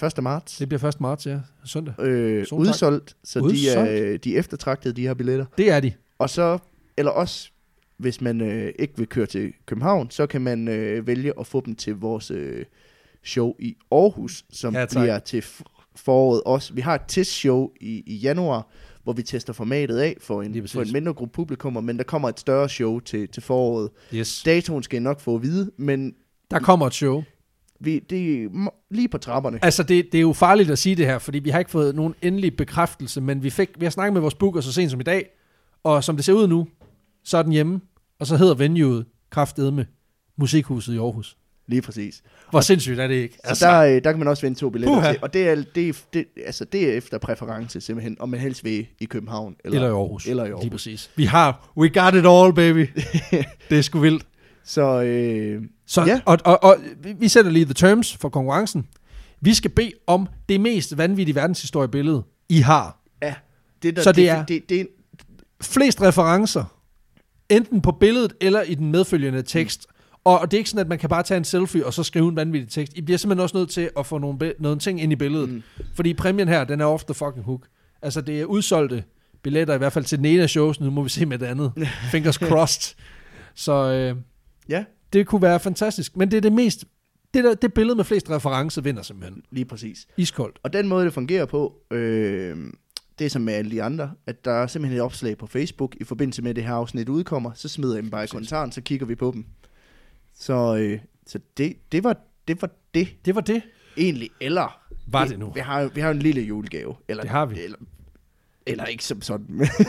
første marts. Det bliver første marts, ja. Søndag. Øh, udsolgt, så udsolgt. De, er, de er eftertragtede, de her billetter. Det er de. Og så, eller også, hvis man øh, ikke vil køre til København, så kan man øh, vælge at få dem til vores øh, show i Aarhus, som ja, bliver til foråret også. Vi har et testshow i, i januar, hvor vi tester formatet af for en, for en mindre gruppe publikummer, men der kommer et større show til, til foråret. Yes. Datoen skal I nok få at vide, men... Der kommer et show. Vi, det er lige på trapperne. Altså, det, det er jo farligt at sige det her, fordi vi har ikke fået nogen endelig bekræftelse, men vi, fik, vi har snakket med vores booker så sent som i dag, og som det ser ud nu, så er den hjemme, og så hedder venueet kraftedme Musikhuset i Aarhus. Lige præcis. Hvor og sindssygt er det ikke? Altså, der, der kan man også vinde to billetter puha. til, og det er, det, det, altså, det er efter præference simpelthen, om man helst vil i København. Eller, eller i Aarhus. Eller i Aarhus. Lige præcis. Vi har, we got it all, baby. Det er sgu vildt. Så, øh, så ja. og, og, og vi sætter lige the terms for konkurrencen. Vi skal bede om det mest vanvittige verdenshistoriebillede, I har. Ja. Det der, så det, det er det, det, flest referencer, enten på billedet eller i den medfølgende tekst. Mm. Og, og det er ikke sådan, at man kan bare tage en selfie og så skrive en vanvittig tekst. I bliver simpelthen også nødt til at få nogle, be- nogle ting ind i billedet. Mm. Fordi præmien her, den er off the fucking hook. Altså det er udsolgte billetter, i hvert fald til den ene af shows. Nu må vi se med det andet. Fingers crossed. Så øh, ja. Det kunne være fantastisk. Men det er det mest... Det, der, det billede med flest referencer vinder simpelthen. Lige præcis. Iskoldt. Og den måde, det fungerer på, øh, det er som med alle de andre, at der er simpelthen et opslag på Facebook, i forbindelse med, at det her afsnit udkommer, så smider jeg dem bare i kommentaren, så kigger vi på dem. Så, øh, så det, det, var, det var det. Det var det. Egentlig, eller... Var det nu? Vi har, vi har en lille julegave. Eller, det har vi. Eller, eller ikke som sådan.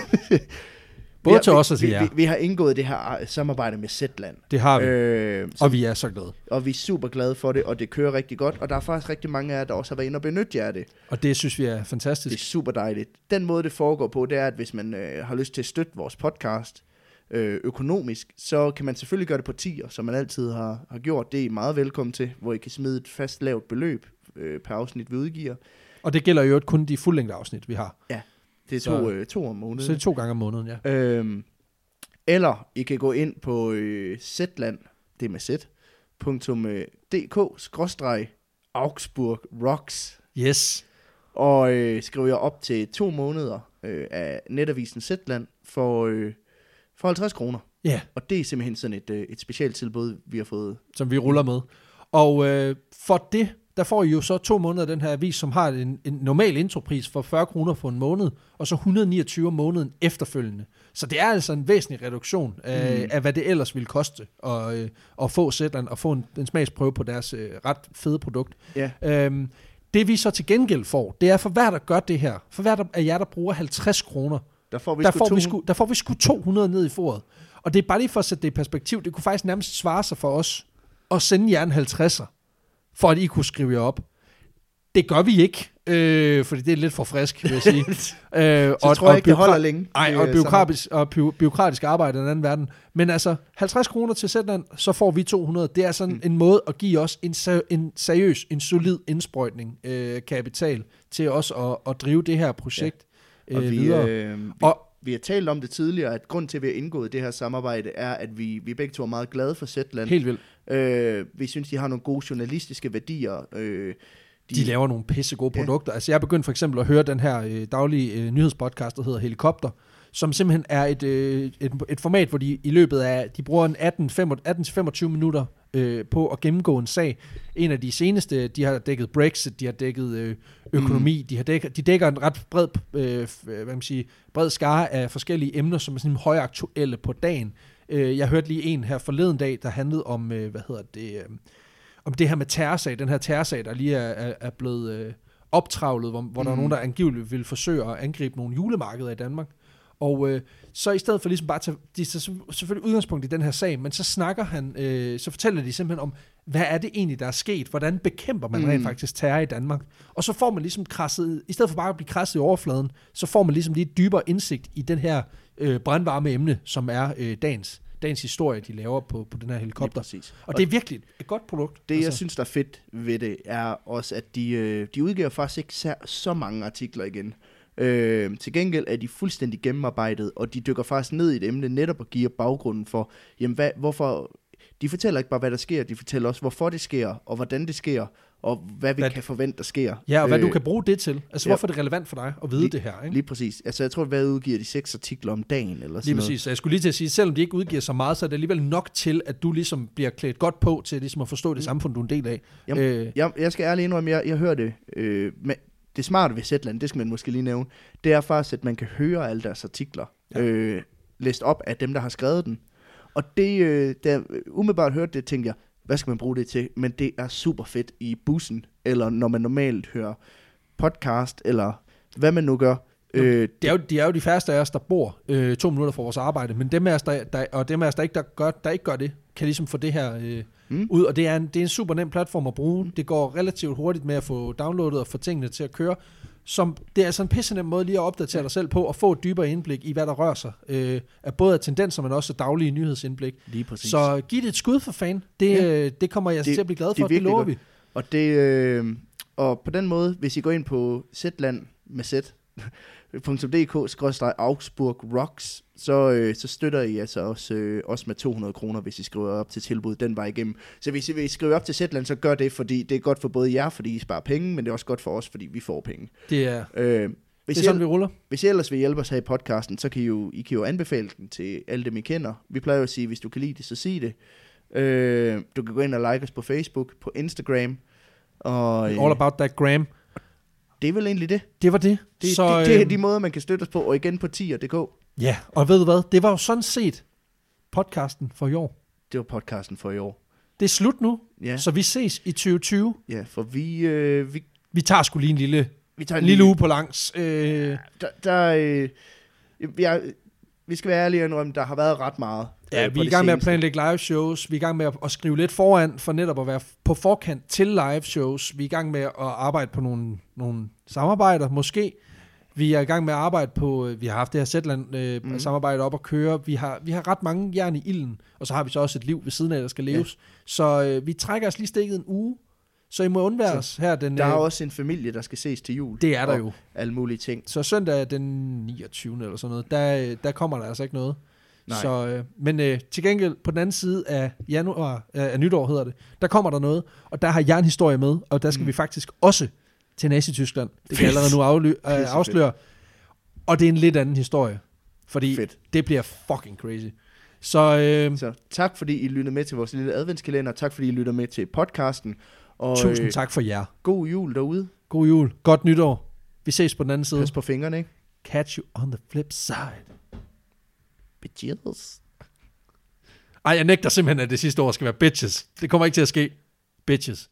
Både har, til os og til vi, jer. Vi, vi har indgået det her samarbejde med Zetland. Det har vi. Øh, så, og vi er så glade. Og vi er super glade for det, og det kører rigtig godt. Og der er faktisk rigtig mange af jer, der også har været inde og benytte jer af det. Og det synes vi er fantastisk. Det er super dejligt. Den måde, det foregår på, det er, at hvis man øh, har lyst til at støtte vores podcast øh, økonomisk, så kan man selvfølgelig gøre det på tier, som man altid har, har gjort. Det er I meget velkommen til, hvor I kan smide et fast lavt beløb øh, per afsnit, vi udgiver. Og det gælder jo kun de fuldlængde afsnit, vi har. Ja, det er to, øh, to om måneden. Så det er to gange om måneden, ja. Øhm, eller I kan gå ind på øh, Zetland, det er med z, punktum dk, skråstreg, Augsburg Rocks. Yes. Og øh, skriver jeg op til to måneder øh, af netavisen Zetland for, øh, for halvtreds kroner. Ja. Yeah. Og det er simpelthen sådan et, øh, et specielt tilbud, vi har fået. Som vi ruller med. Og øh, for det, der får I jo så to måneder af den her avis, som har en, en normal intropris for fyrre kroner for en måned, og så et hundrede og niogtyve om måneden efterfølgende. Så det er altså en væsentlig reduktion af, mm. af hvad det ellers ville koste at, øh, at få Zetland og få en, en smagsprøve på deres øh, ret fede produkt. Yeah. Øhm, det vi så til gengæld får, det er for hver der gør det her, for hver der, af jer, der bruger halvtreds kroner, der får vi, der sgu, får vi, sku, der får vi sgu to hundrede ned i foret. Og det er bare lige for at sætte det i perspektiv. Det kunne faktisk nærmest svare sig for os at sende jer en halvtredser, for at I kunne skrive jer op. Det gør vi ikke, øh, fordi det er lidt for frisk, vil jeg sige. øh, så og, tror jeg ikke, det holder byråkra- længe. Nej, og byråkratisk, og byråkratisk arbejde i den anden verden. Men altså, halvtreds kroner til Zetland, så får vi to hundrede. Det er sådan mm. en måde at give os en, seri- en seriøs, en solid indsprøjtning øh, kapital til os at, at drive det her projekt ja. øh, og vi, videre. Øh, vi, og vi har talt om det tidligere, at grund til, at vi har indgået det her samarbejde, er, at vi, vi begge to er meget glade for Zetland. Helt vildt. Øh, vi synes, de har nogle gode journalistiske værdier. Øh, de, de laver nogle pisse gode produkter. Ja. Altså jeg er begyndt for eksempel at høre den her øh, daglige øh, nyhedspodcast, der hedder Helikopter, som simpelthen er et, øh, et, et format, hvor de i løbet af, de bruger en atten til femogtyve minutter øh, på at gennemgå en sag. En af de seneste, de har dækket Brexit, de har dækket øh, økonomi, mm. de, har dækket, de dækker en ret bred, øh, hvad man siger, bred skare af forskellige emner, som er sådan højaktuelle på dagen. Øh, jeg hørte lige en her forleden dag, der handlede om, øh, hvad hedder det, øh, om det her med terrorsag, den her terrorsag, der lige er, er, er blevet øh, optravlet, hvor, hvor mm. der er nogen, der angiveligt vil forsøge at angribe nogle julemarkeder i Danmark. Og øh, så i stedet for ligesom bare at tage, de tager selvfølgelig udgangspunkt i den her sag, men så snakker han, øh, så fortæller de simpelthen om, hvad er det egentlig, der er sket? Hvordan bekæmper man mm. rent faktisk terror i Danmark? Og så får man ligesom krasset, i stedet for bare at blive krasset i overfladen, så får man ligesom lige et dybere indsigt i den her øh, brandvarme emne, som er øh, dagens, dagens historie, de laver på, på den her helikopter. Og, og det er virkelig et godt produkt. Det, altså. Jeg synes, der er fedt ved det, er også, at de, øh, de udgiver faktisk ikke så, så mange artikler igen. Øh, til gengæld er de fuldstændig gennemarbejdet, og de dykker faktisk ned i et emne netop og giver baggrunden for, jamen hvad, hvorfor, de fortæller ikke bare hvad der sker, de fortæller også hvorfor det sker, og hvordan det sker, og hvad vi hvad, kan forvente, der sker. Ja, og hvad øh, du kan bruge det til. Altså, ja, hvorfor er det relevant for dig at vide lige, det her? Ikke? Lige præcis. Altså, jeg tror, hvad udgiver de seks artikler om dagen, eller sådan lige præcis. Så jeg skulle lige til at sige, selvom de ikke udgiver så meget, så er det alligevel nok til, at du ligesom bliver klædt godt på til ligesom at forstå det mm. samfund, du er en del af. Jamen, øh, jeg, jeg skal ærligt indrømme, jeg, jeg hørte øh, med, det smarte ved Zetland, det skal man måske lige nævne, det er faktisk, at man kan høre alle deres artikler ja. øh, læst op af dem, der har skrevet den. Og det, øh, da jeg umiddelbart hørte det, tænkte jeg, hvad skal man bruge det til? Men det er super fedt i bussen, eller når man normalt hører podcast, eller hvad man nu gør. Jo, øh, det er jo, de er jo de færreste af os, der bor øh, to minutter fra vores arbejde, men dem af os, der, der, og dem af os, der ikke, der gør, der ikke gør det, kan ligesom få det her øh, mm. ud, og det er, en, det er en super nem platform at bruge. Mm. Det går relativt hurtigt med at få downloadet og få tingene til at køre. Som, det er altså en pissenem måde lige at opdatere dig selv på, og få et dybere indblik i, hvad der rører sig. Øh, af både af tendenser, men også af daglige nyhedsindblik. Lige præcis. Så giv det et skud for fan. Det, ja. det kommer jeg det, til at blive glad for, det, det lover godt. vi. Og, det, øh, og på den måde, hvis I går ind på Zetland med Z, .dk skråstreg Augsburg Rocks, så, øh, så støtter I altså også, øh, også med to hundrede kroner, hvis I skriver op til tilbud den vej igennem. Så hvis I vil skrive op til Zetland, så gør det, fordi det er godt for både jer, fordi I sparer penge, men det er også godt for os, fordi vi får penge. Det er, øh, hvis det er sådan, vi ruller. Hvis I ellers vil hjælpe os her i podcasten, så kan I jo, I kan jo anbefale den til alle dem, I kender. Vi plejer jo at sige, hvis du kan lide det, så sig det. Øh, du kan gå ind og like os på Facebook, på Instagram. Og, All about that gram. Det er vel egentlig det. Det var det. Det, så, det, det er de måder, man kan støtte os på, og igen på tier punktum d k. Ja, og ved du hvad? Det var jo sådan set podcasten for i år. Det var podcasten for i år. Det er slut nu, ja. Så vi ses i tyve tyve. Ja, for vi... Øh, vi, vi tager sgu lige en lille, vi tager en lille uge på langs. Øh. Der, der, øh, vi, er, vi skal være ærlige og indrømme, der har været ret meget. Ja, vi er i gang med at planlægge live shows. Vi er i gang med at, at skrive lidt foran, for netop at være på forkant til live shows. Vi er i gang med at arbejde på nogle, nogle samarbejder, måske. Vi er i gang med at arbejde på, vi har haft det her Zetland øh, mm. samarbejde op at køre. Vi har, vi har ret mange jern i ilden, og så har vi så også et liv ved siden af, der skal leves. Ja. Så øh, vi trækker os lige stikket en uge, så I må undvære os her. Den, der er øh, også en familie, der skal ses til jul. Det er der jo. Alle mulige ting. Så søndag den niogtyvende eller sådan noget, der, der kommer der altså ikke noget. Så, øh, men øh, til gengæld på den anden side af januar, øh, af nytår hedder det, der kommer der noget, og der har jeg en historie med, og der skal mm. vi faktisk også til Nazi-Tyskland. Det kan jeg allerede nu afly- øh, afsløre. Og det er en lidt anden historie, fordi fedt. Det bliver fucking crazy. Så, øh, Så tak fordi I lyttede med til vores lille adventskalender, tak fordi I lytter med til podcasten. Og, tusind tak for jer. God jul derude. God jul. Godt nytår. Vi ses på den anden side. Pas på fingrene, ikke? Catch you on the flip side. Bitches. Ej, jeg nægter simpelthen, at det sidste ord skal være bitches. Det kommer ikke til at ske. Bitches.